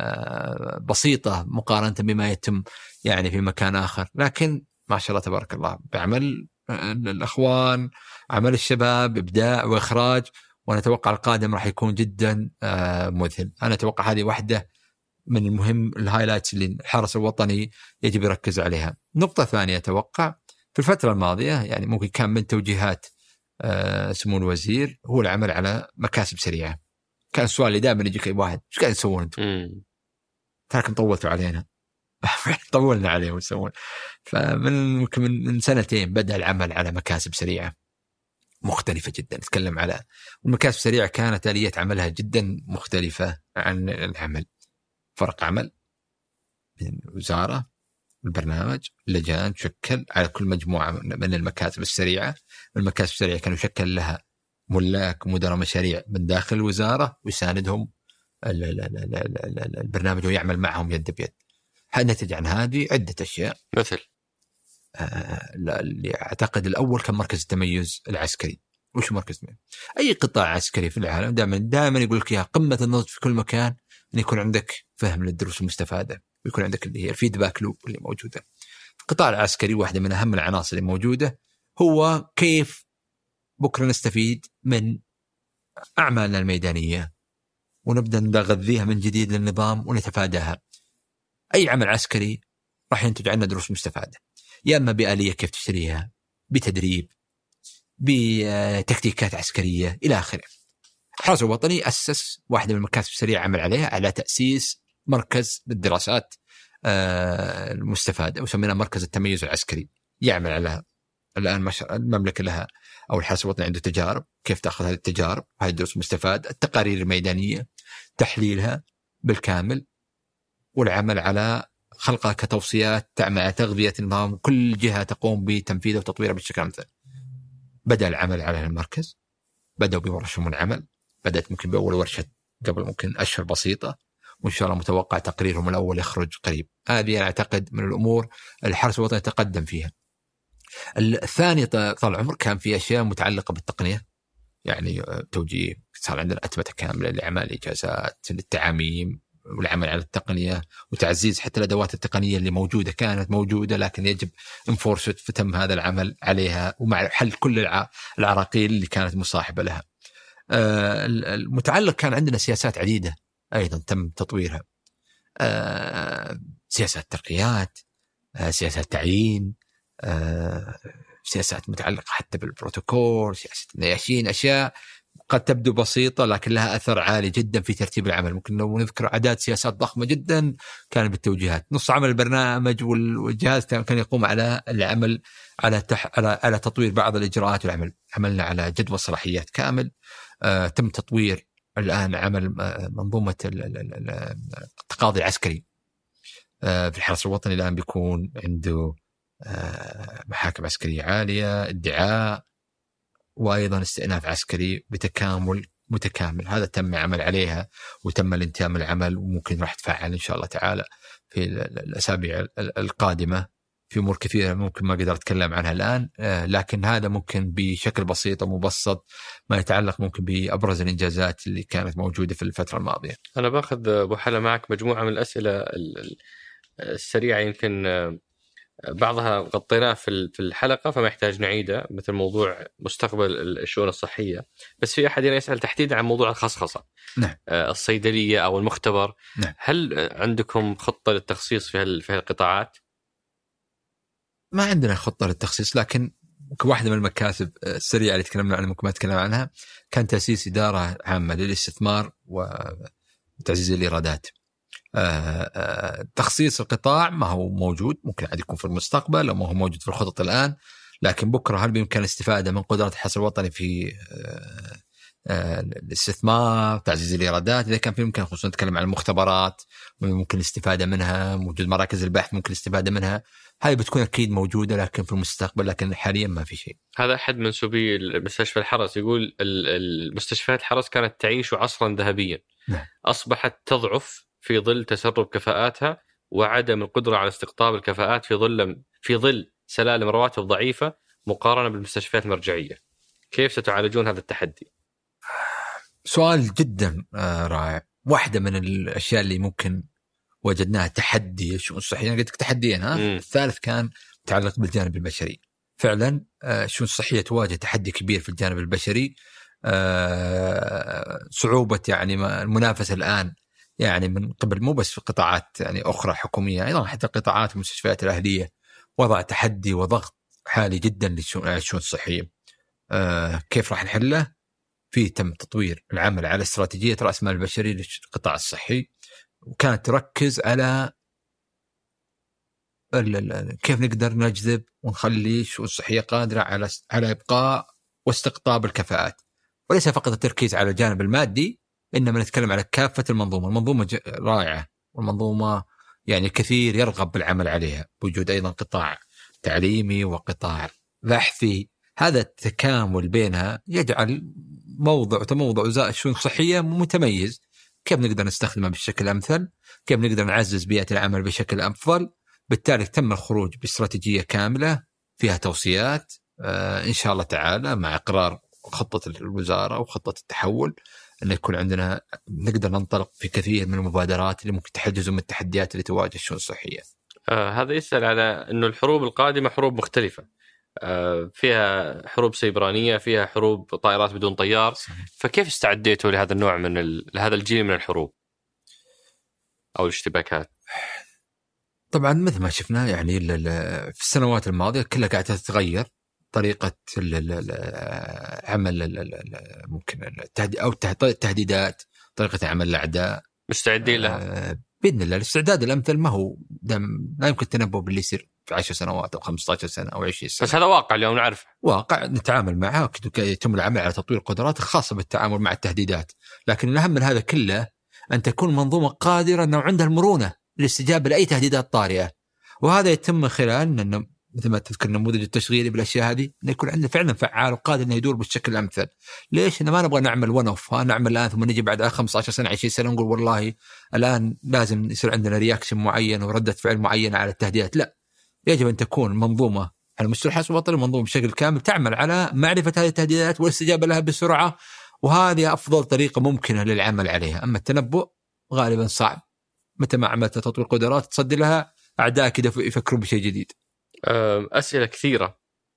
بسيطة مقارنة بما يتم يعني في مكان آخر، لكن ما شاء الله تبارك الله بعمل الأخوان، عمل الشباب، إبداع وإخراج. وأنا أتوقع القادم راح يكون جدا مذهل. أنا أتوقع هذه واحدة من المهم الهايلايتس اللي الحرس الوطني يجب يركز عليها. نقطة ثانية أتوقع في الفترة الماضية يعني ممكن كان من توجيهات سمو الوزير هو العمل على مكاسب سريعة. كان السؤال اللي دائما يجيك أي واحد إيش قاعد تسوون أنتم؟ تركم طولتوا علينا طولنا عليهم يسوون. فمن ممكن من سنتين بدأ العمل على مكاسب سريعة مختلفة جدا. نتكلم على المكاتب السريعة كانت آلية عملها جدا مختلفة عن العمل. فرق عمل من وزارة، البرنامج، لجان تشكل على كل مجموعة من المكاتب السريعة. المكاتب السريعة كانوا يشكل لها ملاك مدراء مشاريع من داخل الوزارة ويساندهم البرنامج ويعمل معهم يد بيد. نتج عن هذه عدة أشياء. مثل اللي أعتقد الأول كان مركز التميز العسكري. وش مركز التميز؟ أي قطاع عسكري في العالم دائما دائما يقول لك يا قمة النضج في كل مكان أن يكون عندك فهم للدروس المستفادة ويكون عندك اللي هي الفيدباك لوب اللي موجودة. القطاع العسكري واحدة من أهم العناصر اللي موجودة هو كيف بكرة نستفيد من أعمالنا الميدانية ونبدأ نغذيها من جديد للنظام ونتفاداها. أي عمل عسكري راح ينتج عنه دروس مستفادة، يا إما بآلية كيف تشتريها، بتدريب، بتكتيكات عسكرية إلى آخره. الحرس الوطني أسس واحدة من المكاتب السريعة عمل عليها على تأسيس مركز للدراسات المستفادة وسميناه مركز التميز العسكري. يعمل على الآن المملكة لها أو الحرس الوطني عنده تجارب، كيف تأخذ هذه التجارب وهذه الدروس المستفادة، التقارير الميدانية، تحليلها بالكامل، والعمل على خلقها كتوصيات تعمل تغذية النظام. كل جهة تقوم بتنفيذه وتطويره بالشكل المثل. بدأ العمل على المركز، بدأوا بورشهم العمل، بدأت ممكن بأول ورشة قبل ممكن أشهر بسيطة، وإن شاء الله متوقع تقريرهم الأول يخرج قريب. هذه أنا أعتقد من الأمور الحرس الوطني تقدم فيها. الثاني طال العمر كان في أشياء متعلقة بالتقنية، يعني توجيه، صار عندنا أتمتة كاملة لأعمال إجازات للتعاميم والعمل على التقنية وتعزيز حتى الأدوات التقنية اللي موجودة كانت موجودة لكن يجب انفورست، فتم هذا العمل عليها ومع حل كل العراقيل اللي كانت مصاحبة لها. المتعلق كان عندنا سياسات عديدة أيضا تم تطويرها، سياسات ترقيات، سياسات تعيين، سياسات متعلقة حتى بالبروتوكول، سياسة النياشين، أشياء قد تبدو بسيطة لكن لها أثر عالي جدا في ترتيب العمل. ممكن لو نذكر عدد سياسات ضخمة جدا كان بالتوجيهات. نص عمل البرنامج والجهاز كان يقوم على العمل على تح... على على تطوير بعض الإجراءات والعمل. عملنا على جدول صلاحيات كامل. آه، تم تطوير الآن عمل آه، منظومة التقاضي العسكري. آه، في الحرس الوطني الآن بيكون عنده آه، محاكم عسكرية عالية، ادعاء، وأيضا استئناف عسكري بتكامل متكامل. هذا تم عمل عليها وتم الانتهاء من العمل، وممكن راح تفعل إن شاء الله تعالى في الأسابيع القادمة في أمور كثيرة ممكن ما أقدر أتكلم عنها الآن، لكن هذا ممكن بشكل بسيط ومبسط ما يتعلق ممكن بأبرز الإنجازات اللي كانت موجودة في الفترة الماضية. أنا باخذ أبو حلا معك مجموعة من الأسئلة السريعة، يمكن بعضها غطيناه في الحلقة فما يحتاج نعيده، مثل موضوع مستقبل الشؤون الصحية. بس في أحد يسأل تحديدا عن موضوع الخصخصة. نعم. الصيدلية أو المختبر. نعم. هل عندكم خطة للتخصيص في في القطاعات؟ ما عندنا خطة للتخصيص، لكن واحدة من المكاسب السريعة اللي تكلمنا عنها ممكن ما تكلم عنها كان تأسيس إدارة عامة للاستثمار وتعزيز الإيرادات. تخصيص القطاع ما هو موجود، ممكن عاد يكون في المستقبل أو ما هو موجود في الخطط الآن، لكن بكرة هل بإمكان الاستفادة من قدرات الحرس الوطني في الاستثمار، تعزيز الإيرادات؟ إذا كان في ممكن، خصوصا نتكلم عن المختبرات ممكن الاستفادة منها، موجود مراكز البحث ممكن الاستفادة منها، هاي بتكون أكيد موجودة لكن في المستقبل، لكن حاليا ما في شيء. هذا أحد منسوبي المستشفى الحرس يقول المستشفيات الحرس كانت تعيش عصرا ذهبيا. نعم. أصبحت تضعف في ظل تسرب كفاءاتها وعدم القدرة على استقطاب الكفاءات في ظل في ظل سلالم رواتب ضعيفة مقارنة بالمستشفيات المرجعية. كيف ستعالجون هذا التحدي؟ سؤال جدا رائع. واحدة من الأشياء اللي ممكن وجدناها تحدي الشؤون الصحية، أنا قلت لك تحديا ها. م. الثالث كان متعلق بالجانب البشري. فعلا الشؤون الصحية تواجه تحدي كبير في الجانب البشري. صعوبة يعني المنافسة الآن يعني من قبل مو بس في قطاعات يعني أخرى حكومية، أيضا حتى قطاعات المستشفيات الأهلية وضع تحدي وضغط عالي جدا للشؤون الصحية. كيف راح نحله؟ في تم تطوير العمل على استراتيجية رأس المال البشري للقطاع الصحي، وكانت تركز على كيف نقدر نجذب ونخلي الشؤون الصحية قادرة على على إبقاء واستقطاب الكفاءات، وليس فقط التركيز على الجانب المادي، إنما نتكلم على كافة المنظومة. المنظومة رائعة، والمنظومة يعني كثير يرغب بالعمل عليها، بوجود أيضا قطاع تعليمي وقطاع بحثي. هذا التكامل بينها يجعل موضع وتموضع وزارة الشؤون الصحية متميز. كيف نقدر نستخدمه بشكل أمثل، كيف نقدر نعزز بيئة العمل بشكل أفضل. بالتالي تم الخروج باستراتيجية كاملة فيها توصيات آه إن شاء الله تعالى مع إقرار خطة الوزارة وخطة التحول، أن يكون عندنا نقدر ننطلق في كثير من المبادرات اللي ممكن تحجز من التحديات اللي تواجه الشؤون الصحية. آه هذا يسأل على أنه الحروب القادمة حروب مختلفة، آه فيها حروب سيبرانية، فيها حروب طائرات بدون طيار. صحيح. فكيف استعديتوا لهذا النوع من ال... لهذا الجيل من الحروب أو الاشتباكات؟ طبعا مثل ما شفنا يعني في السنوات الماضية كلها قاعدة تتغير طريقة عمل ممكن أو التهديدات، طريقة عمل الأعداء. مستعدين لها بإذن الله. الاستعداد الأمثل ما هو لا يمكن التنبؤ باللي يصير في عشر سنوات أو خمسة عشر سنة أو عشرين سنة، بس هذا واقع اليوم نعرف، واقع نتعامل معه. يتم العمل على تطوير القدرات الخاصة بالتعامل مع التهديدات، لكن الأهم من هذا كله أن تكون منظومة قادرة أنه عندها المرونة للاستجابة لأي تهديدات طارئة. وهذا يتم من خلال أنه مثل ما تذكر النموذج التشغيلي بالأشياء هذه، أن يكون عندنا فعلا فعال وقادر أنه يدور بالشكل الأمثل. ليش؟ إنه ما نبغى نعمل ون أوف، نعمل الآن ثم نجي بعد خمسة عشر سنة عشرين سنة نقول والله الآن لازم يصير عندنا رياكشن معين وردة فعل معينة على التهديدات. لا، يجب أن تكون منظومة على مستوى الحرس الوطني منظومة بشكل كامل تعمل على معرفة هذه التهديدات والاستجابة لها بسرعة، وهذه أفضل طريقة ممكنة للعمل عليها. أما التنبؤ غالبا صعب، متى ما عملت تطوير قدرات تصدي لها أعداء كده يفكرون بشيء جديد. أسئلة كثيرة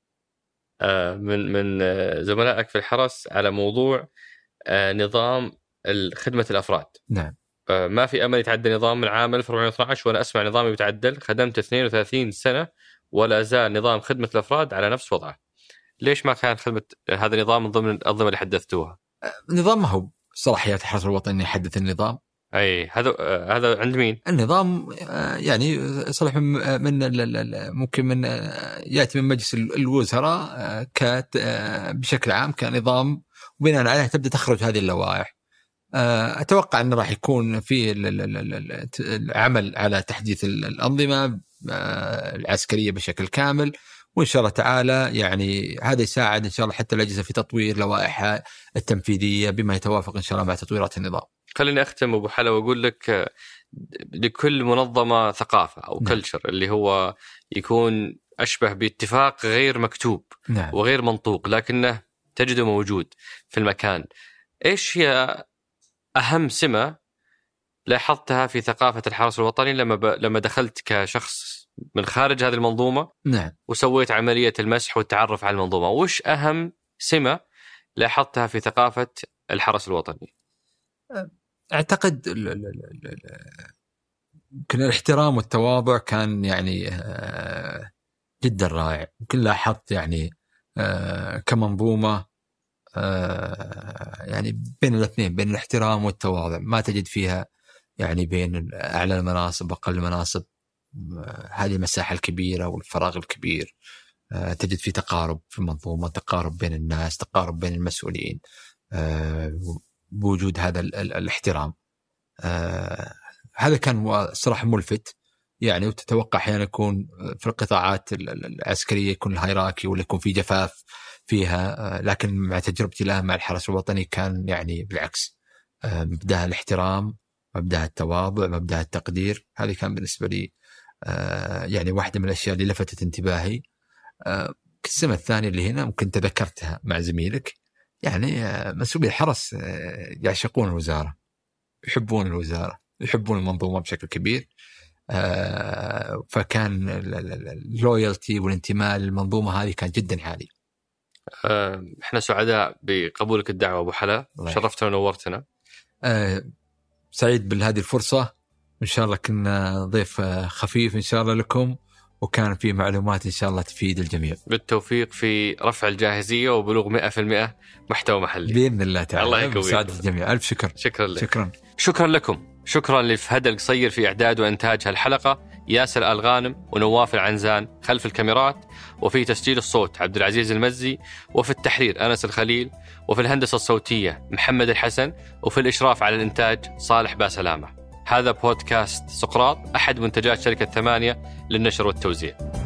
من من زملائك في الحرس على موضوع نظام خدمة الأفراد. نعم. ما في أمل يتعدل نظام من عام ألف وأربعمائة واثني عشر، وأنا أسمع نظامي يتعدل. خدمت اثنين وثلاثين سنة ولا زال نظام خدمة الأفراد على نفس وضعه. ليش ما كان خدمة هذا النظام من ضمن الأنظمة اللي حدثتوها؟ نظام ما هو صلاحيات الحرس الوطني يحدث النظام. أي هذا هذا عند مين؟ النظام يعني صلاح من ممكن من يأتي من مجلس الوزراء كات بشكل عام كنظام، وبناء عليه تبدأ تخرج هذه اللوائح. أتوقع أنه راح يكون في العمل على تحديث الأنظمة العسكرية بشكل كامل، وإن شاء الله تعالى يعني هذا يساعد إن شاء الله حتى الأجهزة في تطوير لوائحها التنفيذية بما يتوافق إن شاء الله مع تطويرات النظام. خليني أختم أبو حلا وأقول لك لكل منظمة ثقافة أو نعم. كلتشر اللي هو يكون أشبه باتفاق غير مكتوب نعم. وغير منطوق لكنه تجده موجود في المكان. إيش هي أهم سمة لاحظتها في ثقافة الحرس الوطني لما ب... لما دخلت كشخص من خارج هذه المنظومة؟ نعم. وسويت عملية المسح والتعرف على المنظومة، وش أهم سمة لاحظتها في ثقافة الحرس الوطني؟ أعتقد يمكن الاحترام والتواضع كان يعني جدا رائع. يمكن لاحظت يعني كمنظومة يعني بين الاثنين، بين الاحترام والتواضع، ما تجد فيها يعني بين أعلى المناصب وأقل المناصب هذه المساحة الكبيرة والفراغ الكبير. تجد في تقارب في المنظومة، تقارب بين الناس، تقارب بين المسؤولين، بوجود هذا الاحترام. هذا كان صراحة ملفت يعني. وتتوقع أحيانا يكون في القطاعات العسكرية يكون الهيراكي ولا يكون في جفاف فيها، لكن مع تجربتي الآن مع الحرس الوطني كان يعني بالعكس، مبدأ الاحترام، مبدأ التواضع، مبدأ التقدير. هذه كان بالنسبة لي يعني واحدة من الأشياء اللي لفتت انتباهي. السمة الثانية اللي هنا ممكن تذكرتها مع زميلك، يعني مسؤولي الحرس يعشقون الوزارة، يحبون الوزارة، يحبون المنظومة بشكل كبير. فكان اللويالتي والانتماء للمنظومة هذه كان جدا عالي. احنا سعداء بقبولك الدعوة أبو حلا، شرفتنا ونورتنا. سعيد بهذه الفرصة، إن شاء الله كنا ضيف خفيف إن شاء الله لكم، وكان في معلومات إن شاء الله تفيد الجميع. بالتوفيق في رفع الجاهزية وبلوغ مئة في المئة محتوى محلي بإذن الله تعالى. الله يقويك. سعادة الجميع. ألف شكر. شكرا لك. شكرا. شكرا لكم. شكرا لفهد القصير في إعداد وإنتاج هالحلقة. ياسر آل غانم ونواف العنزان خلف الكاميرات، وفي تسجيل الصوت عبد العزيز المزي، وفي التحرير أنس الخليل، وفي الهندسة الصوتية محمد الحسن، وفي الإشراف على الإنتاج صالح باسلامة. هذا بودكاست سقراط، أحد منتجات شركة ثمانية للنشر والتوزيع.